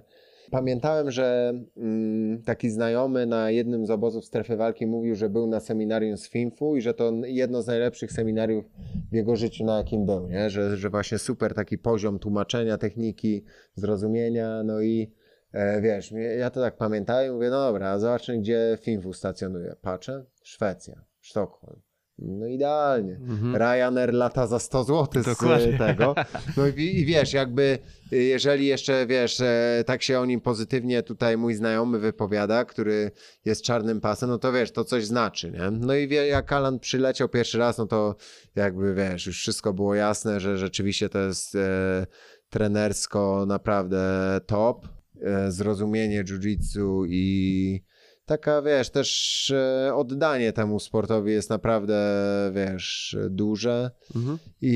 Pamiętałem, że mm, taki znajomy na jednym z obozów strefy walki mówił, że był na seminarium z Finfu i że to jedno z najlepszych seminariów w jego życiu, na jakim był, nie? Że, że właśnie super taki poziom tłumaczenia, techniki, zrozumienia, no i e, wiesz, ja to tak pamiętałem, mówię, no dobra, zobaczmy, gdzie Finfu stacjonuje. Patrzę, Szwecja, Sztokholm. No idealnie. Mhm. Ryanair lata za sto złotych z tego. No i, i wiesz, jakby jeżeli jeszcze, wiesz, tak się o nim pozytywnie tutaj mój znajomy wypowiada, który jest czarnym pasem, no to wiesz, to coś znaczy, nie? No i wie, jak Alan przyleciał pierwszy raz, no to jakby, wiesz, już wszystko było jasne, że rzeczywiście to jest e, trenersko naprawdę top. E, zrozumienie jiu-jitsu i taka, wiesz, też e, oddanie temu sportowi jest naprawdę, wiesz, duże. Mhm.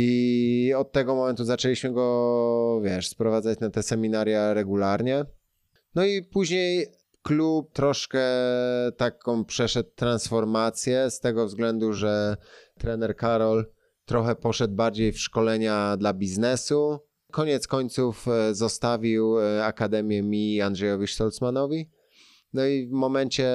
I od tego momentu zaczęliśmy go, wiesz, sprowadzać na te seminaria regularnie. No i później klub troszkę taką przeszedł transformację z tego względu, że trener Karol trochę poszedł bardziej w szkolenia dla biznesu. Koniec końców zostawił Akademię mi i Andrzejowi Stolzmanowi. No i w momencie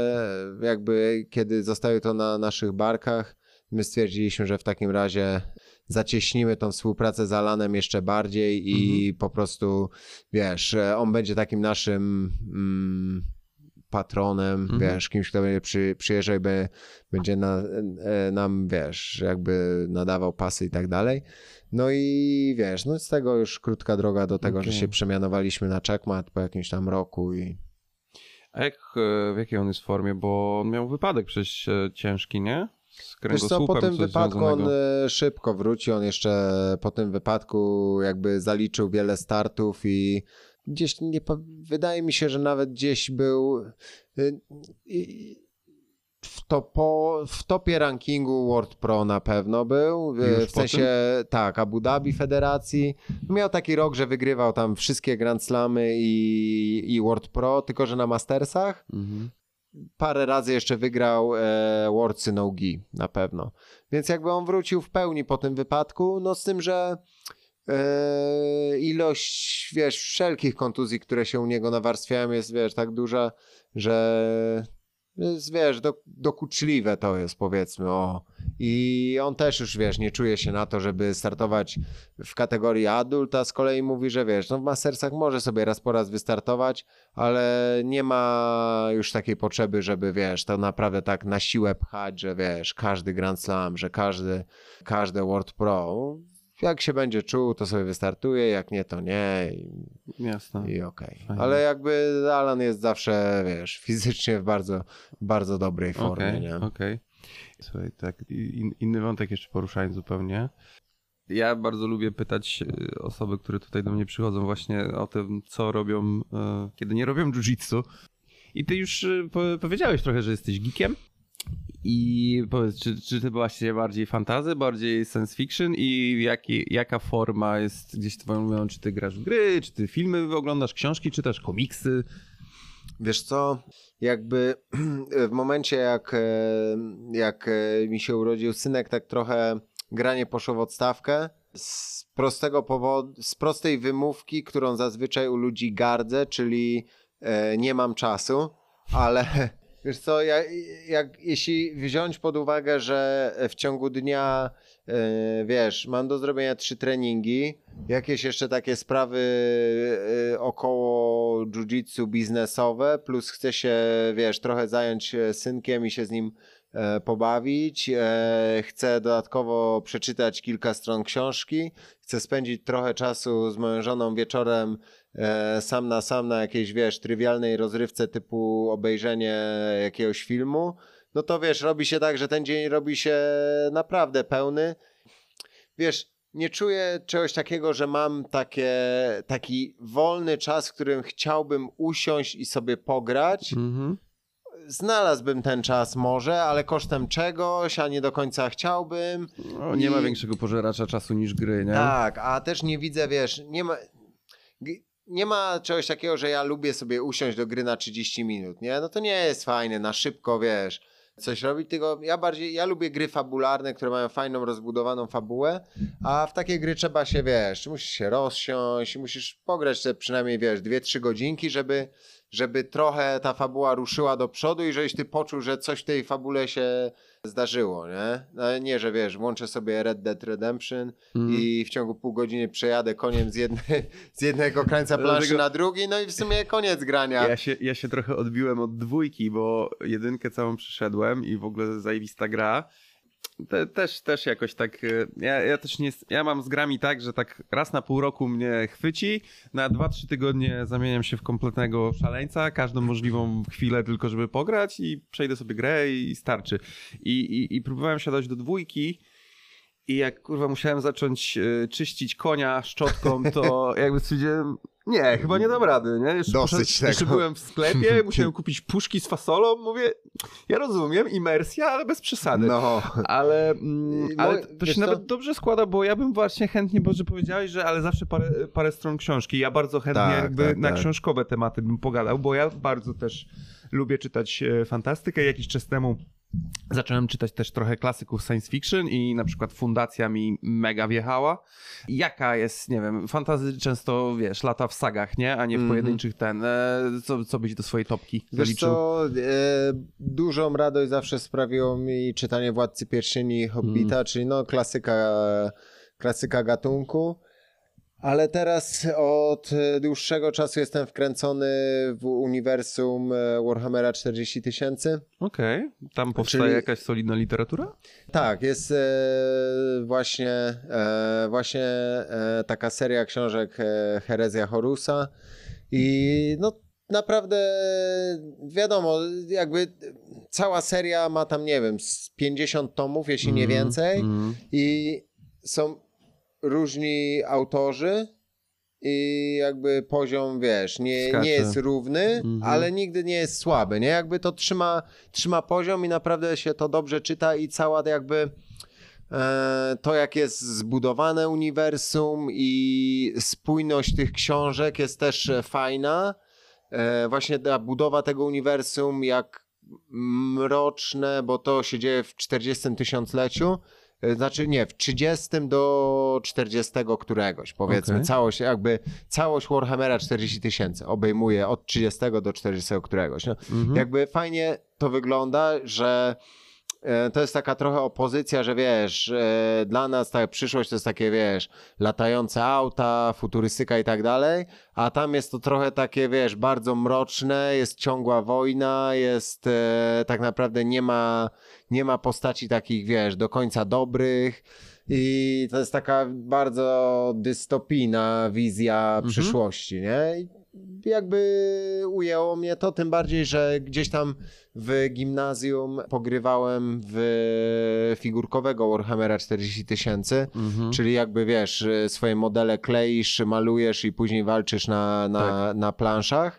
jakby, kiedy zostawił to na naszych barkach, my stwierdziliśmy, że w takim razie zacieśnimy tą współpracę z Alanem jeszcze bardziej i mhm. po prostu, wiesz, on będzie takim naszym mm, patronem, mhm. wiesz, kimś, kto będzie przy, przyjeżdżał i be, będzie na, e, nam, wiesz, jakby nadawał pasy i tak dalej. No i wiesz, no z tego już krótka droga do tego, okay. że się przemianowaliśmy na Checkmat po jakimś tam roku i A jak, w jakiej on jest formie? Bo on miał wypadek przecież ciężki, nie? Z kręgosłupem. Wiesz co, po tym wypadku związanego. on szybko wrócił. On jeszcze po tym wypadku jakby zaliczył wiele startów i gdzieś, nie, wydaje mi się, że nawet gdzieś był w, topo, w topie rankingu World Pro na pewno był. Już w sensie, tak, Abu Dhabi Federacji. Miał taki rok, że wygrywał tam wszystkie Grand Slamy i, i World Pro, tylko że na Mastersach. Mhm. Parę razy jeszcze wygrał e, Worldsy No-Gi na pewno. Więc jakby on wrócił w pełni po tym wypadku, no z tym, że e, ilość, wiesz, wszelkich kontuzji, które się u niego nawarstwiają jest, wiesz, tak duża, że jest, wiesz, do, dokuczliwe to jest, powiedzmy, o. I on też już, wiesz, nie czuje się na to, żeby startować w kategorii adult, a z kolei mówi, że wiesz, no w Mastersach może sobie raz po raz wystartować, ale nie ma już takiej potrzeby, żeby, wiesz, to naprawdę tak na siłę pchać, że wiesz, każdy Grand Slam, że każdy, każde World Pro, jak się będzie czuł, to sobie wystartuje, jak nie, to nie. I, Jasne. I okej. Okay. Ale jakby Alan jest zawsze, wiesz, fizycznie w bardzo, bardzo dobrej formie, okay, nie? Okej, okay. Słuchaj, tak, in, inny wątek jeszcze poruszając zupełnie. Ja bardzo lubię pytać osoby, które tutaj do mnie przychodzą właśnie o tym, co robią, kiedy nie robią jiu-jitsu. I ty już powiedziałeś trochę, że jesteś geekiem. I powiedz, czy, czy ty właśnie bardziej fantasy, bardziej science fiction i jaki, jaka forma jest gdzieś twoją ulubioną? Czy ty grasz w gry, czy ty filmy oglądasz, książki, czy też komiksy? Wiesz co, jakby w momencie jak, jak mi się urodził synek, tak trochę granie poszło w odstawkę z prostego powodu, z prostej wymówki, którą zazwyczaj u ludzi gardzę, czyli nie mam czasu, ale... Wiesz co, ja, jak, jeśli wziąć pod uwagę, że w ciągu dnia, yy, wiesz, mam do zrobienia trzy treningi, jakieś jeszcze takie sprawy yy, około jiu-jitsu biznesowe, plus chcę się, wiesz, trochę zająć synkiem i się z nim e, pobawić, e, chcę dodatkowo przeczytać kilka stron książki, chcę spędzić trochę czasu z moją żoną wieczorem e, sam na sam na jakiejś, wiesz, trywialnej rozrywce typu obejrzenie jakiegoś filmu, no to wiesz, robi się tak, że ten dzień robi się naprawdę pełny. Wiesz, nie czuję czegoś takiego, że mam takie, taki wolny czas, w którym chciałbym usiąść i sobie pograć. Mhm. Znalazłbym ten czas może, ale kosztem czegoś, a nie do końca chciałbym. No, nie I... ma większego pożeracza czasu niż gry, nie? Tak, a też nie widzę, wiesz, nie ma... Nie ma czegoś takiego, że ja lubię sobie usiąść do gry na trzydzieści minut, nie? No to nie jest fajne, na szybko, wiesz, coś robić, tylko ja bardziej, ja lubię gry fabularne, które mają fajną, rozbudowaną fabułę, a w takie gry trzeba się, wiesz, musisz się rozsiąść, musisz pograć te przynajmniej, wiesz, dwie, trzy godzinki, żeby, żeby trochę ta fabuła ruszyła do przodu i żebyś ty poczuł, że coś w tej fabule się zdarzyło, nie? No, nie, że wiesz, włączę sobie Red Dead Redemption mm. i w ciągu pół godziny przejadę koniem z, jedne, z jednego krańca planszy Dlatego... na drugi, no i w sumie koniec grania. Ja się, ja się trochę odbiłem od dwójki, bo jedynkę całą przyszedłem i w ogóle zajebista gra. Te, też, też jakoś tak, ja, ja też nie, ja mam z grami tak, że tak raz na pół roku mnie chwyci, na dwa, trzy tygodnie zamieniam się w kompletnego szaleńca, każdą możliwą chwilę tylko, żeby pograć i przejdę sobie grę i starczy. I, i, i próbowałem siadać do dwójki i jak kurwa musiałem zacząć y, czyścić konia szczotką, to jakby stwierdziłem, nie, chyba nie dam rady, nie? Jeszcze, Dosyć poszedł, tego. Jeszcze byłem w sklepie, musiałem kupić puszki z fasolą, mówię, ja rozumiem, imersja, ale bez przesady. No. Ale, mm, ale to się co? nawet dobrze składa, bo ja bym właśnie chętnie, bo że powiedziałeś, że ale zawsze parę, parę stron książki. Ja bardzo chętnie tak, jakby tak, na tak. książkowe tematy bym pogadał, bo ja bardzo też lubię czytać fantastykę. Jakiś czas temu zacząłem czytać też trochę klasyków science fiction i na przykład Fundacja mi mega wjechała. Jaka jest, nie wiem, fantasy często, wiesz, lata w sagach, nie? A nie w mm-hmm. pojedynczych ten. E, co, co byś do swojej topki Wiesz zaliczył? co, e, dużą radość zawsze sprawiło mi czytanie Władcy Pierścieni i Hobbita, mm. czyli no klasyka, klasyka gatunku. Ale teraz od dłuższego czasu jestem wkręcony w uniwersum Warhammera czterdzieści tysięcy. Okej. Okay. Tam powstaje Czyli... jakaś solidna literatura? Tak, jest e, właśnie, e, właśnie e, taka seria książek e, Herezja Horusa i no naprawdę wiadomo, jakby cała seria ma tam, nie wiem, z pięćdziesiąt tomów, jeśli mm, nie więcej mm. i są różni autorzy i jakby poziom, wiesz, nie, nie jest równy, mhm. ale nigdy nie jest słaby, nie? Jakby to trzyma, trzyma poziom i naprawdę się to dobrze czyta i cała jakby e, to, jak jest zbudowane uniwersum i spójność tych książek jest też fajna. E, właśnie ta budowa tego uniwersum, jak mroczne, bo to się dzieje w czterdziestym tysiącleciu, znaczy nie, w trzydziestym do czterdziestego któregoś, powiedzmy, okay. całość, jakby całość Warhammera czterdzieści tysięcy obejmuje od trzydziestego do czterdziestego któregoś. No. Mm-hmm. Jakby fajnie to wygląda, że e, to jest taka trochę opozycja, że wiesz, e, dla nas ta przyszłość to jest takie, wiesz, latające auta, futurystyka i tak dalej, a tam jest to trochę takie, wiesz, bardzo mroczne, jest ciągła wojna, jest e, tak naprawdę nie ma nie ma postaci takich, wiesz, do końca dobrych i to jest taka bardzo dystopijna wizja mhm. przyszłości, nie? I jakby ujęło mnie to, tym bardziej, że gdzieś tam w gimnazjum pogrywałem w figurkowego Warhammera czterdzieści tysięcy, mhm. czyli jakby, wiesz, swoje modele kleisz, malujesz i później walczysz na, na, tak. na planszach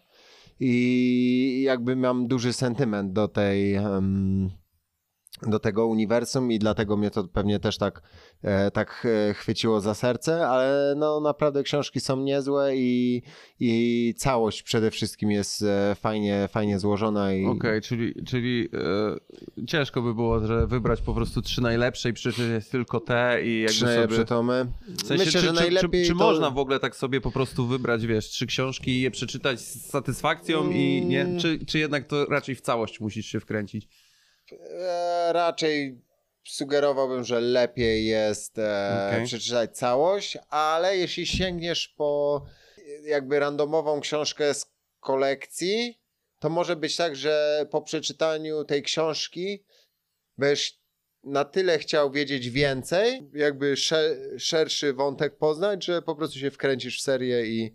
i jakby mam duży sentyment do tej... Um, do tego uniwersum i dlatego mnie to pewnie też tak, e, tak e, chwyciło za serce, ale no naprawdę książki są niezłe i, i całość przede wszystkim jest e, fajnie, fajnie złożona. I... Okej, okay, czyli, czyli e, ciężko by było, że wybrać po prostu trzy najlepsze i przeczytać tylko te i jakby trzy najlepsze sobie... tomy. W sensie, Myślę, czy, że najlepiej czy, czy, czy to... można w ogóle tak sobie po prostu wybrać, wiesz, trzy książki i je przeczytać z satysfakcją mm. i nie? Czy, czy jednak to raczej w całość musisz się wkręcić? E, raczej sugerowałbym, że lepiej jest e, okay. przeczytać całość, ale jeśli sięgniesz po jakby randomową książkę z kolekcji, to może być tak, że po przeczytaniu tej książki będziesz na tyle chciał wiedzieć więcej, jakby szer- szerszy wątek poznać, że po prostu się wkręcisz w serię i,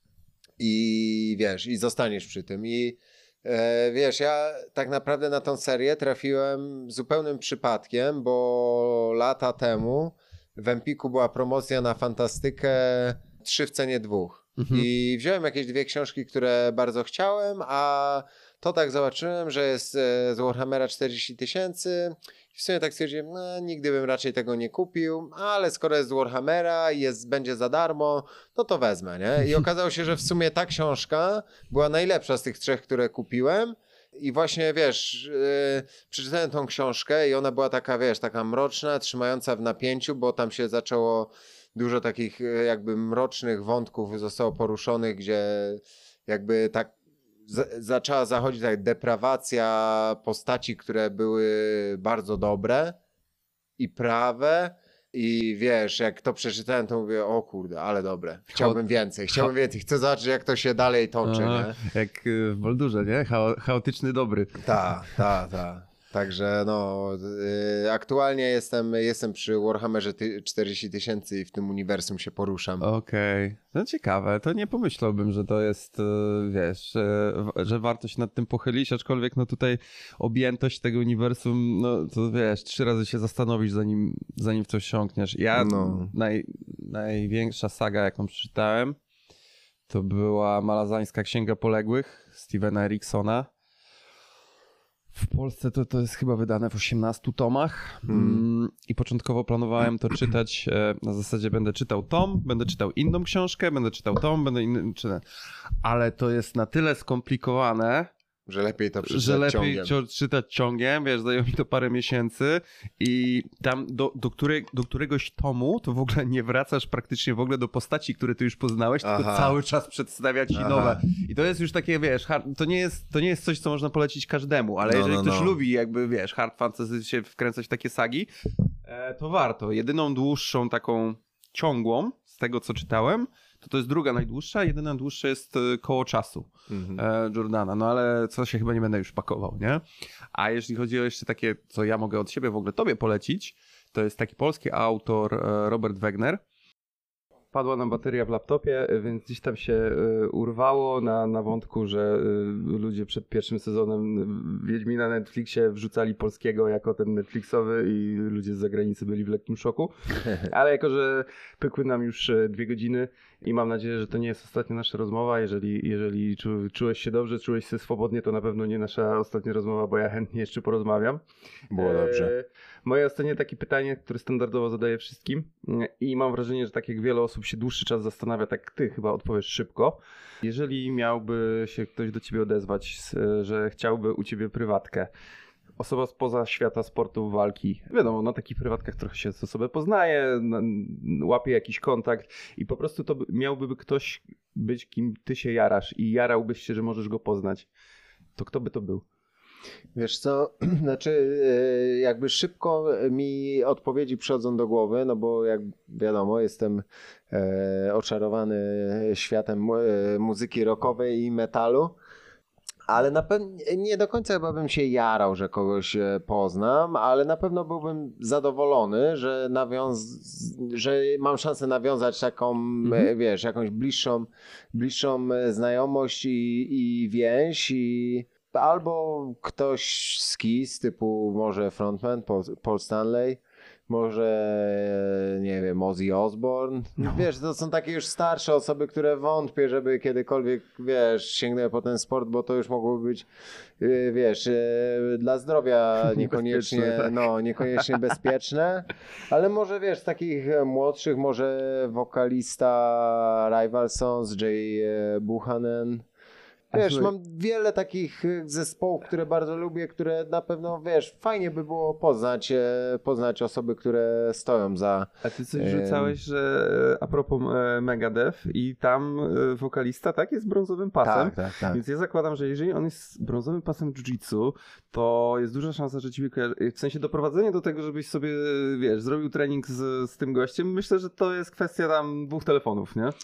i wiesz, i zostaniesz przy tym. I E, wiesz, ja tak naprawdę na tą serię trafiłem zupełnym przypadkiem, bo lata temu w Empiku była promocja na fantastykę trzy w cenie dwóch. Mhm. I wziąłem jakieś dwie książki, które bardzo chciałem, a to tak zobaczyłem, że jest z Warhammera czterdzieści tysięcy i w sumie tak stwierdziłem, no nigdy bym raczej tego nie kupił, ale skoro jest z Warhammera i jest, będzie za darmo, no to wezmę, nie? I okazało się, że w sumie ta książka była najlepsza z tych trzech, które kupiłem I właśnie, wiesz, yy, przeczytałem tą książkę i ona była taka, wiesz, taka mroczna, trzymająca w napięciu, bo tam się zaczęło dużo takich jakby mrocznych wątków zostało poruszonych, gdzie jakby tak z- zaczęła zachodzić tak deprawacja postaci, które były bardzo dobre i prawe. I wiesz, jak to przeczytałem, to mówię, o kurde, ale dobre. Chciałbym więcej, chciałbym więcej. Chcę zobaczyć, jak to się dalej toczy, Aha, nie? Jak w Baldurze, nie? Chao- chaotyczny dobry. Tak, tak, tak. Także no, y, aktualnie jestem, jestem przy Warhammerze ty- czterdzieści tysięcy i w tym uniwersum się poruszam. Okej, okay. No ciekawe, to nie pomyślałbym, że to jest, wiesz, że, że warto się nad tym pochylić, aczkolwiek no tutaj objętość tego uniwersum, no to wiesz, trzy razy się zastanowisz, zanim, zanim w to wsiąkniesz. Ja, No. naj, największa saga, jaką przeczytałem, to była Malazańska Księga Poległych Stevena Eriksona. W Polsce to, to jest chyba wydane w osiemnastu tomach mm. i początkowo planowałem to czytać e, na zasadzie będę czytał tom, będę czytał inną książkę, będę czytał tom, będę inny czytał. Ale to jest na tyle skomplikowane, Że lepiej to przeczytać że lepiej ciągiem. czytać ciągiem, wiesz, zajęło mi to parę miesięcy i tam do, do, której, do któregoś tomu to w ogóle nie wracasz praktycznie w ogóle do postaci, które ty już poznałeś, Aha. tylko cały czas przedstawia ci Aha. nowe. I to jest już takie, wiesz, hard, to, nie jest, to nie jest coś, co można polecić każdemu, ale No, jeżeli no, ktoś no. lubi jakby, wiesz, hard fantasy się wkręcać w takie sagi, e, to warto. Jedyną dłuższą taką ciągłą z tego, co czytałem, to to jest druga najdłuższa, jedyna dłuższa jest e, Koło czasu Mhm. e, Jordana, no ale co się chyba nie będę już pakował, nie? A jeśli chodzi o jeszcze takie, co ja mogę od siebie w ogóle tobie polecić, to jest taki polski autor e, Robert Wegner. Padła nam bateria w laptopie, więc gdzieś tam się y, urwało na, na wątku, że y, ludzie przed pierwszym sezonem Wiedźmina na Netflixie wrzucali polskiego jako ten Netflixowy i ludzie z zagranicy byli w lekkim szoku. Ale jako, że pykły nam już y, dwie godziny i mam nadzieję, że to nie jest ostatnia nasza rozmowa. Jeżeli, jeżeli czu, czułeś się dobrze, czułeś się swobodnie, to na pewno nie nasza ostatnia rozmowa, bo ja chętnie jeszcze porozmawiam. Było dobrze. E, moje ostatnie takie pytanie, które standardowo zadaję wszystkim i mam wrażenie, że tak jak wiele osób się dłuższy czas zastanawia, tak ty chyba odpowiesz szybko. Jeżeli miałby się ktoś do ciebie odezwać, że chciałby u ciebie prywatkę, osoba spoza świata sportu, walki, wiadomo, na takich prywatkach trochę się osobę poznaje, łapie jakiś kontakt i po prostu to miałby ktoś być, kim ty się jarasz i jarałbyś się, że możesz go poznać, to kto by to był? Wiesz co, znaczy jakby szybko mi odpowiedzi przychodzą do głowy, no bo jak wiadomo jestem e, oczarowany światem e, muzyki rockowej i metalu, ale na pewno nie do końca chyba bym się jarał, że kogoś poznam, ale na pewno byłbym zadowolony, że nawiąz, że mam szansę nawiązać taką, mhm. wiesz, jakąś bliższą, bliższą znajomość i, i więź i albo ktoś z Kiss, typu może frontman Paul, Paul Stanley, może nie wiem, Ozzy Osbourne. No. Wiesz, to są takie już starsze osoby, które wątpię, żeby kiedykolwiek, wiesz, sięgnęły po ten sport, bo to już mogłoby być, wiesz, dla zdrowia niekoniecznie, tak. no, niekoniecznie bezpieczne, ale może, wiesz, z takich młodszych, może wokalista Rival Sons, Jay Buchanan. Wiesz, mam wiele takich zespołów, które bardzo lubię, które na pewno, wiesz, fajnie by było poznać, poznać osoby, które stoją za... A ty coś rzucałeś, że a propos Megadeth i tam wokalista, tak, jest brązowym pasem. Tak, tak, tak. Więc ja zakładam, że jeżeli on jest brązowym pasem jiu-jitsu, to jest duża szansa, że ciebie kojarzy... W sensie doprowadzenie do tego, żebyś sobie, wiesz, zrobił trening z, z tym gościem, myślę, że to jest kwestia tam dwóch telefonów, nie?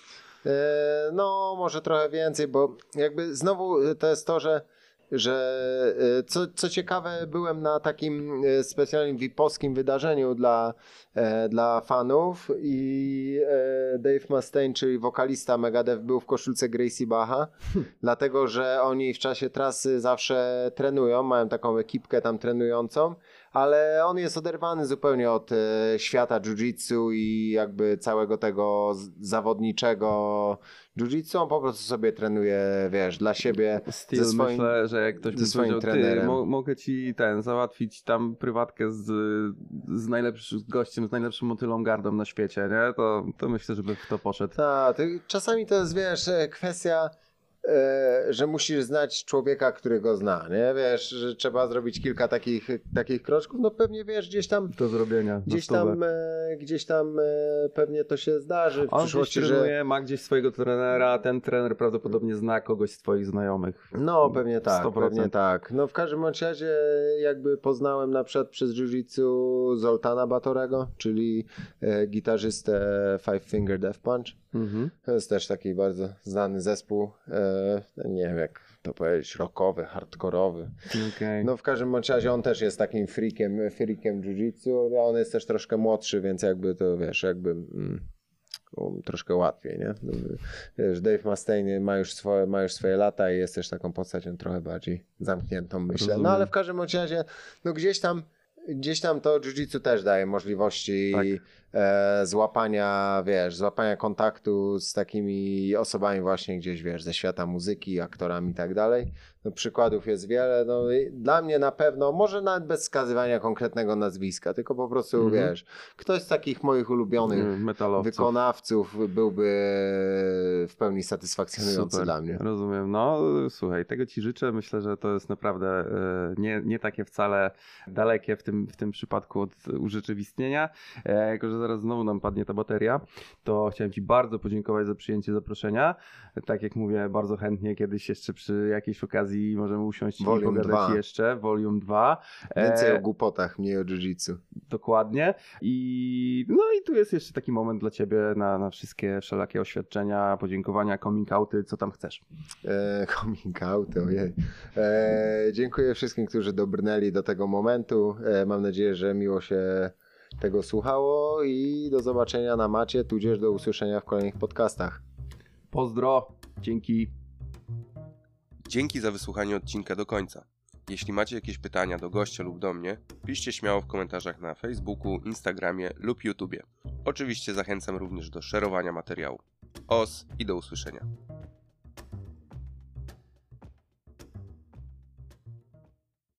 No, może trochę więcej, bo jakby znowu to jest to, że, że co, co ciekawe, byłem na takim specjalnym V I P-owskim wydarzeniu dla, dla fanów i Dave Mustaine, czyli wokalista Megadeth, był w koszulce Gracie Bacha, hmm. dlatego, że oni w czasie trasy zawsze trenują, mają taką ekipkę tam trenującą, ale on jest oderwany zupełnie od e, świata jiu-jitsu i jakby całego tego z, zawodniczego jiu-jitsu. On po prostu sobie trenuje, wiesz, dla siebie. Styl, ze swoim, myślę, że jak ktoś by powiedział, ty, mo- mogę ci ten, załatwić tam prywatkę z, z najlepszym gościem, z najlepszym motylą gardą na świecie, nie? To, to myślę, żeby w to poszedł. Tak, czasami to jest, wiesz, kwestia że musisz znać człowieka, który go zna, nie? Wiesz, że trzeba zrobić kilka takich, takich kroczków, no pewnie wiesz, gdzieś tam do zrobienia, gdzieś tam, e, gdzieś tam e, pewnie to się zdarzy w On przyszłości, gdzieś trenuje, że... ma gdzieś swojego trenera, ten trener prawdopodobnie zna kogoś z twoich znajomych. No pewnie tak, sto procent. pewnie tak. No w każdym bądź razie jakby poznałem na przykład przez jiu-jitsu Zoltana Batorego, czyli e, gitarzystę Five Finger Death Punch. Mhm. To jest też taki bardzo znany zespół, e, nie wiem jak to powiedzieć, rockowy, hardkorowy. Okay. No w każdym bądź razie on też jest takim freakiem, freakiem jiu-jitsu, a on jest też troszkę młodszy, więc jakby to wiesz, jakby mm, um, troszkę łatwiej, nie? Wiesz, Dave Mustaine ma już, swoje, ma już swoje lata i jest też taką postacią trochę bardziej zamkniętą, myślę. Rozumiem. No ale w każdym bądź razie, no gdzieś tam Gdzieś tam to jiu-jitsu też daje możliwości tak. e, złapania, wiesz, złapania kontaktu z takimi osobami właśnie gdzieś, wiesz, ze świata muzyki, aktorami i tak dalej. No, przykładów jest wiele. No, dla mnie na pewno, może nawet bez wskazywania konkretnego nazwiska, tylko po prostu, mm-hmm. wiesz, ktoś z takich moich ulubionych metalowców, wykonawców byłby w pełni satysfakcjonujący Super. dla mnie. Rozumiem. No, słuchaj, tego ci życzę. Myślę, że to jest naprawdę e, nie, nie takie wcale dalekie w tym w tym przypadku od urzeczywistnienia. E, jako, że zaraz znowu nam padnie ta bateria, to chciałem ci bardzo podziękować za przyjęcie zaproszenia. Tak jak mówię, bardzo chętnie kiedyś jeszcze przy jakiejś okazji możemy usiąść Volume i pogadać dwa. Jeszcze. Volume dwa. E, Więcej o głupotach, mniej o jiu-jitsu. Dokładnie. I no i tu jest jeszcze taki moment dla ciebie na, na wszystkie wszelakie oświadczenia, podziękowania, coming outy, co tam chcesz. E, coming outy, ojej. E, dziękuję wszystkim, którzy dobrnęli do tego momentu. E, mam nadzieję, że miło się tego słuchało i do zobaczenia na macie, tudzież do usłyszenia w kolejnych podcastach. Pozdro, dzięki. Dzięki za wysłuchanie odcinka do końca. Jeśli macie jakieś pytania do gościa lub do mnie, piszcie śmiało w komentarzach na Facebooku, Instagramie lub YouTubie. Oczywiście zachęcam również do szerowania materiału. Os i do usłyszenia.